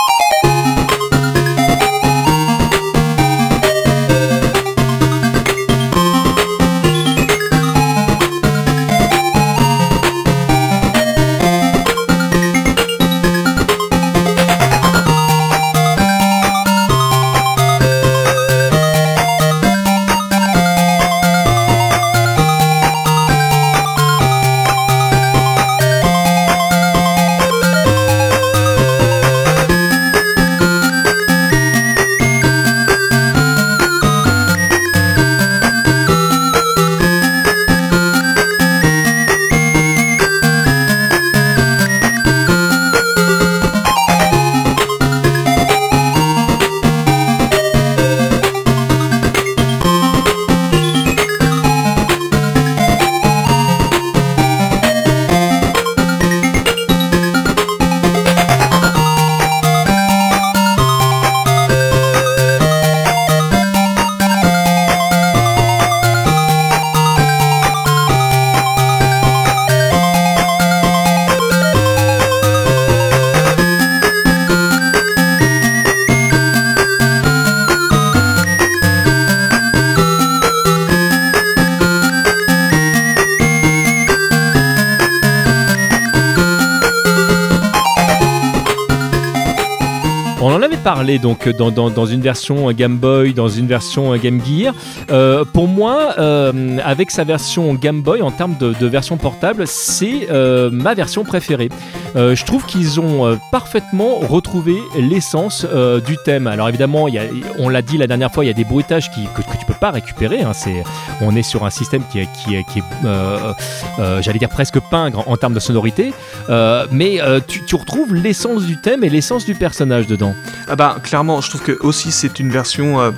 parler donc dans une version Game Boy, dans une version Game Gear. Pour moi, avec sa version Game Boy, en termes de version portable, c'est ma version préférée. Je trouve qu'ils ont parfaitement retrouvé l'essence du thème. Alors évidemment, on l'a dit la dernière fois, il y a des bruitages que tu peux pas récupérer. Hein. On est sur un système qui est j'allais dire presque pingre en termes de sonorité, mais tu retrouves l'essence du thème et l'essence du personnage dedans. Ah bah clairement, je trouve que aussi c'est une version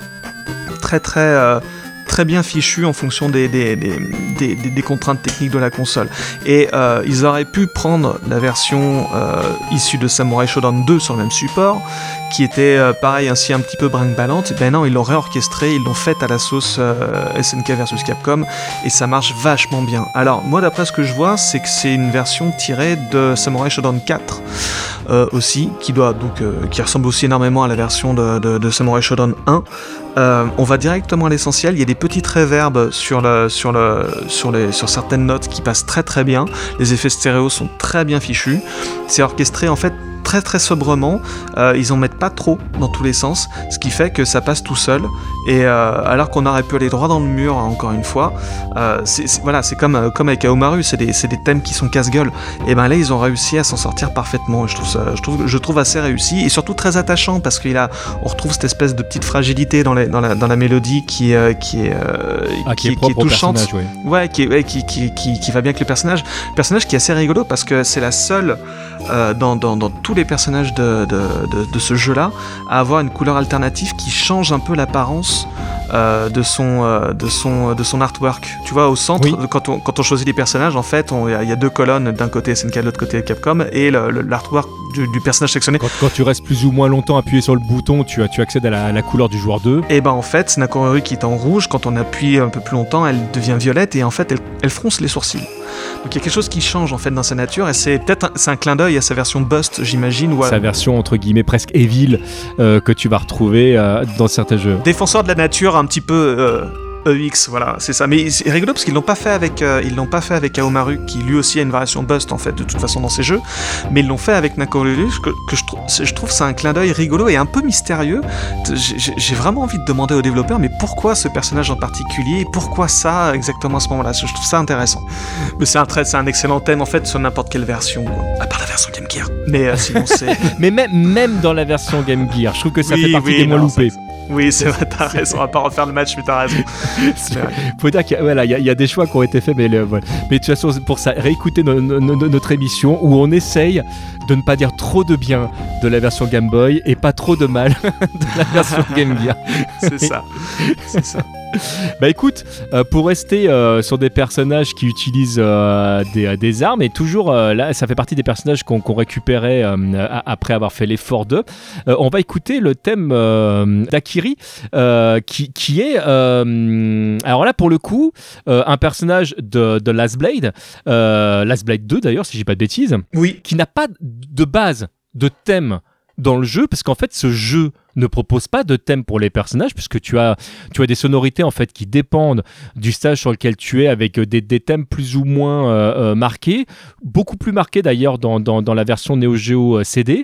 très bien fichue en fonction des contraintes techniques de la console. Et ils auraient pu prendre la version issue de Samurai Shodown 2 sur le même support, qui était pareil, ainsi un petit peu brinque-ballante. Ben non, ils l'ont réorchestré, ils l'ont faite à la sauce SNK versus Capcom, et ça marche vachement bien. Alors moi, d'après ce que je vois, c'est que c'est une version tirée de Samurai Shodown 4 aussi, qui ressemble aussi énormément à la version de Samurai Shodown 1. On va directement à l'essentiel. Il y a des petites reverbs sur certaines notes qui passent très très bien. Les effets stéréo sont très bien fichus. C'est orchestré en fait très très sobrement. Ils en mettent pas trop dans tous les sens, ce qui fait que ça passe tout seul. Et alors qu'on aurait pu aller droit dans le mur, encore une fois, c'est comme avec Aomaru, c'est des thèmes qui sont casse-gueule. Et ben là, ils ont réussi à s'en sortir parfaitement. Je trouve assez réussi et surtout très attachant, parce on retrouve cette espèce de petite fragilité dans la mélodie qui est touchante. Ouais, qui va bien avec le personnage. Le personnage qui est assez rigolo, parce que c'est la seule dans tous les personnages de ce jeu-là à avoir une couleur alternative qui change un peu l'apparence de son artwork. Tu vois, au centre, oui. Quand on choisit les personnages, en fait, il y a deux colonnes, d'un côté SNK, de l'autre côté Capcom, et l'artwork du personnage sectionné. Quand tu restes plus ou moins longtemps appuyé sur le bouton, tu accèdes à la couleur du joueur 2. Et ben en fait, Nakomaru qui est en rouge, quand on appuie un peu plus longtemps, elle devient violette, et en fait, elle fronce les sourcils. Donc il y a quelque chose qui change en fait dans sa nature, et c'est un clin d'œil à sa version Bust, j'imagine. Sa version entre guillemets presque evil que tu vas retrouver dans certains jeux. Défenseur de la nature, un petit peu EX, voilà, c'est ça. Mais c'est rigolo parce qu'ils l'ont pas fait avec Aomaru, qui lui aussi a une variation Bust en fait de toute façon dans ses jeux, mais ils l'ont fait avec Nakomaru, que je trouve c'est un clin d'œil rigolo et un peu mystérieux. J'ai vraiment envie de demander aux développeurs, mais pourquoi ce personnage en particulier, pourquoi ça exactement à ce moment-là. Je trouve ça intéressant. Mais c'est un excellent thème en fait sur n'importe quelle version, quoi. À part la version Game Gear. Mais sinon c'est. Mais même dans la version Game Gear, je trouve que ça fait partie des moins loupés. Oui, c'est vrai, t'as raison. On va pas refaire le match, mais t'as raison. Faut dire qu'il y a des choix qui ont été faits, mais de toute façon, pour ça, réécoutez notre émission où on essaye de ne pas dire trop de bien de la version Game Boy et pas trop de mal de la version Game Gear. C'est ça. Bah écoute, pour rester sur des personnages qui utilisent des armes, et toujours là, ça fait partie des personnages qu'on récupérait après avoir fait l'effort d'eux. On va écouter le thème d'Akiri, qui est, alors là pour le coup, un personnage de Last Blade 2 d'ailleurs, si j'ai pas de bêtises, oui, qui n'a pas de base de thème dans le jeu, parce qu'en fait ce jeu ne propose pas de thème pour les personnages, puisque tu as des sonorités en fait qui dépendent du stage sur lequel tu es, avec des thèmes plus ou moins marqués, beaucoup plus marqués d'ailleurs dans la version Neo Geo CD,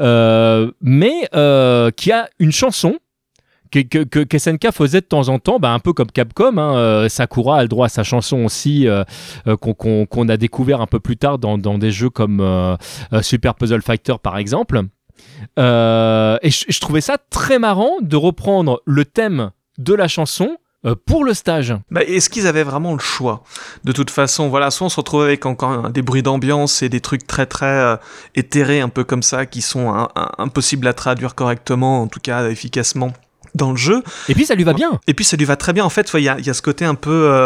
mais qui a une chanson que SNK faisait de temps en temps, un peu comme Capcom, hein, Sakura a le droit à sa chanson aussi, qu'on a découvert un peu plus tard dans des jeux comme Super Puzzle Fighter par exemple. Et je trouvais ça très marrant de reprendre le thème de la chanson pour le stage. Est-ce qu'ils avaient vraiment le choix ? De toute façon, voilà, soit on se retrouve avec encore des bruits d'ambiance et des trucs très très éthérés, un peu comme ça, qui sont impossibles à traduire correctement, en tout cas efficacement dans le jeu. Et puis ça lui va bien. Et puis ça lui va très bien. En fait, il y a ce côté un peu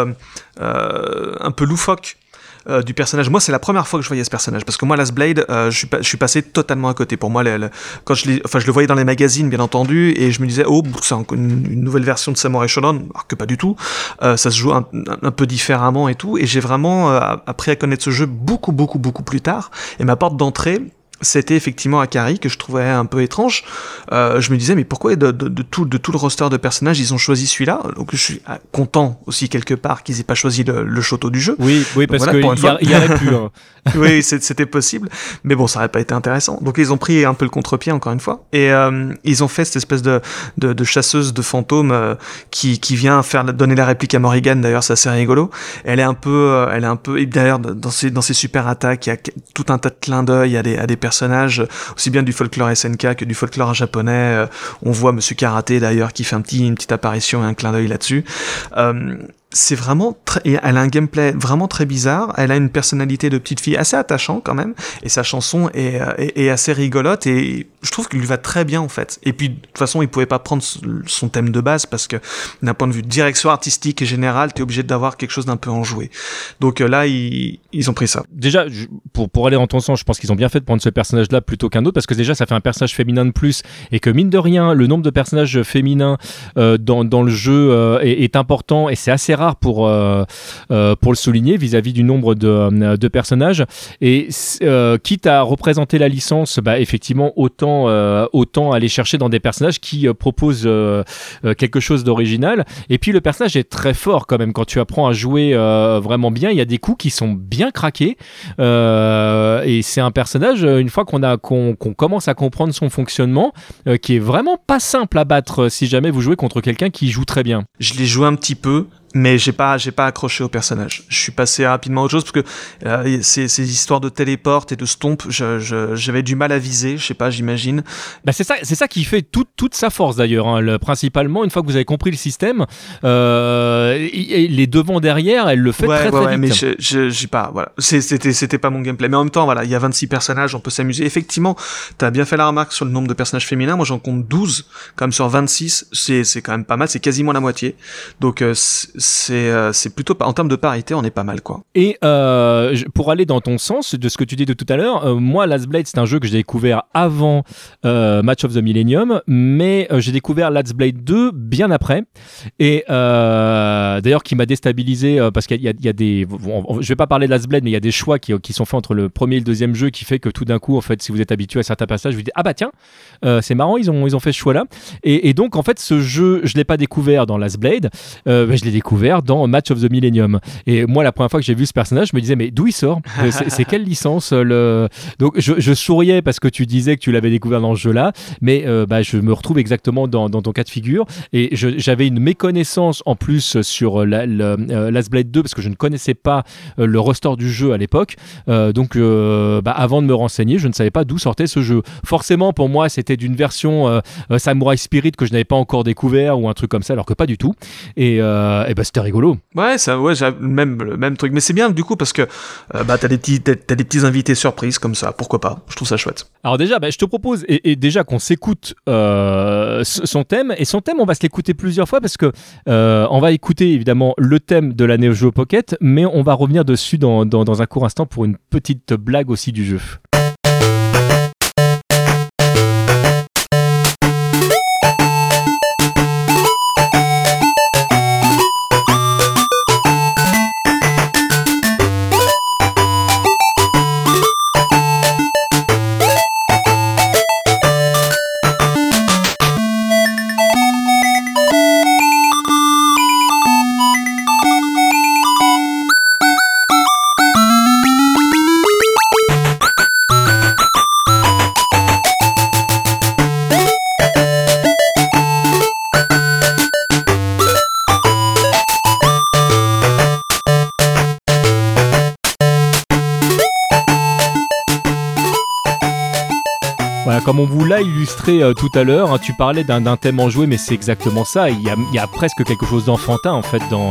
loufoque du personnage. Moi, c'est la première fois que je voyais ce personnage, parce que moi, Last Blade, je suis passé totalement à côté. Pour moi, quand je le voyais dans les magazines, bien entendu, et je me disais, c'est une nouvelle version de Samurai Shodown, alors que pas du tout. Ça se joue un peu différemment et tout. Et j'ai vraiment appris à connaître ce jeu beaucoup plus tard. Et ma porte d'entrée, c'était effectivement Akari que je trouvais un peu étrange. Je me disais mais pourquoi de tout le roster de personnages ils ont choisi celui-là? Donc je suis content aussi quelque part qu'ils aient pas choisi le Shoto du jeu. Oui, parce voilà, qu'il y aurait pu. Hein. Oui, c'était possible, mais bon, ça aurait pas été intéressant. Donc ils ont pris un peu le contre-pied encore une fois, et ils ont fait cette espèce de chasseuse de fantômes qui vient donner la réplique à Morrigan. D'ailleurs, c'est assez rigolo. Elle est un peu, et d'ailleurs dans ses super attaques, il y a tout un tas de clins d'œil à des personnages aussi bien du folklore SNK que du folklore japonais. On voit Monsieur Karaté d'ailleurs qui fait une petite apparition et un clin d'œil là-dessus. C'est vraiment elle a un gameplay vraiment très bizarre, elle a une personnalité de petite fille assez attachant quand même, et sa chanson est assez rigolote, et je trouve qu'il lui va très bien en fait. Et puis de toute façon il pouvait pas prendre son thème de base, parce que d'un point de vue de direction artistique et générale, t'es obligé d'avoir quelque chose d'un peu enjoué. Donc là ils ont pris ça. Déjà pour aller dans ton sens, je pense qu'ils ont bien fait de prendre ce personnage là plutôt qu'un autre, parce que déjà ça fait un personnage féminin de plus, et que mine de rien le nombre de personnages féminins dans le jeu est important, et c'est assez rare pour le souligner vis-à-vis du nombre de personnages, et quitte à représenter la licence, effectivement autant aller chercher dans des personnages qui proposent quelque chose d'original. Et puis le personnage est très fort quand même quand tu apprends à jouer vraiment bien. Il y a des coups qui sont bien craqués, et c'est un personnage, une fois qu'on commence à comprendre son fonctionnement, qui est vraiment pas simple à battre si jamais vous jouez contre quelqu'un qui joue très bien. Je l'ai joué un petit peu, mais j'ai pas accroché au personnage. Je suis passé rapidement à autre chose parce que ces histoires de téléport et de stomp, j'avais du mal à viser, je sais pas, j'imagine. C'est ça qui fait toute sa force d'ailleurs, hein. Principalement une fois que vous avez compris le système, les devants derrière, elle le fait très vite. Mais j'ai pas, voilà, c'était pas mon gameplay. Mais en même temps, voilà, il y a 26 personnages, on peut s'amuser. Effectivement, t'as bien fait la remarque sur le nombre de personnages féminins. Moi, j'en compte 12, quand même sur 26, c'est quand même pas mal, c'est quasiment la moitié. Donc c'est plutôt, en termes de parité, on est pas mal, quoi. Et pour aller dans ton sens de ce que tu dis de tout à l'heure, moi Last Blade c'est un jeu que j'ai découvert avant Match of the Millennium, mais j'ai découvert Last Blade 2 bien après, et d'ailleurs qui m'a déstabilisé parce qu'il y a des, je vais pas parler de Last Blade, mais il y a des choix qui sont faits entre le premier et le deuxième jeu qui fait que tout d'un coup, en fait, si vous êtes habitué à certains passages, vous dites ah bah tiens, c'est marrant, ils ont fait ce choix là, et donc en fait ce jeu je l'ai pas découvert dans Last Blade, je l'ai découvert dans Match of the Millennium. Et moi, la première fois que j'ai vu ce personnage, je me disais, mais d'où il sort? C'est quelle licence Donc, je souriais parce que tu disais que tu l'avais découvert dans ce jeu-là, mais je me retrouve exactement dans ton cas de figure. Et j'avais une méconnaissance en plus sur Last Blade 2 parce que je ne connaissais pas le roster du jeu à l'époque. Donc, avant de me renseigner, je ne savais pas d'où sortait ce jeu. Forcément, pour moi, c'était d'une version Samurai Spirit que je n'avais pas encore découvert ou un truc comme ça, alors que pas du tout. Et c'était rigolo. Ouais, j'ai le même truc. Mais c'est bien du coup parce que t'as des petits invités surprises comme ça. Pourquoi pas? Je trouve ça chouette. Alors déjà, je te propose et déjà qu'on s'écoute son thème. Et son thème, on va se l'écouter plusieurs fois parce que on va écouter évidemment le thème de la Neo Geo Pocket, mais on va revenir dessus dans un court instant pour une petite blague aussi du jeu. Voilà, comme on vous l'a illustré tout à l'heure, hein, tu parlais d'un thème enjoué, mais c'est exactement ça. Il y a presque quelque chose d'enfantin en fait dans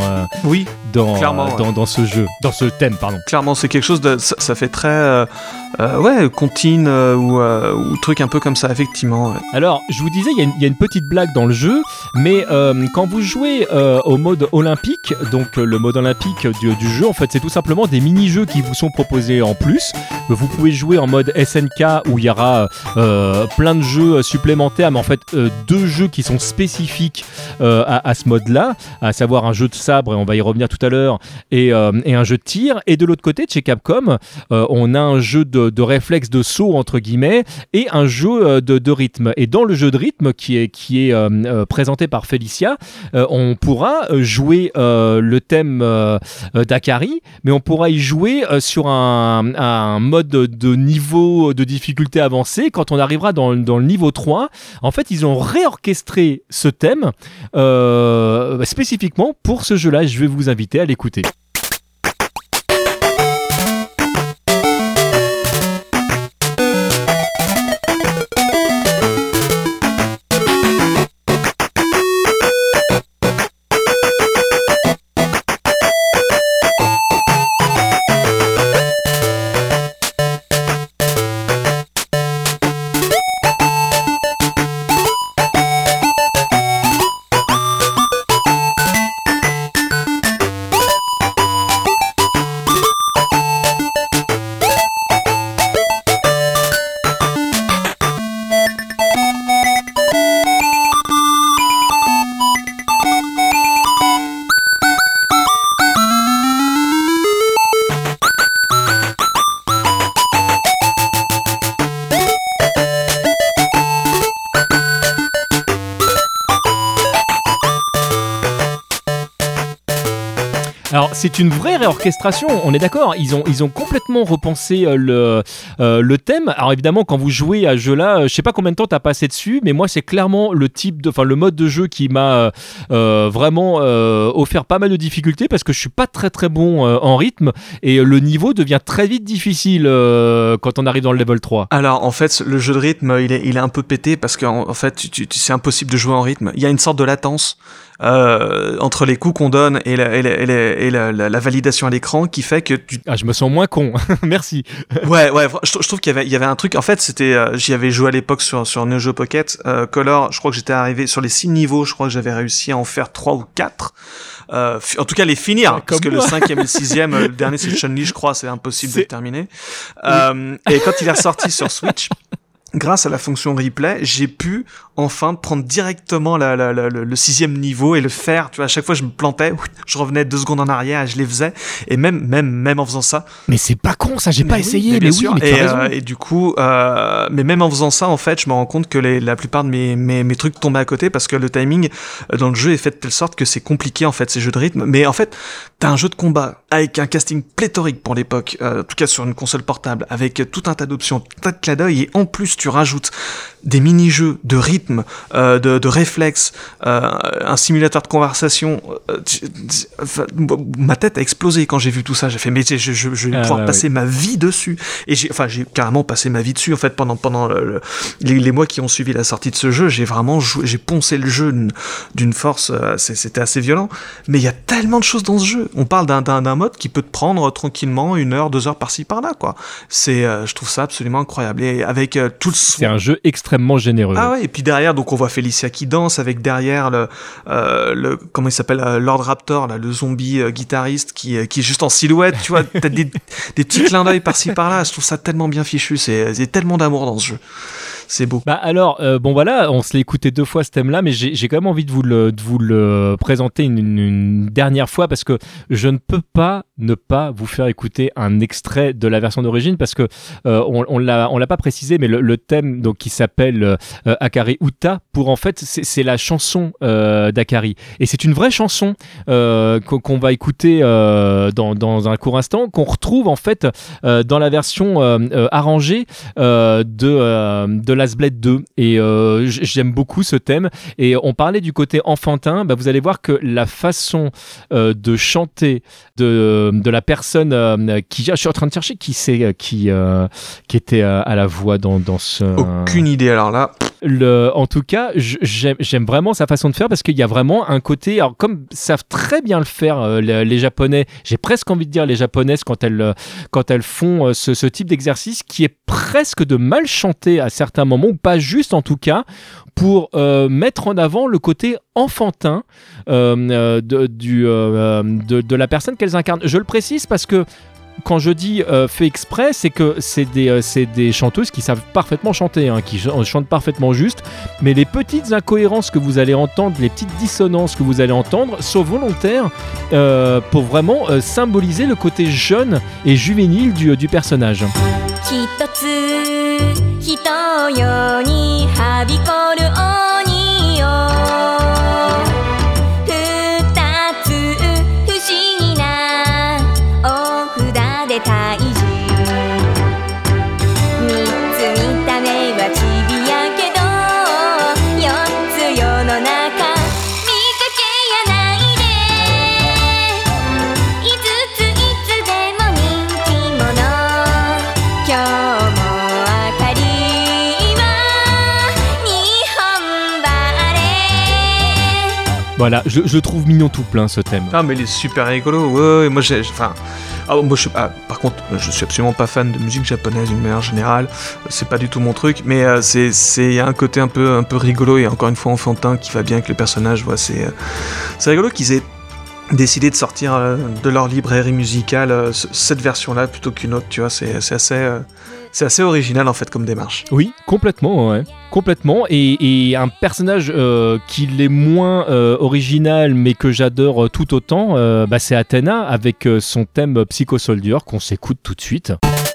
ce jeu, dans ce thème, pardon. Clairement, c'est quelque chose de, ça fait très comptine ou truc un peu comme ça, effectivement. Ouais. Alors, je vous disais, il y a une petite blague dans le jeu, mais quand vous jouez au mode olympique, donc le mode olympique du jeu, en fait, c'est tout simplement des mini-jeux qui vous sont proposés en plus. Vous pouvez jouer en mode SNK où il y aura plein de jeux supplémentaires, mais en fait 2 jeux qui sont spécifiques à ce mode-là, à savoir un jeu de sabre, et on va y revenir tout à l'heure, et un jeu de tir. Et de l'autre côté, chez Capcom, on a un jeu de réflexe, de saut entre guillemets, et un jeu de rythme. Et dans le jeu de rythme qui est présenté par Félicia, on pourra jouer le thème d'Akari, mais on pourra y jouer sur un mode de niveau de difficulté avancé. Quand on arrivera dans le niveau 3, en fait, ils ont réorchestré ce thème spécifiquement pour ce jeu-là. Je vais vous inviter à l'écouter. Alors c'est une vraie réorchestration, on est d'accord. Ils ont complètement repensé le thème. Alors évidemment, quand vous jouez à ce jeu-là, je sais pas combien de temps t'as passé dessus, mais moi c'est clairement le mode de jeu qui m'a vraiment offert pas mal de difficultés parce que je suis pas très très bon en rythme et le niveau devient très vite difficile quand on arrive dans le level 3. Alors en fait, le jeu de rythme, il est un peu pété parce qu'en fait, c'est impossible de jouer en rythme. Il y a une sorte de latence entre les coups qu'on donne et la validation à l'écran qui fait que je me sens moins con. Merci. Ouais, je trouve qu'il y avait un truc. En fait, c'était j'y avais joué à l'époque sur Neo Geo Pocket Color. Je crois que j'étais arrivé sur les 6 niveaux. Je crois que j'avais réussi à en faire 3 ou 4. En tout cas, les finir, parce que le 5e et le 6e, le dernier c'est Chun-Li, je crois, c'est impossible de le terminer. Et quand il est ressorti sur Switch, grâce à la fonction replay, j'ai pu enfin prendre directement le 6e niveau et le faire. Tu vois, à chaque fois je me plantais, je revenais 2 secondes en arrière et je les faisais. Et même en faisant ça. Mais c'est pas con ça, j'ai pas essayé. Mais bien sûr. Oui, mais tu as raison. Et du coup, mais même en faisant ça, en fait, je me rends compte que la plupart de mes trucs tombaient à côté parce que le timing dans le jeu est fait de telle sorte que c'est compliqué en fait ces jeux de rythme. Mais en fait, t'as un jeu de combat avec un casting pléthorique pour l'époque, en tout cas sur une console portable, avec tout un tas d'options, tout un tas de clins d'œil, et en plus tu rajoutes des mini-jeux de rythme, de réflexes, un simulateur de conversation. Ma tête a explosé quand j'ai vu tout ça. J'ai fait, mais je vais pouvoir passer ma vie dessus. Et j'ai carrément passé ma vie dessus en fait pendant les mois qui ont suivi la sortie de ce jeu. J'ai vraiment j'ai poncé le jeu d'une force. C'était assez violent. Mais il y a tellement de choses dans ce jeu. On parle d'un mode qui peut te prendre tranquillement 1 heure, 2 heures par-ci par-là, quoi. Je trouve ça absolument incroyable. Et avec tout le C'est un jeu extrêmement généreux. Ah ouais, et puis derrière, donc on voit Félicia qui danse, avec derrière le comment il s'appelle, Lord Raptor, là, le zombie guitariste qui est juste en silhouette, tu vois. T'as des petits clins d'œil par-ci par-là. Je trouve ça tellement bien fichu. C'est tellement d'amour dans ce jeu. C'est beau. Bah alors, bon voilà, on se l'est écouté 2 fois ce thème-là, mais j'ai quand même envie de vous le présenter une dernière fois parce que je ne peux pas ne pas vous faire écouter un extrait de la version d'origine parce que on l'a pas précisé, mais le thème donc qui s'appelle Akari Uta, pour en fait c'est la chanson d'Akari et c'est une vraie chanson qu'on va écouter dans un court instant, qu'on retrouve en fait dans la version arrangée de Last Blade 2 et j'aime beaucoup ce thème. Et on parlait du côté enfantin, bah vous allez voir que la façon de chanter de la personne qui, je suis en train de chercher qui c'est qui était à la voix dans ce... Aucune idée alors là. En tout cas, j'aime vraiment sa façon de faire parce qu'il y a vraiment un côté, alors comme savent très bien le faire les Japonais, j'ai presque envie de dire les Japonaises quand elles font ce type d'exercice qui est presque de mal chanter à certains moments, ou pas juste en tout cas, pour mettre en avant le côté enfantin de la personne qu'elles incarnent. Je le précise parce que quand je dis fait exprès, c'est que c'est des chanteuses qui savent parfaitement chanter, hein, qui chantent parfaitement juste, mais les petites incohérences que vous allez entendre, les petites dissonances que vous allez entendre sont volontaires pour vraiment symboliser le côté jeune et juvénile du personnage. 一つ人よにはびこる鬼よ二つ不思議なお札で退治三つ見た目はちびやけど四つ世の中見かけやないで五ついつでも人気者今日も明かりは日本バレー Voilà, je trouve mignon tout plein ce thème. Ah, mais il est super rigolo. Ouais, moi par contre, je suis absolument pas fan de musique japonaise d'une manière générale. C'est pas du tout mon truc, mais il y a un côté un peu rigolo et encore une fois enfantin qui va bien avec le personnage. Ouais, c'est rigolo qu'ils aient décidé de sortir de leur librairie musicale cette version-là plutôt qu'une autre. Tu vois, c'est assez original en fait comme démarche. Oui, complètement, ouais. Complètement. Et un personnage qui l'est moins original, mais que j'adore tout autant, c'est Athena avec son thème Psycho Soldier qu'on s'écoute tout de suite.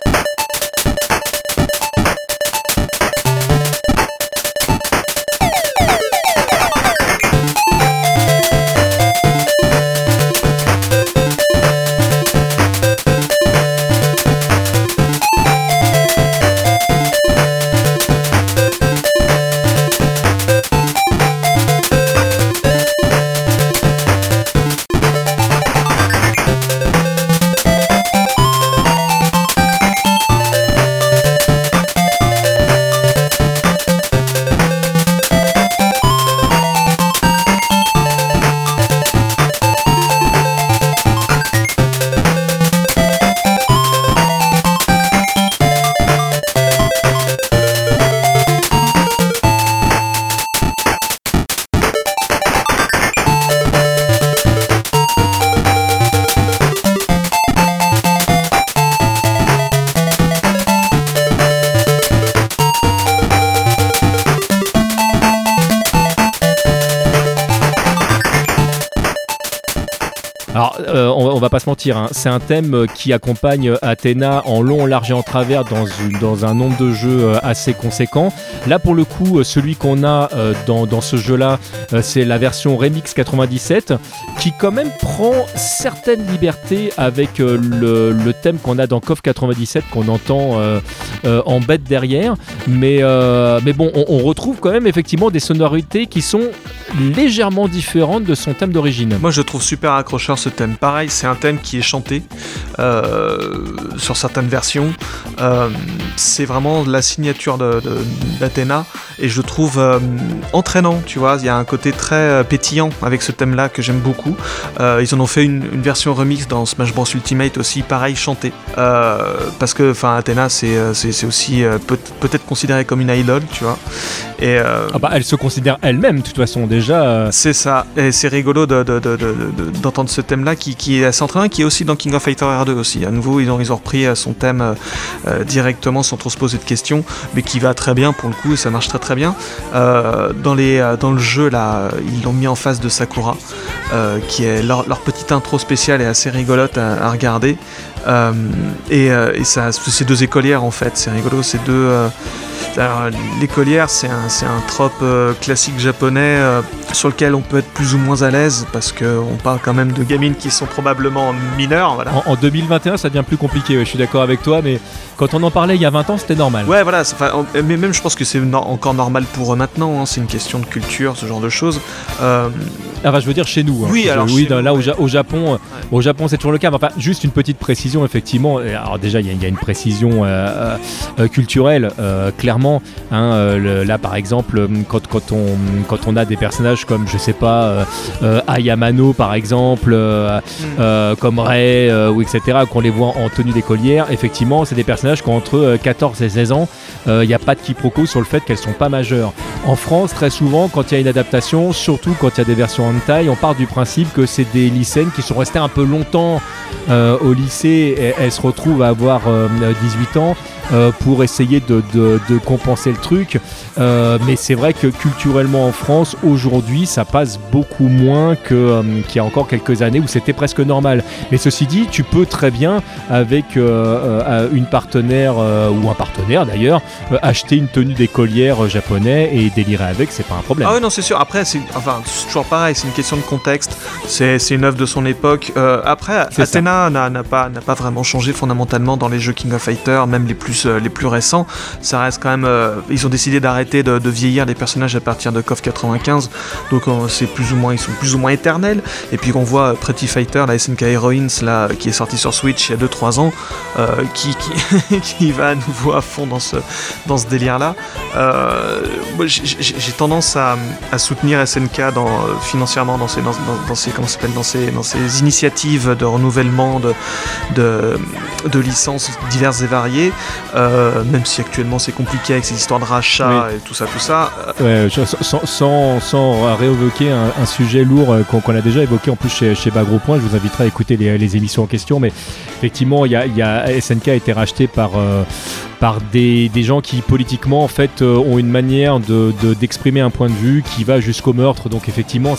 Alors, on va pas se mentir, hein, c'est un thème qui accompagne Athena en long, en large et en travers dans un nombre de jeux assez conséquent. Là, pour le coup, celui qu'on a dans ce jeu-là, c'est la version Remix 97, qui quand même prend certaines libertés avec le thème qu'on a dans KOF 97, qu'on entend en bête derrière. Mais bon, on retrouve quand même effectivement des sonorités qui sont légèrement différentes de son thème d'origine. Moi je trouve super accrocheur ce thème. Pareil, c'est un thème qui est chanté sur certaines versions. C'est vraiment la signature d'Athena et je trouve entraînant, tu vois. Il y a un côté très pétillant avec ce thème-là que j'aime beaucoup. Ils en ont fait une version remix dans Smash Bros Ultimate aussi, pareil, chantée. Parce que Athena, c'est aussi peut-être considérée comme une idole, tu vois. Et, elle se considère elle-même, de toute façon, déjà. C'est ça, et c'est rigolo d'entendre ce thème-là qui est assez entraînant, qui est aussi dans King of Fighter R2 aussi. À nouveau, ils ont repris son thème directement sans trop se poser de questions, mais qui va très bien pour le coup, et ça marche très très bien. Dans le jeu, là, ils l'ont mis en face de Sakura, qui est leur petite intro spéciale est assez rigolote à regarder. Et ça, ces deux écolières en fait, c'est rigolo, ces deux. Alors, l'écolière, c'est un trope classique japonais sur lequel on peut être plus ou moins à l'aise parce qu'on parle quand même de gamines qui sont probablement mineures. Voilà. En 2021, ça devient plus compliqué, ouais, je suis d'accord avec toi, mais quand on en parlait il y a 20 ans, c'était normal. Ouais, voilà, mais même je pense que c'est encore normal pour eux maintenant, hein, c'est une question de culture, ce genre de choses. Je veux dire chez nous. Hein. Oui, alors oui, nous, là au Japon, c'est toujours le cas. Enfin, juste une petite précision, effectivement. Alors déjà, il y a une précision culturelle, clairement. Hein, là, par exemple, quand on a des personnages personnages comme, je sais pas, Ayamano par exemple, comme Rei, ou etc., qu'on les voit en tenue d'écolière. Effectivement, c'est des personnages qui ont entre 14 et 16 ans. Il n'y a pas de quiproquo sur le fait qu'elles sont pas majeures. En France, très souvent, quand il y a une adaptation, surtout quand il y a des versions hentai, on part du principe que c'est des lycéennes qui sont restées un peu longtemps au lycée, et elles se retrouvent à avoir 18 ans pour essayer de compenser le truc. Mais c'est vrai que culturellement en France, aujourd'hui, ça passe beaucoup moins qu'il y a encore quelques années où c'était presque normal. Mais ceci dit, tu peux très bien, avec une partenaire ou un partenaire d'ailleurs, acheter une tenue d'écolière japonais et délirer avec, c'est pas un problème. Ah oui, non, c'est sûr. Après, c'est toujours pareil, c'est une question de contexte. C'est une œuvre de son époque. Après, C'est Athena n'a pas vraiment changé fondamentalement dans les jeux King of Fighters, même les plus récents. Ça reste quand même. Ils ont décidé d'arrêter de vieillir les personnages à partir de KOF 95, donc ils sont plus ou moins éternels. Et puis on voit Pretty Fighter, la SNK Heroines, là, qui est sorti sur Switch il y a 2-3 ans, qui va à nouveau à fond dans ce délire-là. Moi, j'ai tendance à soutenir SNK financièrement dans ses initiatives de renouvellement de licences diverses et variées, même si actuellement c'est compliqué avec ces histoires de rachat et tout ça. Ouais, sans réévoquer un sujet lourd qu'on a déjà évoqué en plus chez Bas Gros Point, je vous inviterai à écouter les émissions en question, mais effectivement SNK a été racheté par des gens qui politiquement en fait ont une manière d'exprimer un point de vue qui va jusqu'au meurtre, donc effectivement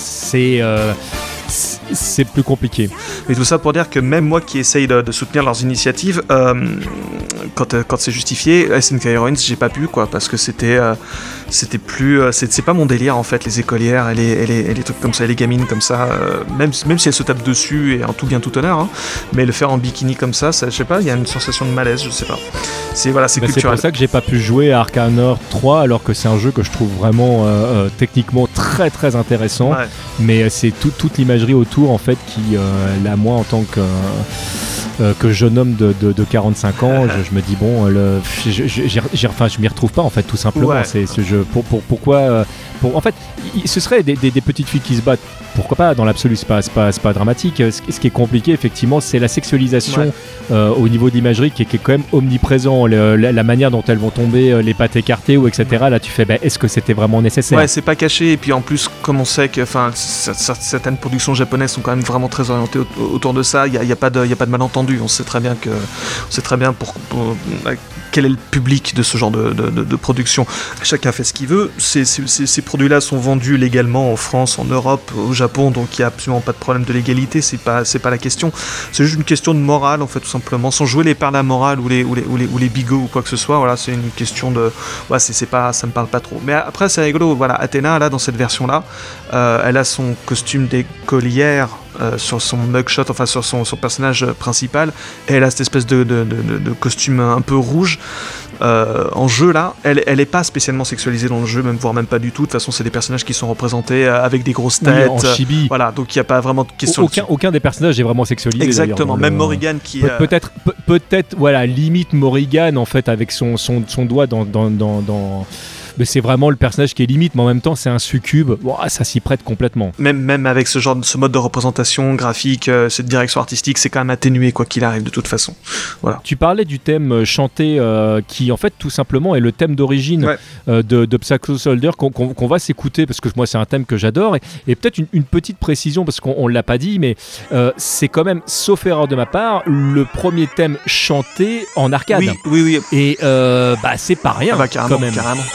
c'est plus compliqué. Mais tout ça pour dire que même moi qui essaye de soutenir leurs initiatives, quand c'est justifié, SNK Heroines, j'ai pas pu, quoi, parce que c'était plus, c'est pas mon délire en fait, les écolières et les trucs comme ça, et les gamines comme ça, même si elles se tapent dessus et en tout bien tout honneur, hein, mais le faire en bikini comme ça, je sais pas, il y a une sensation de malaise, je sais pas. C'est culturel. C'est pour ça que j'ai pas pu jouer à Arcane 3, alors que c'est un jeu que je trouve vraiment techniquement très très intéressant, Ouais. mais c'est toute l'imagerie autour en fait qui, là, moi en tant que jeune homme de 45 ans, je me dis bon, je m'y retrouve pas en fait, tout simplement. Ouais. C'est ce jeu. Pourquoi en fait, ce serait des petites filles qui se battent. Pourquoi pas, dans l'absolu, c'est pas dramatique. Ce qui est compliqué, effectivement, c'est la sexualisation au niveau de l'imagerie qui est quand même omniprésent. La manière dont elles vont tomber, les pattes écartées ou etc. Là, tu fais, est-ce que c'était vraiment nécessaire ? Ouais, c'est pas caché, et puis en plus, comme on sait que certaines productions japonaises sont quand même vraiment très orientées autour de ça, il y a pas de malentendu. On sait très bien quel est le public de ce genre de production. Chacun fait ce qu'il veut. Ces produits-là sont vendus légalement en France, en Europe, au Japon, donc il n'y a absolument pas de problème de légalité, c'est pas la question. C'est juste une question de morale, en fait, tout simplement, sans jouer les perles à morale ou les bigots ou quoi que ce soit. Voilà, c'est une question de... Ouais, ça me parle pas trop. Mais après, c'est rigolo, voilà, Athena, là, dans cette version-là, elle a son costume d'écolière sur son mugshot, enfin sur son personnage principal, et elle a cette espèce de costume un peu rouge. En jeu là, elle est pas spécialement sexualisée dans le jeu, voire même pas du tout. De toute façon, c'est des personnages qui sont représentés avec des grosses têtes. Oui, en chibi. Voilà, donc il n'y a pas vraiment de question. Aucun des personnages est vraiment sexualisé. Exactement, même Morrigan qui peut-être voilà, limite Morrigan en fait avec son doigt dans mais c'est vraiment le personnage qui est limite, mais en même temps c'est un succube. Bon, ça s'y prête complètement. Même avec ce mode de représentation graphique, cette direction artistique, c'est quand même atténué quoi qu'il arrive de toute façon. Voilà. Tu parlais du thème chanté qui en fait tout simplement est le thème d'origine de Psycho Soldier qu'on va s'écouter, parce que moi c'est un thème que j'adore, et peut-être une petite précision parce qu'on l'a pas dit, mais c'est quand même, sauf erreur de ma part, le premier thème chanté en arcade. Oui. Et c'est pas rien carrément, quand même. Carrément.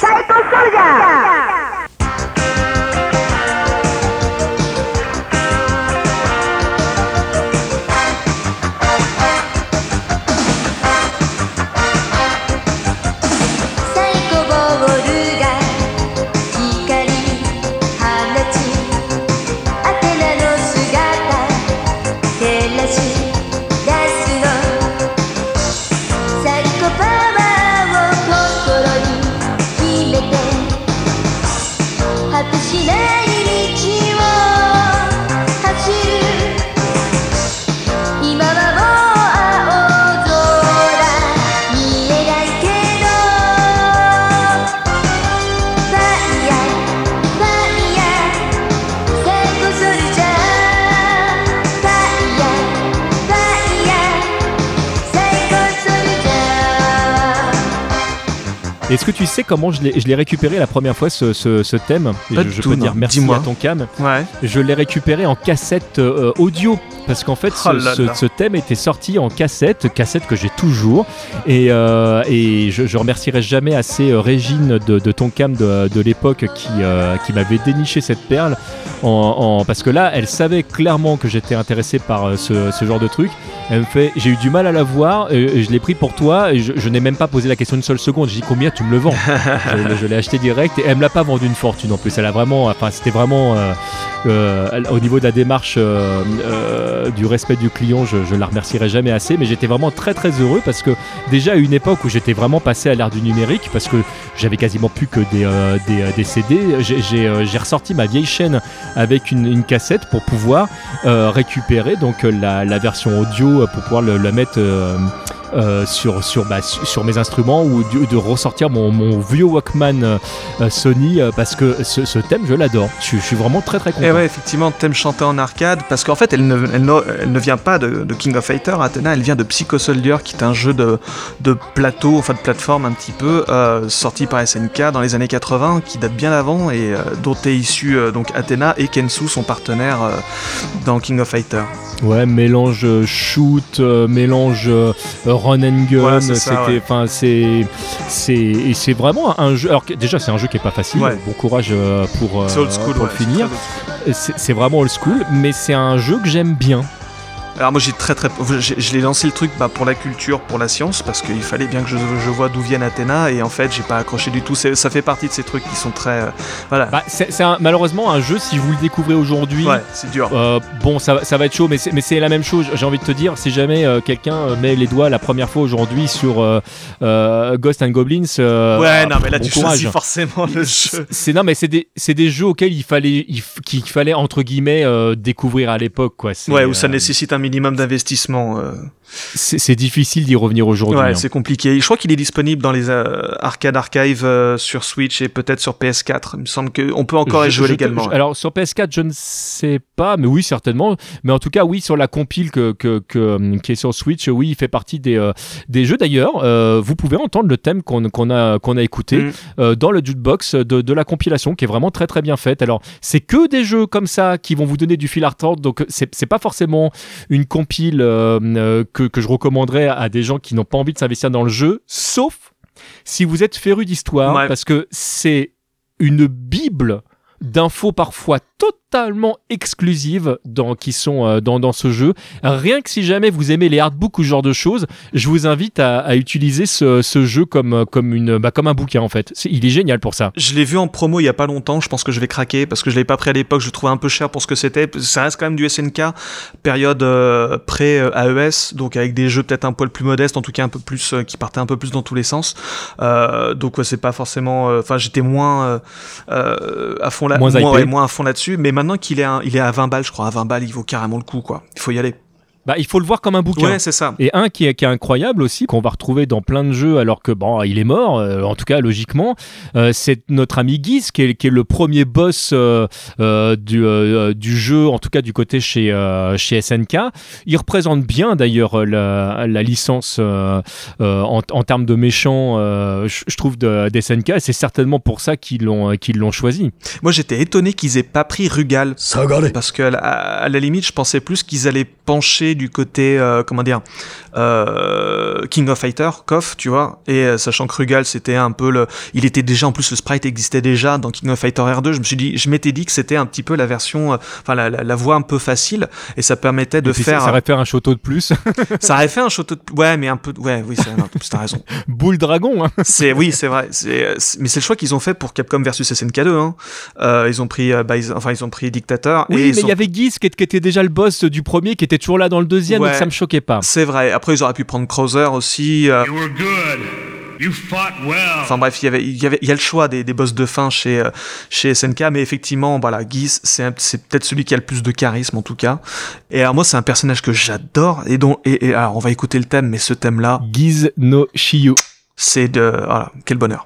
サイコパワーを心に秘め Est-ce que tu sais comment je l'ai récupéré la première fois ce thème? Et Pas je du peux tout, dire non. merci Dis-moi. à Tonkam. Ouais. Je l'ai récupéré en cassette audio parce qu'en fait Oh là là. ce thème était sorti en cassette que j'ai toujours et je remercierai jamais assez Régine de Tonkam de l'époque qui m'avait déniché cette perle parce que là elle savait clairement que j'étais intéressé par ce genre de truc. Elle me fait j'ai eu du mal à la voir et je l'ai pris pour toi et je n'ai même pas posé la question une seule seconde. J'ai dit combien tu me le vends? Je l'ai acheté direct et elle me l'a pas vendu une fortune en plus. Elle a vraiment, enfin c'était vraiment au niveau de la démarche du respect du client, je la remercierai jamais assez, mais j'étais vraiment très très heureux parce que déjà à une époque où j'étais vraiment passé à l'ère du numérique parce que j'avais quasiment plus que des CD, j'ai ressorti ma vieille chaîne avec une cassette pour pouvoir récupérer donc la version audio pour pouvoir la mettre sur mes instruments ou de ressortir mon vieux Walkman Sony parce que ce thème je l'adore. Je suis vraiment très très content. Et ouais, effectivement, thème chanté en arcade, parce qu'en fait, elle ne vient pas de King of Fighters, Athena, elle vient de Psycho Soldier, qui est un jeu de plateau, enfin de plateforme un petit peu, sorti par SNK dans les années 80, qui date bien avant, et dont est issu donc Athena et Kensu, son partenaire dans King of Fighters. Ouais, mélange shoot, mélange run and gun, Voilà, c'est ça, c'était, enfin c'est vraiment un jeu. Alors que, déjà c'est un jeu qui est pas facile. Ouais. Bon courage pour C'est old school, pour ouais, le finir. C'est vraiment old school, mais c'est un jeu que j'aime bien. Alors moi je l'ai lancé le truc pour la culture, pour la science, parce qu'il fallait bien que je vois d'où vienne Athéna, et en fait j'ai pas accroché du tout. Ça fait partie de ces trucs qui sont très voilà. Bah, c'est malheureusement un jeu, si vous le découvrez aujourd'hui, Ouais, c'est dur. bon ça va être chaud, mais c'est la même chose. J'ai envie de te dire, si jamais quelqu'un met les doigts la première fois aujourd'hui sur Ghosts and Goblins, ouais, non mais là bon tu courage. choisis forcément le jeu. C'est des jeux auxquels il fallait entre guillemets découvrir à l'époque, quoi. Ouais, où ça nécessite un minimum d'investissement. C'est difficile d'y revenir aujourd'hui. Ouais, hein. c'est compliqué. Je crois qu'il est disponible dans les arcade archive sur Switch et peut-être sur PS4. Il me semble qu'on peut encore y jouer légalement. Ouais. Alors sur PS4, je ne sais pas, mais oui certainement. Mais en tout cas, oui, sur la compile qui est sur Switch, oui, il fait partie des jeux. D'ailleurs, vous pouvez entendre le thème qu'on a écouté dans le jukebox de la compilation, qui est vraiment très très bien faite. Alors c'est que des jeux comme ça qui vont vous donner du fil à retordre, donc c'est pas forcément une compile que je recommanderais à des gens qui n'ont pas envie de s'investir dans le jeu, sauf si vous êtes féru d'histoire, Ouais. parce que c'est une bible d'infos parfois totalement exclusives qui sont dans ce jeu. Rien que si jamais vous aimez les artbooks ou ce genre de choses, je vous invite à utiliser ce jeu comme un bouquin en fait. Il est génial pour ça. Je l'ai vu en promo il y a pas longtemps, je pense que je vais craquer parce que je l'avais pas pris à l'époque, je le trouvais un peu cher pour ce que c'était. Ça reste quand même du SNK, période pré-AES, donc avec des jeux peut-être un poil plus modestes, en tout cas un peu plus qui partaient un peu plus dans tous les sens. Donc ouais, c'est pas forcément enfin j'étais moins à fond moins à fond là-dessus, mais maintenant qu'il est à 20 balles, je crois, à 20 balles, il vaut carrément le coup quoi. Il faut y aller. Bah, il faut le voir comme un bouquin. Ouais, c'est ça. Et un qui est incroyable aussi, qu'on va retrouver dans plein de jeux alors que bon, il est mort, en tout cas logiquement, c'est notre ami Guise qui est le premier boss du jeu, en tout cas du côté chez SNK. Il représente bien d'ailleurs la licence en termes de méchants, je trouve, des SNK, et c'est certainement pour ça qu'ils l'ont choisi. Moi j'étais étonné qu'ils aient pas pris Rugal, parce que à la limite je pensais plus qu'ils allaient pencher du côté King of Fighter, KOF, tu vois, et sachant que Rugal c'était un peu il était déjà, en plus le sprite existait déjà dans King of Fighter R2, je m'étais dit que c'était un petit peu la version la voie un peu facile, et ça permettait de faire ça aurait fait un Shoto de plus. Ça aurait fait un Shoto de ouais, mais un peu oui, t'as raison. Boule dragon, hein. Oui, c'est vrai, mais c'est le choix qu'ils ont fait pour Capcom versus SNK2, hein. Ils ont pris ils ont pris Dictator. Oui, et mais il y avait Guise qui était déjà le boss du premier, qui était toujours là dans le deuxième, Ouais. donc ça me choquait pas. C'est vrai. Après, ils auraient pu prendre Krauser aussi. You were good. You fought well. Enfin bref, il y a le choix des boss de fin chez SNK, mais effectivement, voilà, Guise, c'est peut-être celui qui a le plus de charisme en tout cas. Et alors moi, c'est un personnage que j'adore, et alors on va écouter le thème, mais ce thème-là, Guise no Shiyu. c'est voilà, quel bonheur.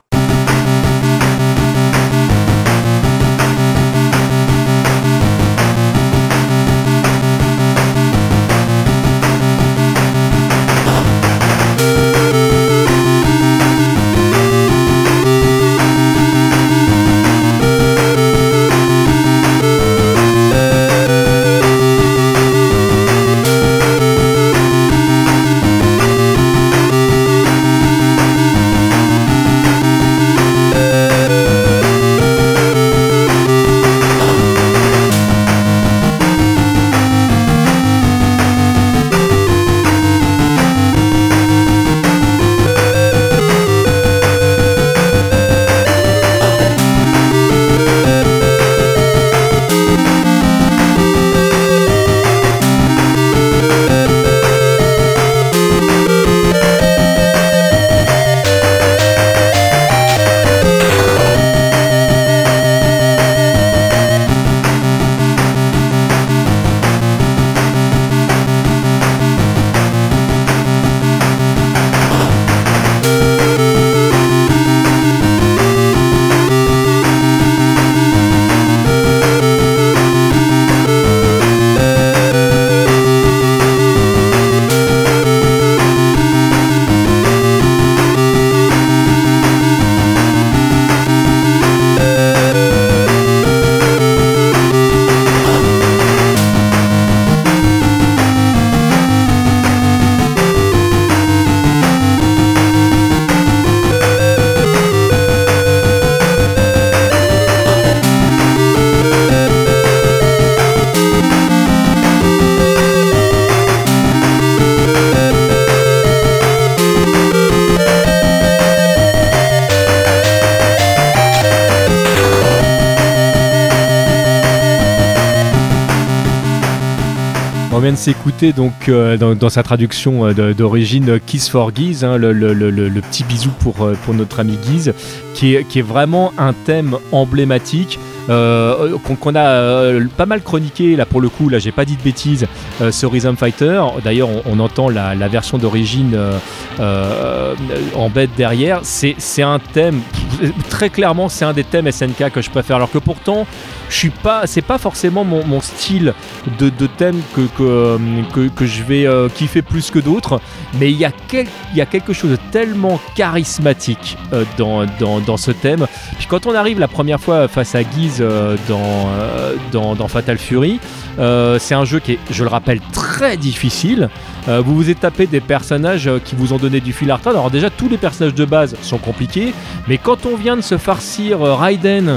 vient de s'écouter donc dans sa traduction d'origine Kiss for Guise, hein, le petit bisou pour notre ami Guise, qui est vraiment un thème emblématique. Qu'on a pas mal chroniqué là pour le coup, là j'ai pas dit de bêtises, ce Rhythm Fighter. D'ailleurs on entend la version d'origine en bête derrière. C'est un thème, très clairement c'est un des thèmes SNK que je préfère, alors que pourtant c'est pas forcément mon style de thème que je vais kiffer plus que d'autres, mais il y a quelque chose de tellement charismatique dans ce thème. Puis quand on arrive la première fois face à Guise dans Fatal Fury, c'est un jeu qui est, je le rappelle, très difficile. Vous vous êtes tapé des personnages qui vous ont donné du fil à retordre. Alors déjà tous les personnages de base sont compliqués, mais quand on vient de se farcir Raiden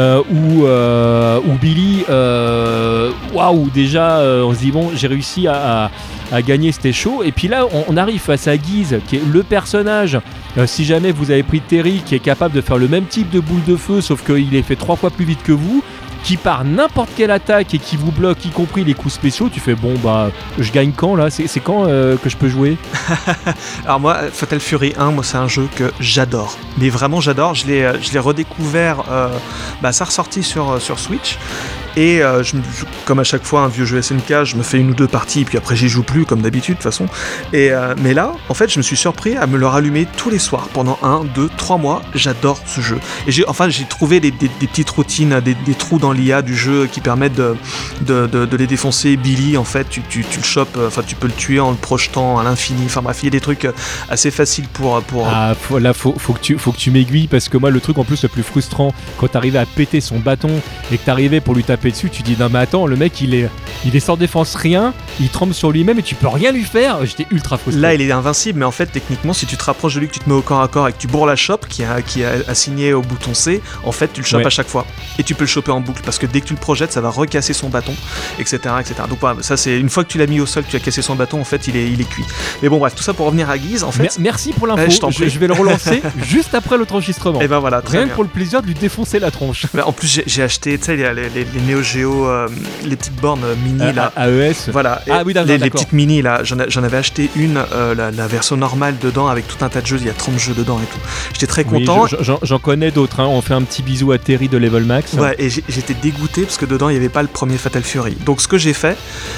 ou Billy, waouh, déjà on se dit bon, j'ai réussi à gagner, c'était chaud. Et puis là on arrive face à Guise, qui est le personnage, si jamais vous avez pris Terry, qui est capable de faire le même type de boule de feu, sauf qu'il est fait 3 fois plus vite que vous, qui part n'importe quelle attaque et qui vous bloque, y compris les coups spéciaux. Tu fais bon bah je gagne quand là, c'est quand que je peux jouer? Alors moi, Fatal Fury 1, moi c'est un jeu que j'adore, mais vraiment j'adore. Je l'ai redécouvert, ça ressorti sur Switch. Et comme à chaque fois un vieux jeu SNK, je me fais 1 ou 2 parties, puis après j'y joue plus comme d'habitude de toute façon. Mais là, en fait, je me suis surpris à me le rallumer tous les soirs pendant 1, 2, 3 mois. J'adore ce jeu. Et j'ai trouvé des petites routines, des trous dans l'IA du jeu qui permettent de les défoncer. Billy, en fait, tu le chopes, tu peux le tuer en le projetant à l'infini. Enfin bref, il y a des trucs assez faciles pour... Ah, là, faut que tu m'aiguilles, parce que moi, le truc en plus le plus frustrant, quand t'arrivais à péter son bâton et que t'arrivais pour lui taper dessus, tu dis non mais attends, le mec il est sans défense, rien, il tremble sur lui-même et tu peux rien lui faire. J'étais ultra frustré. Là il est invincible, mais en fait techniquement si tu te rapproches de lui, que tu te mets au corps à corps et que tu bourres la chope qui est assignée au bouton C, en fait tu le chopes à chaque fois et tu peux le choper en boucle, parce que dès que tu le projettes ça va recasser son bâton, etc. Donc ça c'est une fois que tu l'as mis au sol, que tu as cassé son bâton, en fait il est cuit. Mais bon bref, tout ça pour revenir à Guise en fait. Merci pour l'info, je vais le relancer juste après notre enregistrement. Et ben voilà, rien que pour le plaisir de lui défoncer la tronche. En plus j'ai acheté, tu sais, les Neo Geo, les petites bornes mini là, AES. Voilà. Ah oui, les petites mini là, j'en avais acheté une, la version normale dedans avec tout un tas de jeux. Il y a 30 jeux dedans et tout. J'étais très content. J'en connais d'autres. Hein. On fait un petit bisou à Terry de Level Max. Ouais, et j'étais dégoûté parce que dedans il n'y avait pas le premier Fatal Fury. Donc ce que j'ai fait,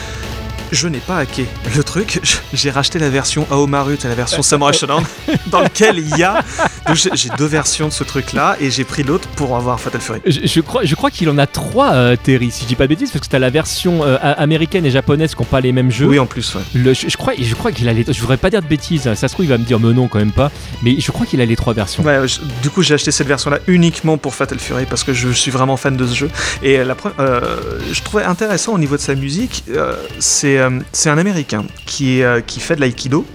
je n'ai pas hacké le truc, j'ai racheté la version Aomaru, la version Samurai Shodown, dans lequel il y a... Donc j'ai 2 versions de ce truc-là, et j'ai pris l'autre pour avoir Fatal Fury. Je crois qu'il en a 3, Terry, si je dis pas de bêtises, parce que t'as la version américaine et japonaise qui n'ont pas les mêmes jeux. Oui, en plus, ouais. Je crois qu'il a les... Je voudrais pas dire de bêtises, ça se trouve il va me dire mais non quand même pas, mais je crois qu'il a les 3 versions. Ouais, du coup j'ai acheté cette version-là uniquement pour Fatal Fury, parce que je suis vraiment fan de ce jeu. Et je trouvais intéressant au niveau de sa musique, c'est un Américain qui fait de l'aïkido.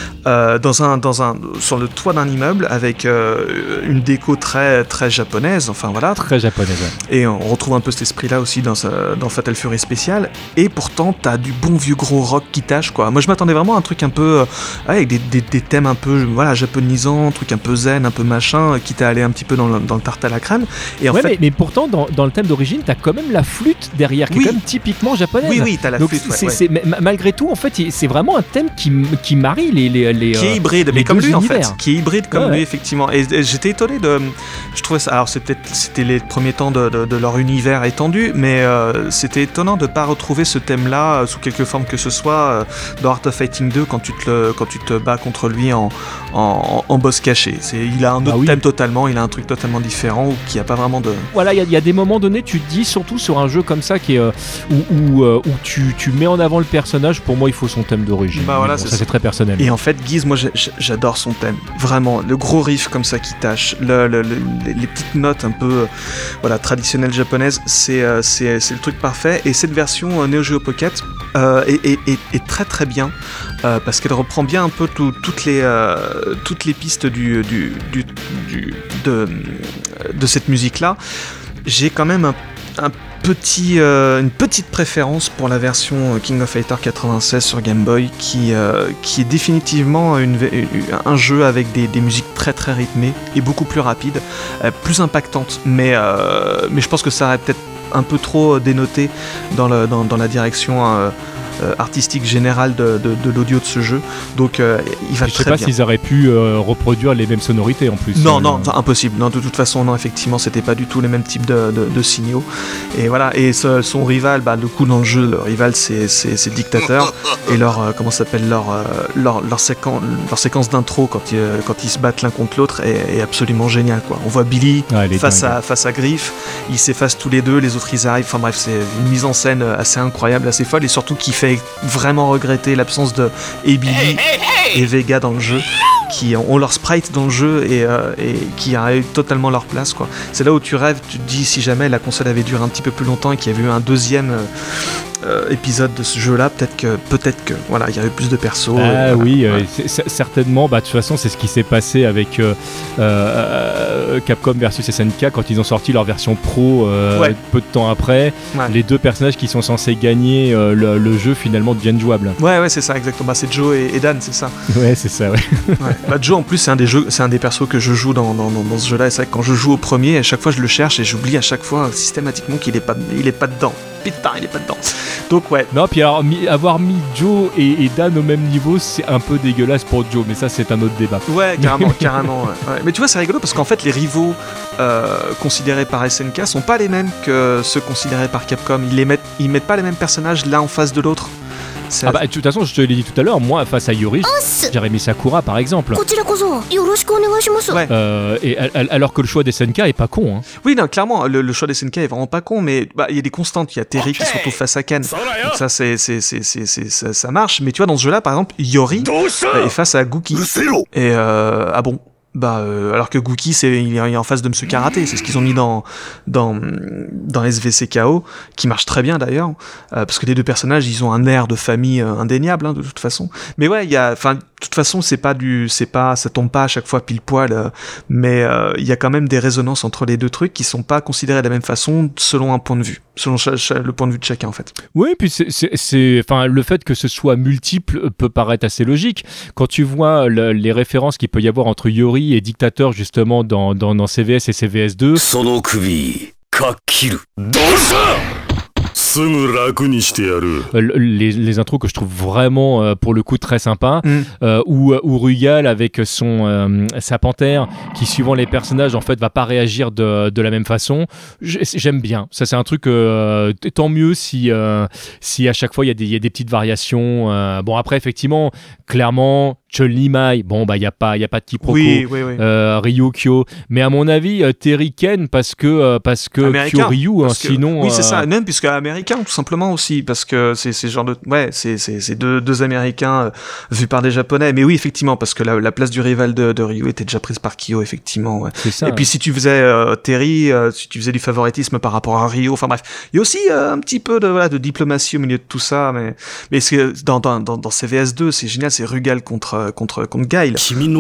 Sur le toit d'un immeuble avec une déco très, très japonaise, enfin voilà. Très japonaise, ouais. Et on retrouve un peu cet esprit-là aussi dans Fatal Fury Special. Et pourtant, t'as du bon vieux gros rock qui tâche, quoi. Moi, je m'attendais vraiment à un truc un peu... avec des thèmes un peu japonisants, un truc un peu zen, un peu machin, quitte à aller un petit peu dans le tarte à la crème. Et en fait... mais pourtant, dans le thème d'origine, t'as quand même la flûte derrière, qui est quand même typiquement japonaise. Oui, t'as la flûte, malgré tout, en fait, c'est vraiment un thème qui marie les qui est hybride, mais comme lui univers. En fait, qui est hybride comme lui effectivement. Et j'étais étonné je trouvais ça. Alors c'était les premiers temps de leur univers étendu, mais c'était étonnant de pas retrouver ce thème-là sous quelque forme que ce soit dans Art of Fighting 2 quand tu te bats contre lui en boss caché. Il a un autre thème totalement, il a un truc totalement différent ou qui a pas vraiment de. Voilà, il y a des moments donnés, tu te dis surtout sur un jeu comme ça qui est où tu mets en avant le personnage. Pour moi, il faut son thème d'origine. Voilà, c'est très personnel. Et en fait, Guise, moi j'adore son thème, vraiment, le gros riff comme ça qui tâche, les petites notes un peu traditionnelles japonaises, c'est le truc parfait. Et cette version Neo Geo Pocket est très très bien, parce qu'elle reprend bien un peu toutes les pistes de cette musique là. J'ai quand même une petite préférence pour la version King of Fighter 96 sur Game Boy qui est définitivement un jeu avec des musiques très très rythmées et beaucoup plus rapides, plus impactantes, mais je pense que ça aurait peut-être un peu trop dénoté dans la direction artistique générale de l'audio de ce jeu. Donc il va Je sais très pas bien. s'ils auraient pu reproduire les mêmes sonorités en plus. Non, impossible. Non, de toute façon, non, effectivement, c'était pas du tout les mêmes types de signaux. Et voilà. Et son rival, du coup, dans le jeu, le rival, c'est Dictateur. Et comment ça s'appelle, leur séquence d'intro quand ils se battent l'un contre l'autre est absolument géniale, quoi. On voit Billy face à Griff, ils s'effacent tous les deux, les autres ils arrivent. Enfin bref, c'est une mise en scène assez incroyable, assez folle, et surtout qui fait vraiment regretter l'absence de Billy et Vega dans le jeu, qui ont leur sprite dans le jeu et qui a eu totalement leur place, quoi. C'est là où tu rêves, tu te dis si jamais la console avait duré un petit peu plus longtemps et qu'il y avait eu un deuxième épisode de ce jeu-là, peut-être que voilà, il y avait plus de persos. Oui, certainement. De toute façon, c'est ce qui s'est passé avec Capcom versus SNK quand ils ont sorti leur version pro peu de temps après. Ouais. Les deux personnages qui sont censés gagner le jeu finalement deviennent jouables. Ouais, c'est ça, exactement. C'est Joe et Dan, c'est ça. Ouais, c'est ça, ouais. Joe, en plus, c'est un des persos que je joue dans ce jeu-là. Et c'est vrai que quand je joue au premier, à chaque fois je le cherche et j'oublie à chaque fois systématiquement qu'il est pas dedans. Putain, il est pas dedans. Donc ouais. Non, puis alors avoir mis Joe et Dan au même niveau, c'est un peu dégueulasse pour Joe, mais ça c'est un autre débat. Ouais, carrément. Ouais. Mais tu vois, c'est rigolo parce qu'en fait, les rivaux considérés par SNK sont pas les mêmes que ceux considérés par Capcom. Ils mettent pas les mêmes personnages l'un en face de l'autre. De toute façon, je te l'ai dit tout à l'heure, moi face à Yori, j'aurais mis Sakura par exemple. Ouais. Et alors que le choix des SNK est pas con. Hein. Oui, non, clairement, le choix des SNK est vraiment pas con, mais il y a des constantes. Il y a Terry qui se retrouve face à Ken. Donc ça, ça marche. Mais tu vois, dans ce jeu-là, par exemple, Yori est face à Gookie. Et bon. Alors que Gookie, il est en face de Monsieur Karaté, c'est ce qu'ils ont mis dans SVCKO, qui marche très bien d'ailleurs, parce que les deux personnages, ils ont un air de famille indéniable, hein, de toute façon. Mais ouais, de toute façon, ça tombe pas à chaque fois pile poil, mais il y a quand même des résonances entre les deux trucs qui sont pas considérés de la même façon selon un point de vue, selon le point de vue de chacun en fait. Oui, puis le fait que ce soit multiple peut paraître assez logique. Quand tu vois les références qu'il peut y avoir entre Yori et Dictateur justement dans CVS et CVS2. Les intros que je trouve vraiment pour le coup très sympa, où Rugal avec sa panthère qui suivant les personnages en fait va pas réagir de la même façon, j'aime bien ça, c'est un truc tant mieux si à chaque fois il y a des petites variations. Bon après effectivement clairement Chun-Li Mai, il y a pas de quiproquo. Oui. Ryu Kyo, mais à mon avis Terry Ken parce que Kyo Ryu, sinon oui c'est ça, même puisque américain tout simplement aussi, parce que c'est genre de c'est deux américains vus par des japonais, mais oui effectivement parce que la place du rival de Ryu était déjà prise par Kyo effectivement, ouais. C'est ça, et puis si tu faisais Terry, si tu faisais du favoritisme par rapport à Ryu, enfin bref, il y a aussi un petit peu de diplomatie au milieu de tout ça, mais c'est dans CVS2 c'est génial, c'est Rugal contre Guile.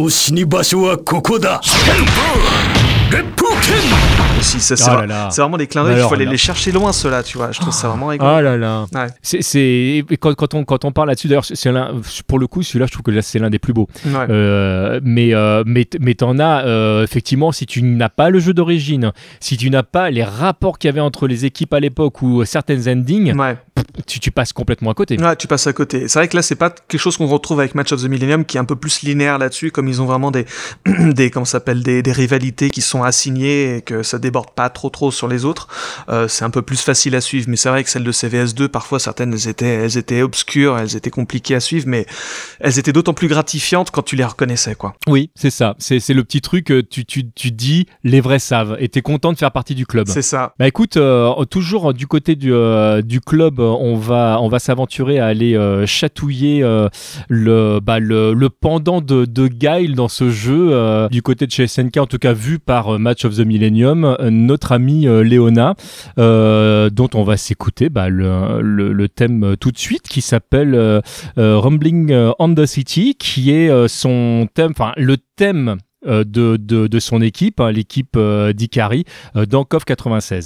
Aussi, ça, c'est vraiment des clins d'œil, il faut aller les chercher loin ceux-là, tu vois, je trouve ça vraiment rigolo. Ah là là. Ouais. Quand on parle là-dessus, d'ailleurs, pour le coup, celui-là, je trouve que c'est l'un des plus beaux. Ouais. Mais t'en as, effectivement, si tu n'as pas le jeu d'origine, si tu n'as pas les rapports qu'il y avait entre les équipes à l'époque ou certaines endings, tu passes complètement à côté. Ouais, tu passes à côté. C'est vrai que là, c'est pas quelque chose qu'on retrouve avec Match of the Millennium, qui est un peu plus linéaire là-dessus, comme ils ont vraiment des rivalités qui sont assignées et que ça déborde pas trop sur les autres. C'est un peu plus facile à suivre, mais c'est vrai que celles de CVS2, parfois certaines, elles étaient obscures, elles étaient compliquées à suivre, mais elles étaient d'autant plus gratifiantes quand tu les reconnaissais, quoi. Oui, c'est ça. C'est le petit truc, tu dis, les vrais savent, et t'es content de faire partie du club. C'est ça. Bah écoute, toujours du côté du club, on va s'aventurer à aller chatouiller le pendant de Guile dans ce jeu, du côté de chez SNK, en tout cas vu par Match of the Millennium, notre ami Léona, dont on va s'écouter le thème tout de suite, qui s'appelle Rumbling on the City, qui est son thème, enfin le thème de son équipe, l'équipe d'Ikari, dans KOF 96.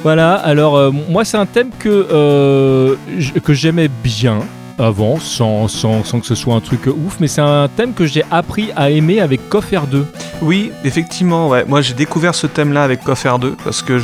Voilà, alors moi c'est un thème que j'aimais bien avant, sans que ce soit un truc ouf, mais c'est un thème que j'ai appris à aimer avec KOF R2. Oui, effectivement, ouais. Moi j'ai découvert ce thème-là avec KOF R2 parce que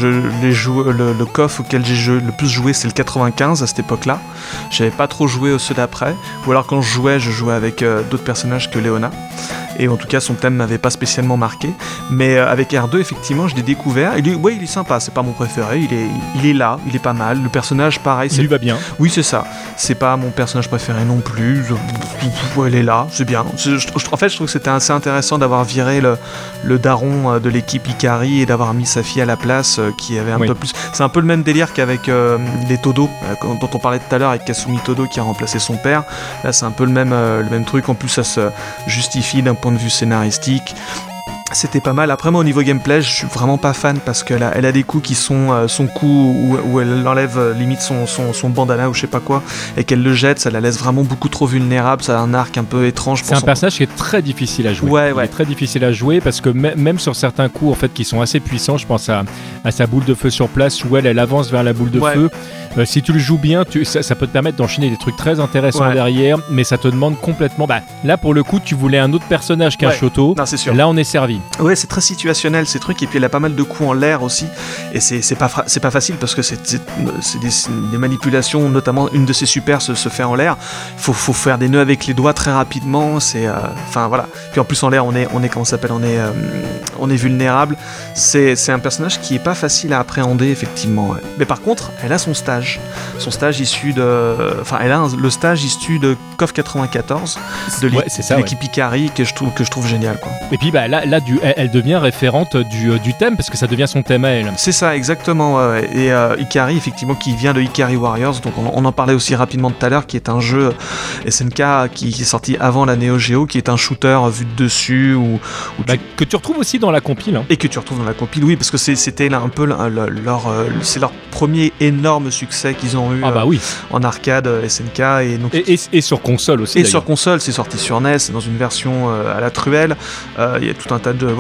le KOF auquel j'ai le plus joué c'est le 95 à cette époque-là. J'avais pas trop joué aux ceux d'après, ou alors quand je jouais avec d'autres personnages que Léona. Et en tout cas son thème m'avait pas spécialement marqué. Mais avec R2 effectivement je l'ai découvert. Il est sympa, c'est pas mon préféré, il est là, il est pas mal. Le personnage pareil. Il lui va bien. Oui c'est ça, c'est pas mon personnage préféré non plus. Il est là, c'est bien. En fait je trouve que c'était assez intéressant d'avoir viré le daron de l'équipe Ikari et d'avoir mis sa fille à la place qui avait un peu plus... C'est un peu le même délire qu'avec les Todo, dont on parlait tout à l'heure avec Kasumi Todo qui a remplacé son père. Là c'est un peu le même truc, en plus ça se justifie d'un point de vue scénaristique. C'était pas mal. Après moi au niveau gameplay je suis vraiment pas fan parce qu'elle a des coups qui sont son coup où elle enlève limite son bandana ou je sais pas quoi et qu'elle le jette, ça la laisse vraiment beaucoup trop vulnérable, ça a un arc un peu étrange. C'est un personnage qui est très difficile à jouer. Ouais. Il est très difficile à jouer parce que même sur certains coups en fait qui sont assez puissants, je pense à sa boule de feu sur place où elle avance vers la boule de feu. Si tu le joues bien, ça peut te permettre d'enchaîner des trucs très intéressants derrière, mais ça te demande complètement... là pour le coup tu voulais un autre personnage qu'un Shoto. Non, c'est sûr. Là on est servi. Ouais, c'est très situationnel ces trucs, et puis elle a pas mal de coups en l'air aussi, et c'est pas facile parce que c'est des manipulations, notamment une de ses super se fait en l'air. Faut faire des nœuds avec les doigts très rapidement, enfin voilà. Puis en plus en l'air on est comment ça s'appelle, on est vulnérable. C'est un personnage qui est pas facile à appréhender effectivement. Ouais. Mais par contre, elle a son stage issu de, enfin elle a le stage issu de KOF 94 de l'équipe Ikari que je trouve génial quoi. Et puis là elle devient référente du thème parce que ça devient son thème à elle. C'est ça exactement. Ouais. Et Ikari effectivement qui vient de Ikari Warriors, donc on en parlait aussi rapidement tout à l'heure, qui est un jeu SNK qui est sorti avant la Neo Geo, qui est un shooter vu de dessus que tu retrouves aussi dans la compile. Et que tu retrouves dans la compile, oui, parce que c'était là un peu c'est leur premier énorme succès qu'ils ont eu en arcade SNK et sur console aussi. Et sur console, c'est sorti sur NES dans une version à la truelle. Il y a tout un tas de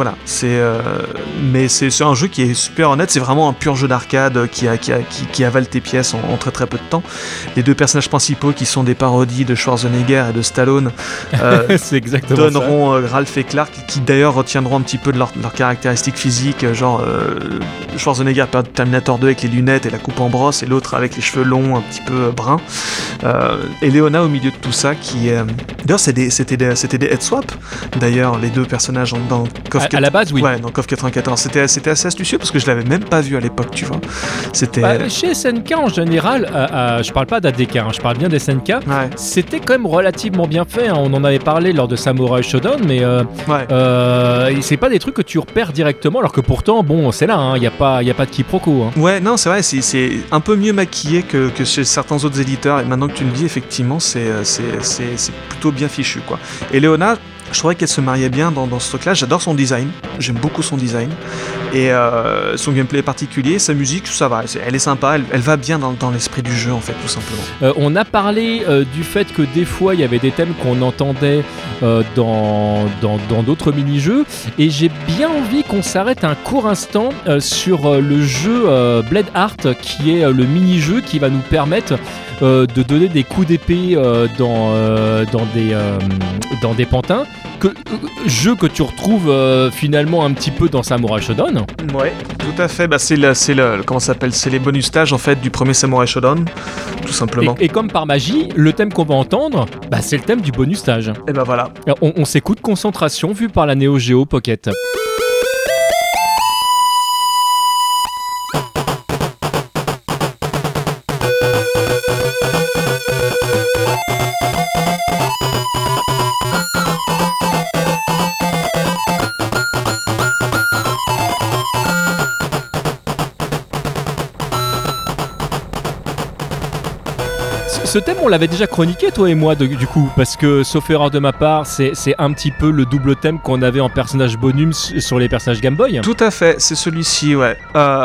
mais c'est un jeu qui est super honnête. C'est vraiment un pur jeu d'arcade qui avale tes pièces en très très peu de temps. Les deux personnages principaux qui sont des parodies de Schwarzenegger et de Stallone c'est exactement donneront Ralph et Clark, qui d'ailleurs retiendront un petit peu de leurs caractéristiques physiques, genre Schwarzenegger Terminator 2 avec les lunettes et la coupe en brosse, et l'autre avec les cheveux longs un petit peu bruns, et Léona au milieu de tout ça qui d'ailleurs c'était des head swap d'ailleurs, les deux personnages dans KOF à la base, oui. Ouais, dans KOF 94 c'était assez astucieux parce que je l'avais même pas vu à l'époque, tu vois. C'était chez SNK en général, je parle pas d'ADK, je parle bien des SNK. C'était quand même relativement bien fait, on en avait parlé lors de Samurai Shodown, mais c'est pas des trucs que tu repères directement, alors que pourtant c'est là, il y a pas de quiproquo. Ouais, non, c'est vrai, c'est un peu mieux maquillé que chez certains autres éditeurs, et maintenant que tu le dis, effectivement, c'est plutôt bien fichu, quoi. Et Léona, je trouvais qu'elle se mariait bien dans ce truc-là. J'adore son design, j'aime beaucoup son design, et son gameplay particulier, sa musique, ça va, elle est sympa, elle va bien dans l'esprit du jeu en fait, tout simplement. On a parlé du fait que des fois il y avait des thèmes qu'on entendait dans d'autres mini-jeux, et j'ai bien envie qu'on s'arrête un court instant sur le jeu Blade Art, qui est le mini-jeu qui va nous permettre de donner des coups d'épée dans des pantins. Jeu que tu retrouves finalement un petit peu dans Samurai Shodown. Ouais, tout à fait. C'est comment ça s'appelle, c'est les bonus stages en fait du premier Samurai Shodown, tout simplement. Et comme par magie, le thème qu'on va entendre, c'est le thème du bonus stage. Et voilà. On s'écoute Concentration vu par la Neo Geo Pocket. Ce thème, on l'avait déjà chroniqué, toi et moi, du coup, parce que, sauf erreur de ma part, c'est un petit peu le double thème qu'on avait en personnage bonus sur les personnages Game Boy. Tout à fait, c'est celui-ci, ouais.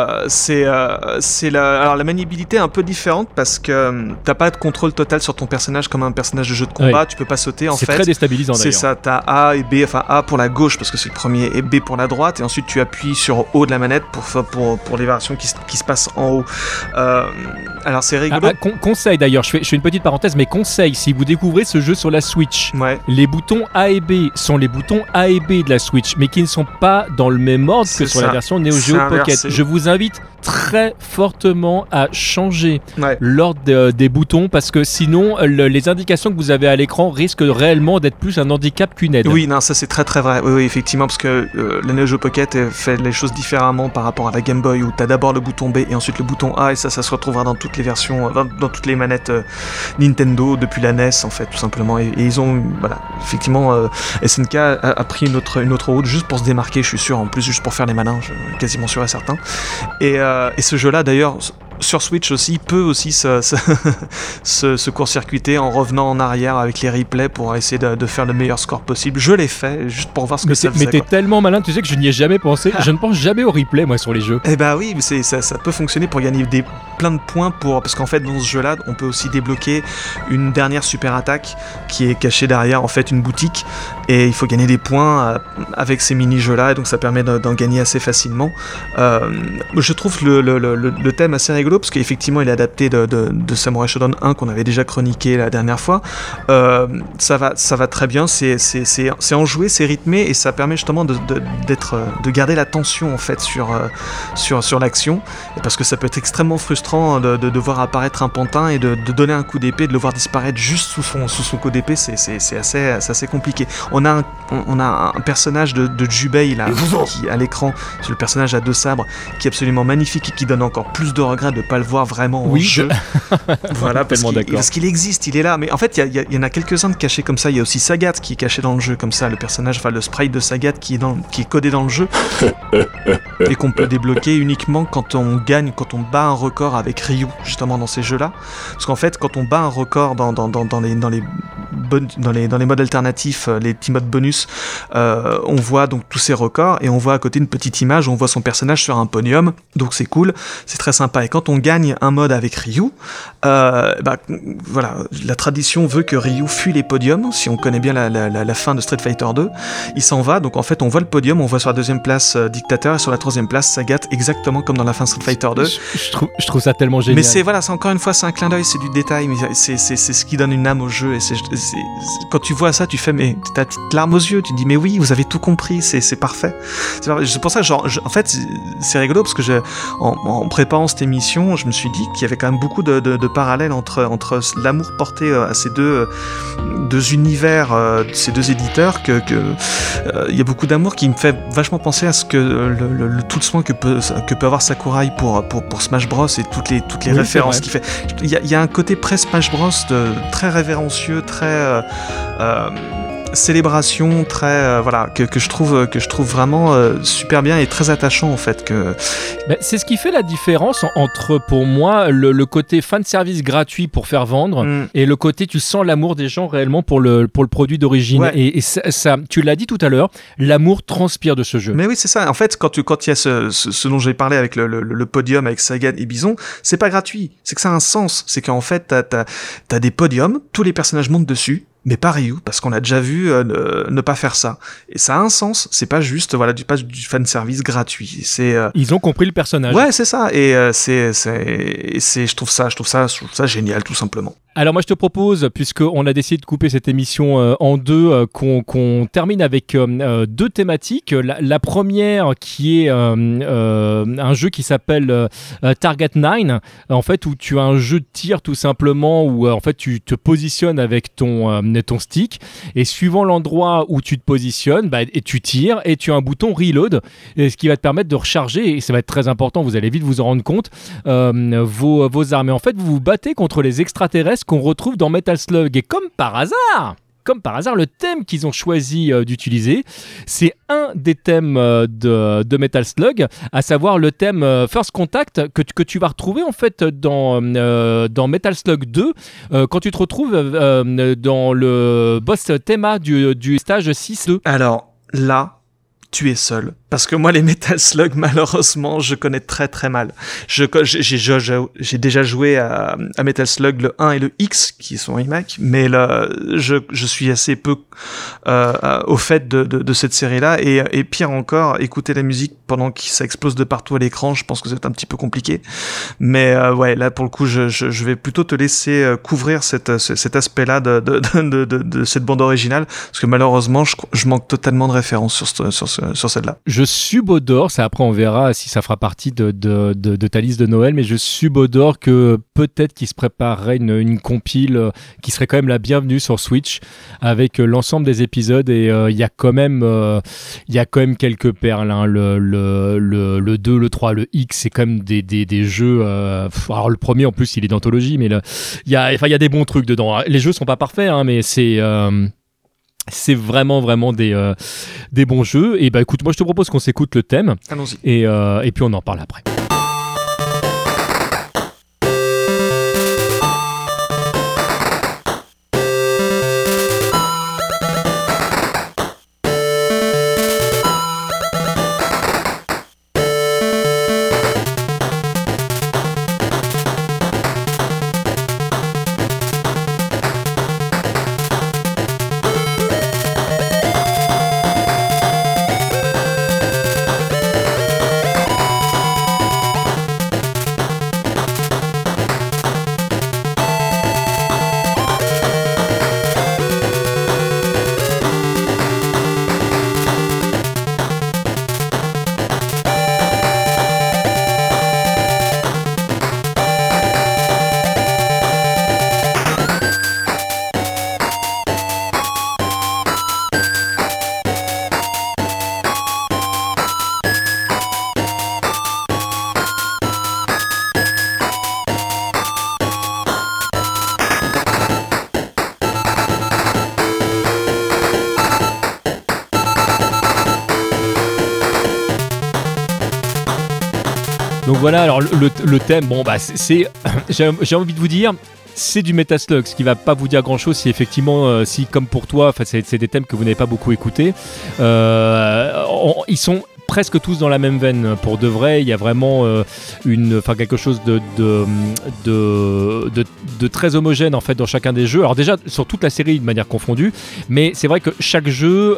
Alors la maniabilité est un peu différente parce que t'as pas de contrôle total sur ton personnage comme un personnage de jeu de combat, tu peux pas sauter en fait. C'est très déstabilisant C'est d'ailleurs. ça, t'as A et B, enfin A pour la gauche parce que c'est le premier et B pour la droite, et ensuite tu appuies sur haut de la manette pour les variations qui se passent en haut. Alors c'est rigolo. Conseil d'ailleurs, je fais une petite parenthèse, mais conseil, si vous découvrez ce jeu sur la Switch, Ouais. les boutons A et B sont les boutons A et B de la Switch, mais qui ne sont pas dans le même ordre que C'est sur ça. la version Neo C'est Geo Pocket. inversé. Je vous invite très fortement à changer Ouais. l'ordre des boutons, parce que sinon les indications que vous avez à l'écran risquent réellement d'être plus un handicap qu'une aide. Oui, non, ça c'est très très vrai. Oui, effectivement, parce que le Neo Geo Pocket fait les choses différemment par rapport à la Game Boy où t'as d'abord le bouton B et ensuite le bouton A, et ça se retrouvera dans toutes les versions, dans toutes les manettes Nintendo depuis la NES en fait, tout simplement. Et ils ont, voilà, effectivement, SNK a pris une autre route juste pour se démarquer, je suis sûr, en plus juste pour faire les malins, je suis quasiment sûr et certain. Et ce jeu-là, d'ailleurs, sur Switch aussi, peut aussi se court-circuiter en revenant en arrière avec les replays pour essayer de faire le meilleur score possible. Je l'ai fait, juste pour voir ce que ça faisait. Mais t'es quoi. tellement malin, tu sais que je n'y ai jamais pensé. Je ne pense jamais au replay, moi, sur les jeux. Eh bah oui, mais ça peut fonctionner pour gagner plein de points parce qu'en fait dans ce jeu-là, on peut aussi débloquer une dernière super attaque qui est cachée derrière en fait une boutique, et il faut gagner des points avec ces mini-jeux-là, et donc ça permet d'en gagner assez facilement. Je trouve le thème assez rigolo parce qu'effectivement il est adapté de Samurai Shodown 1 qu'on avait déjà chroniqué la dernière fois. Ça va très bien, c'est enjoué, c'est rythmé, et ça permet justement de garder la tension en fait sur l'action, et parce que ça peut être extrêmement frustrant de voir apparaître un pantin et de donner un coup d'épée, de le voir disparaître juste sous son coup d'épée, c'est assez compliqué. On a un personnage de Jubei là, qui à l'écran, c'est le personnage à deux sabres, qui est absolument magnifique et qui donne encore plus de regrets de ne pas le voir vraiment en jeu. Voilà, parce qu'il existe, il est là, mais en fait il y en a quelques-uns de cachés comme ça. Il y a aussi Sagat qui est caché dans le jeu comme ça, le personnage, enfin le sprite de Sagat qui est codé dans le jeu et qu'on peut débloquer uniquement quand on bat un record avec Ryu, justement dans ces jeux-là. Parce qu'en fait, quand on bat un record dans les modes alternatifs, les petits modes bonus, on voit donc tous ces records, et on voit à côté une petite image où on voit son personnage sur un podium, donc c'est cool, c'est très sympa. Et quand on gagne un mode avec Ryu, voilà, la tradition veut que Ryu fuit les podiums. Si on connaît bien la fin de Street Fighter 2, il s'en va, donc en fait on voit le podium, on voit sur la deuxième place Dictateur, et sur la troisième place Sagat, exactement comme dans la fin de Street Fighter 2. Je trouve ça tellement génial. Mais c'est encore une fois, c'est un clin d'œil, c'est du détail, mais c'est ce qui donne une âme au jeu. Et quand tu vois ça, tu fais, mais t'as une petite larme aux yeux, tu te dis, mais oui, vous avez tout compris, c'est parfait. C'est pour ça que en fait, c'est rigolo, parce que en préparant cette émission, je me suis dit qu'il y avait quand même beaucoup de parallèles entre l'amour porté à ces deux univers, ces deux éditeurs, il y a beaucoup d'amour qui me fait vachement penser à ce que tout le soin que peut avoir Sakurai pour Smash Bros et toutes les références qu'il fait. Il y a un côté pré-Smash Bros très révérencieux, très célébration, très voilà, que je trouve vraiment super bien et très attachant en fait. C'est ce qui fait la différence entre, pour moi, le côté fan service gratuit pour faire vendre et le côté tu sens l'amour des gens réellement pour le produit d'origine. Ouais. Et ça, tu l'as dit tout à l'heure, l'amour transpire de ce jeu. Mais oui, c'est ça. En fait, quand il y a ce dont j'ai parlé avec le podium avec Sagat et Bison, c'est pas gratuit. C'est que ça a un sens. C'est qu'en fait, t'as des podiums, tous les personnages montent dessus, mais pas Ryu, parce qu'on a déjà vu ne pas faire ça. Et ça a un sens, c'est pas juste voilà du fanservice gratuit. Ils ont compris le personnage. Ouais, c'est ça. Et je trouve ça génial, tout simplement. Alors moi je te propose, puisqu'on a décidé de couper cette émission en deux, qu'on termine avec deux thématiques. La première qui est un jeu qui s'appelle Target 9, en fait, où tu as un jeu de tir tout simplement, où en fait tu te positionnes avec ton stick, et suivant l'endroit où tu te positionnes, et tu tires, et tu as un bouton reload, ce qui va te permettre de recharger, et ça va être très important, vous allez vite vous en rendre compte, vos armes. Et en fait vous vous battez contre les extraterrestres qu'on retrouve dans Metal Slug, et comme par hasard, comme par hasard, le thème qu'ils ont choisi d'utiliser, c'est un des thèmes de Metal Slug, à savoir le thème First Contact que tu vas retrouver en fait dans Metal Slug 2 quand tu te retrouves dans le boss thema du stage 6-2. Alors là, tu es seul. Parce que moi, les Metal Slug, malheureusement, je connais très très mal. J'ai déjà joué à Metal Slug le 1 et le X, qui sont remake, mais là, je suis assez peu au fait de cette série-là. Et pire encore, écouter la musique pendant que ça explose de partout à l'écran, je pense que c'est un petit peu compliqué. Mais ouais, là, pour le coup, je vais plutôt te laisser couvrir cet aspect-là de cette bande originale, parce que malheureusement, je manque totalement de références sur celle-là. Je subodore, ça après on verra si ça fera partie de ta liste de Noël, mais je subodore que peut-être qu'il se préparerait une compile qui serait quand même la bienvenue sur Switch avec l'ensemble des épisodes, et il y a quand même quelques perles, hein. Le 2, le 3, le X, c'est quand même des jeux, alors le premier en plus il est d'anthologie, mais il y a des bons trucs dedans. Les jeux sont pas parfaits, hein, mais c'est vraiment des bons jeux. Et bah écoute, moi je te propose qu'on s'écoute le thème. Allons-y. Et puis on en parle après. Donc voilà, alors le thème, bon bah j'ai envie de vous dire, c'est du Metal Slug, ce qui va pas vous dire grand chose si effectivement, si comme pour toi, c'est des thèmes que vous n'avez pas beaucoup écoutés. Ils sont presque tous dans la même veine pour de vrai. Il y a vraiment quelque chose de très homogène en fait dans chacun des jeux. Alors déjà sur toute la série de manière confondue, mais c'est vrai que chaque jeu,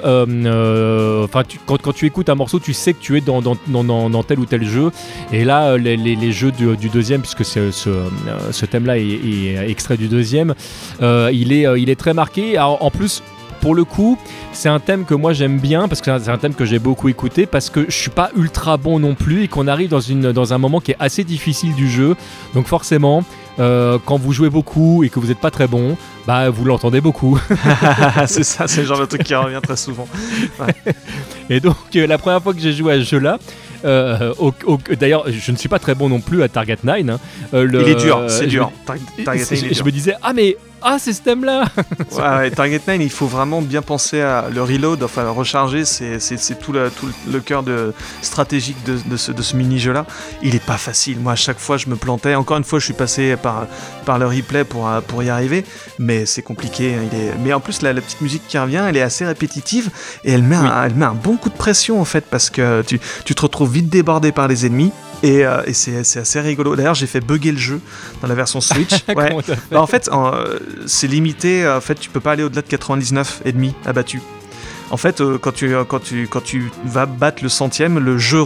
quand tu écoutes un morceau, tu sais que tu es dans tel ou tel jeu. Et là, les jeux du deuxième, puisque ce thème-là est extrait du deuxième, il est très marqué. Alors, en plus, pour le coup, c'est un thème que moi j'aime bien parce que c'est un thème que j'ai beaucoup écouté, parce que je suis pas ultra bon non plus et qu'on arrive dans un moment qui est assez difficile du jeu. Donc forcément, quand vous jouez beaucoup et que vous n'êtes pas très bon, bah vous l'entendez beaucoup. C'est ça, c'est le genre de truc qui revient très souvent. Ouais. Et donc la première fois que j'ai joué à ce jeu-là, d'ailleurs, je ne suis pas très bon non plus à Target 9. Hein. Il est dur, c'est dur. Target 9, je me disais, c'est ce thème-là. Ouais, Target 9, il faut vraiment bien penser à le reload, enfin recharger, c'est tout le cœur stratégique de ce mini-jeu-là. Il est pas facile. Moi, à chaque fois, je me plantais. Encore une fois, je suis passé par le replay pour y arriver, mais c'est compliqué. Mais en plus, la petite musique qui revient, elle est assez répétitive et elle met un bon coup de pression en fait, parce que tu te retrouves vite débordé par les ennemis. Et c'est assez rigolo. D'ailleurs, j'ai fait bugger le jeu dans la version Switch. Ouais. En fait, c'est limité. En fait, tu peux pas aller au-delà de 99 ennemis abattus. En fait, quand tu vas battre le 100e, le jeu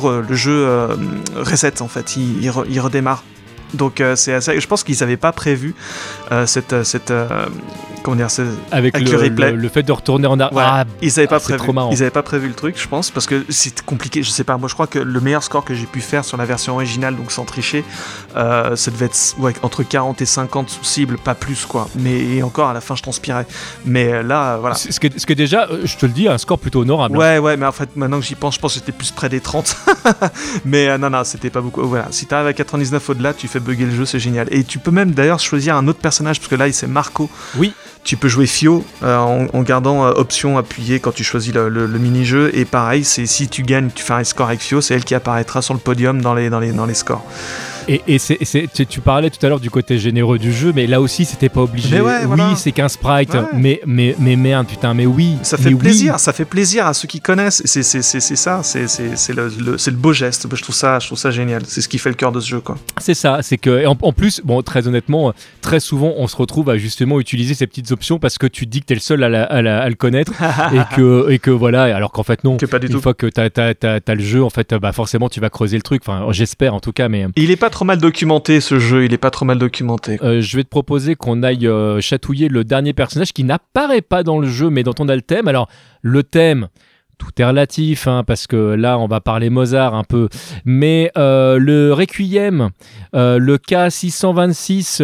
reset. En fait, il redémarre. Donc c'est assez. Je pense qu'ils n'avaient pas prévu cette comment dire, avec le replay, le fait de retourner en arrière. Ouais, ils n'avaient pas prévu. Trop marrant. Ils n'avaient pas prévu le truc, je pense, parce que c'est compliqué. Je sais pas. Moi, je crois que le meilleur score que j'ai pu faire sur la version originale, donc sans tricher, ça devait être entre 40 et 50 sous cible, pas plus quoi. Mais encore à la fin, je transpirais. Mais là, voilà. Ce qui est déjà, je te le dis, un score plutôt honorable. Ouais, mais en fait, maintenant que j'y pense, je pense que c'était plus près des 30. Mais non, c'était pas beaucoup. Voilà. Si t'arrives à 99 au-delà, tu fais fait bugger le jeu, c'est génial. Et tu peux même d'ailleurs choisir un autre personnage, parce que là, c'est Marco. Oui. Tu peux jouer Fio en gardant option appuyée quand tu choisis le mini-jeu. Et pareil, si tu gagnes, tu fais un score avec Fio, c'est elle qui apparaîtra sur le podium dans les scores. Et tu parlais tout à l'heure du côté généreux du jeu, mais là aussi c'était pas obligé. Mais ouais, oui, voilà. c'est qu'un sprite, Ouais. mais merde, putain, mais oui. Ça fait mais plaisir, oui. ça fait plaisir à ceux qui connaissent. C'est ça, c'est le beau geste. Je trouve ça génial. C'est ce qui fait le cœur de ce jeu, quoi. C'est ça, c'est que en plus, bon, très honnêtement, très souvent on se retrouve à justement utiliser ces petites options parce que tu te dis que t'es le seul à le connaître et que voilà, alors qu'en fait non. Que pas du Une tout. fois que t'as le jeu, en fait, bah forcément tu vas creuser le truc. Enfin, j'espère en tout cas, mais. Il est pas trop mal documenté, ce jeu. Il est pas trop mal documenté. Je vais te proposer qu'on aille chatouiller le dernier personnage qui n'apparaît pas dans le jeu mais dont on a le thème. Alors, le thème, tout est relatif, hein, parce que là, on va parler Mozart un peu. Mais le Requiem, le K626,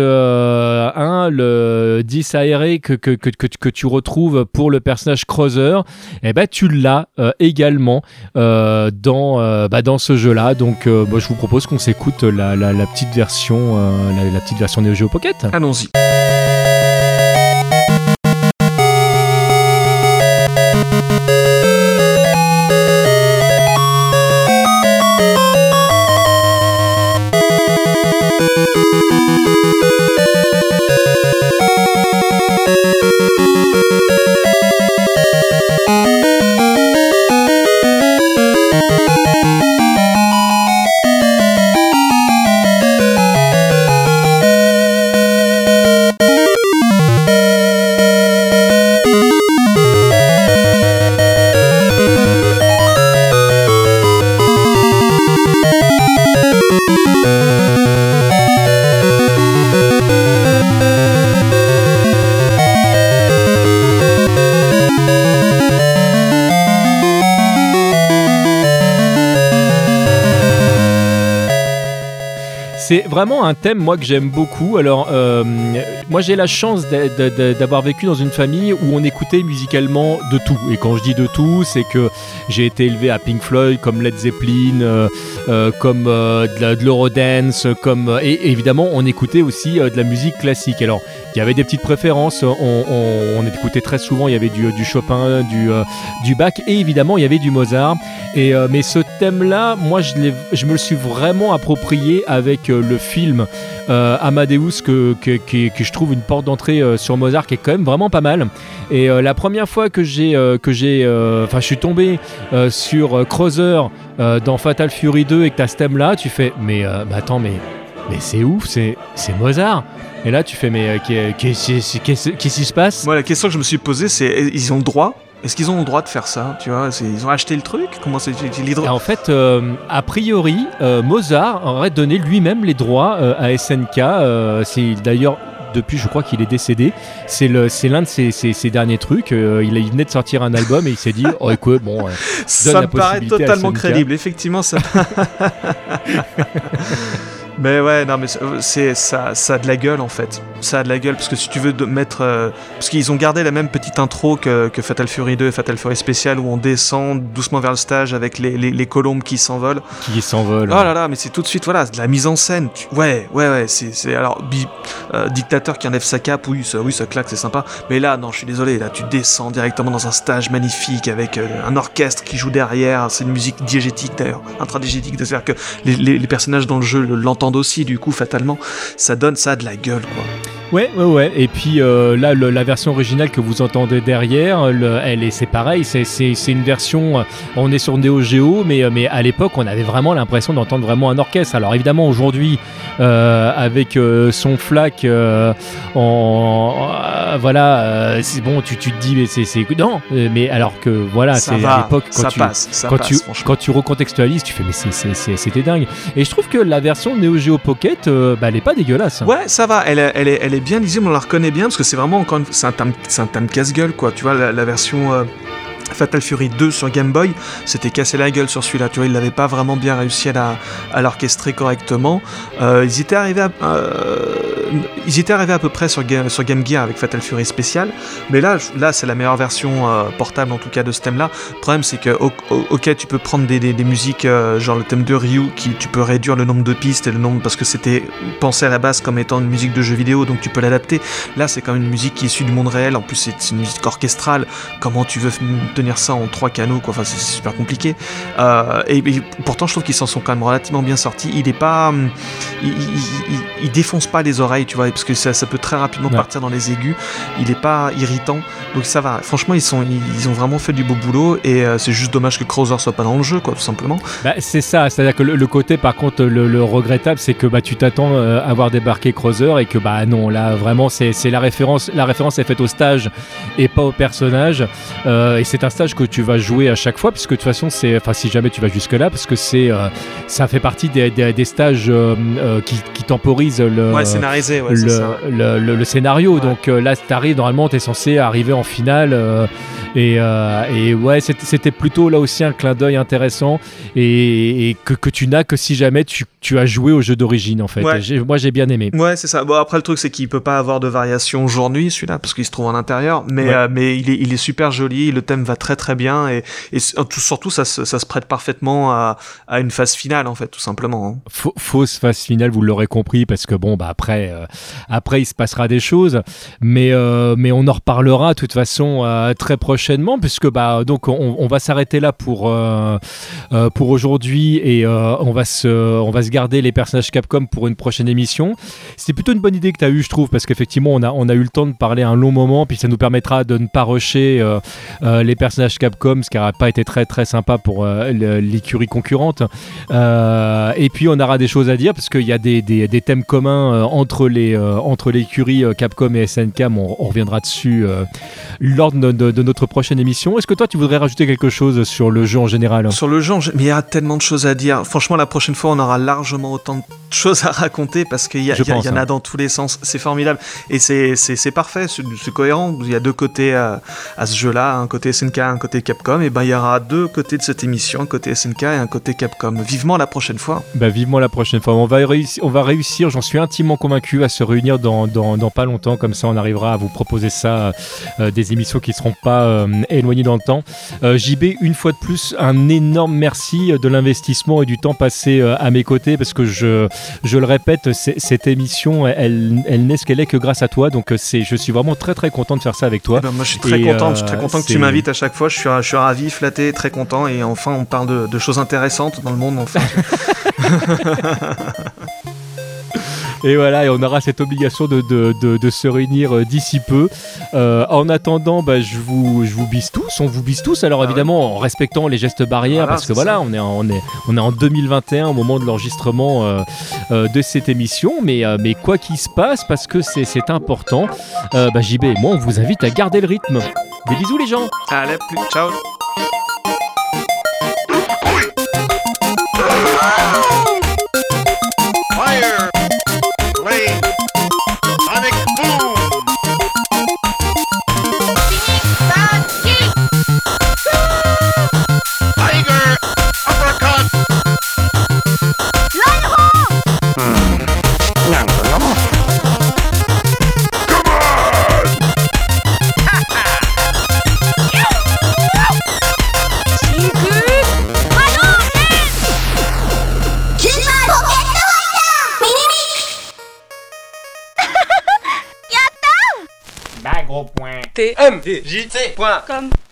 le 10 aéré que tu retrouves pour le personnage Creuser, eh ben, tu l'as également dans ce jeu-là. Donc, je vous propose qu'on s'écoute la petite version, la petite version Neo Geo Pocket. Allons-y. C'est vraiment un thème, moi, que j'aime beaucoup. Alors, moi, j'ai la chance d'avoir vécu dans une famille où on écoutait musicalement de tout. Et quand je dis de tout, c'est que j'ai été élevé à Pink Floyd, comme Led Zeppelin, comme de l'Eurodance, et évidemment, on écoutait aussi de la musique classique. Alors, il y avait des petites préférences. On écoutait très souvent, il y avait du Chopin, du Bach, et évidemment, il y avait du Mozart. Mais ce thème-là, moi, je me le suis vraiment approprié avec le film Amadeus que je trouve une porte d'entrée sur Mozart qui est quand même vraiment pas mal. Et la première fois que je suis tombé sur Creuser dans Fatal Fury 2 et que t'as ce thème-là, tu fais attends, mais c'est ouf, c'est Mozart. Et là, tu fais qu'est-ce qui se passe? Moi, la question que je me suis posée, c'est ils ont le droit? Est-ce qu'ils ont le droit de faire ça? Tu vois, ils ont acheté le truc? Comment c'est Et en fait, a priori, Mozart aurait donné lui-même les droits à SNK. C'est d'ailleurs depuis, je crois qu'il est décédé. C'est l'un de ses derniers trucs. Il venait de sortir un album et il s'est dit, oh écoute, bon, ça me paraît totalement crédible. Effectivement, ça. Mais ouais, non, mais ça a de la gueule en fait. Ça a de la gueule parce que si tu veux mettre. Parce qu'ils ont gardé la même petite intro que Fatal Fury 2 et Fatal Fury Special où on descend doucement vers le stage avec les colombes qui s'envolent. Oh là là, mais c'est tout de suite, voilà, de la mise en scène. Ouais, c'est. Alors, dictateur qui enlève sa cape, oui, ça claque, c'est sympa. Mais là, non, je suis désolé, là, tu descends directement dans un stage magnifique avec un orchestre qui joue derrière. C'est une musique diégétique d'ailleurs, intradiégétique. C'est-à-dire que les personnages dans le jeu l'entendent aussi, du coup, fatalement, ça a de la gueule, quoi. Ouais. Et puis là, la version originale que vous entendez derrière, c'est pareil. C'est une version. On est sur Neo Geo, mais à l'époque, on avait vraiment l'impression d'entendre vraiment un orchestre. Alors évidemment, aujourd'hui, avec son FLAC, c'est bon. Tu te dis, mais c'est non. Mais alors que voilà, ça c'est va, à l'époque quand tu recontextualises, tu fais mais c'était dingue. Et je trouve que la version Neo Geo Pocket, elle est pas dégueulasse. Ouais, ça va. Elle est bien lisible, on la reconnaît bien parce que c'est vraiment encore c'est un thème casse-gueule, quoi. Tu vois, la version Fatal Fury 2 sur Game Boy, c'était cassé la gueule sur celui-là. Tu vois, ils l'avaient pas vraiment bien réussi à l'orchestrer correctement. Ils étaient arrivés ils étaient arrivés à peu près sur Game Gear avec Fatal Fury Special, mais là c'est la meilleure version portable en tout cas de ce thème-là. Le problème c'est que ok, tu peux prendre des musiques genre le thème de Ryu, tu peux réduire le nombre de pistes et le nombre, parce que c'était pensé à la base comme étant une musique de jeu vidéo, donc tu peux l'adapter. Là c'est quand même une musique qui est issue du monde réel, en plus c'est une musique orchestrale. Comment tu veux tenir ça en 3 canaux quoi, enfin c'est super compliqué. Et pourtant je trouve qu'ils s'en sont quand même relativement bien sortis. Il est pas il défonce pas les oreilles, tu vois, parce que ça peut très rapidement partir dans les aigus. Il est pas irritant, donc ça va. Franchement, ils ont vraiment fait du beau boulot, et c'est juste dommage que Krauser soit pas dans le jeu, quoi, tout simplement. Bah, c'est ça, c'est-à-dire que le côté, par contre, le regrettable, c'est que tu t'attends à voir débarquer Krauser, et que non, là vraiment, c'est la référence est faite au stage et pas au personnage, et c'est un stage que tu vas jouer à chaque fois, puisque de toute façon, si jamais tu vas jusque là, parce que ça fait partie des stages qui temporisent scénarisé, le scénario. Ouais. Donc là, t'arrives, normalement, t'es censé arriver en finale, et ouais, c'était plutôt là aussi un clin d'œil intéressant, et que tu n'as que si jamais tu as joué au jeu d'origine, en fait. Ouais. Moi, j'ai bien aimé. Ouais, c'est ça. Bon, après, le truc, c'est qu'il peut pas avoir de variation aujourd'hui, celui-là, parce qu'il se trouve en intérieur, mais il est super joli, le thème va très très bien, et surtout, ça se prête parfaitement à une phase finale, en fait, tout simplement. Hein. Fausse phase finale, vous l'aurez compris, parce que après, il se passera des choses, mais on en reparlera de toute façon très prochainement, puisque donc on va s'arrêter là pour aujourd'hui, et on va se garder les personnages Capcom pour une prochaine émission. C'est plutôt une bonne idée que tu as eue, je trouve, parce qu'effectivement on a eu le temps de parler un long moment, puis ça nous permettra de ne pas rusher les personnages Capcom, ce qui n'aura pas été très très sympa pour l'écurie concurrente, et puis on aura des choses à dire, parce qu'il y a des thèmes communs entre l'écurie Capcom et SNK, on reviendra dessus lors de notre prochaine émission. Est-ce que toi tu voudrais rajouter quelque chose sur le jeu en général ? Sur le jeu, mais il y a tellement de choses à dire. Franchement, la prochaine fois on aura largement autant de choses à raconter, parce qu'il y en a dans tous les sens. C'est formidable, et c'est parfait, c'est cohérent. Il y a deux côtés à ce jeu-là, un côté SNK, un côté Capcom, et il y aura deux côtés de cette émission, un côté SNK et un côté Capcom. Vivement la prochaine fois. Vivement la prochaine fois. On va réussir, j'en suis intimement convaincu, à se réunir dans pas longtemps, comme ça on arrivera à vous proposer ça, des émissions qui ne seront pas éloignées dans le temps. JB, une fois de plus, un énorme merci de l'investissement et du temps passé à mes côtés, parce que je le répète, cette émission, elle n'est ce qu'elle est que grâce à toi, donc je suis vraiment très très content de faire ça avec toi. Moi je suis très content que tu m'invites à chaque fois, je suis ravi, flatté, très content, et enfin on parle de choses intéressantes dans le monde, enfin. Et voilà, et on aura cette obligation de se réunir d'ici peu. En attendant, je vous bise tous, on vous bise tous. Alors évidemment, en respectant les gestes barrières, parce que voilà, on est en 2021 au moment de l'enregistrement de cette émission. Mais quoi qu'il se passe, parce que c'est important, JB et moi, on vous invite à garder le rythme. Des bisous les gens. Allez, ciao. Fire! Flame! Sonic boom! Tiger! Uppercut! TMDJC.com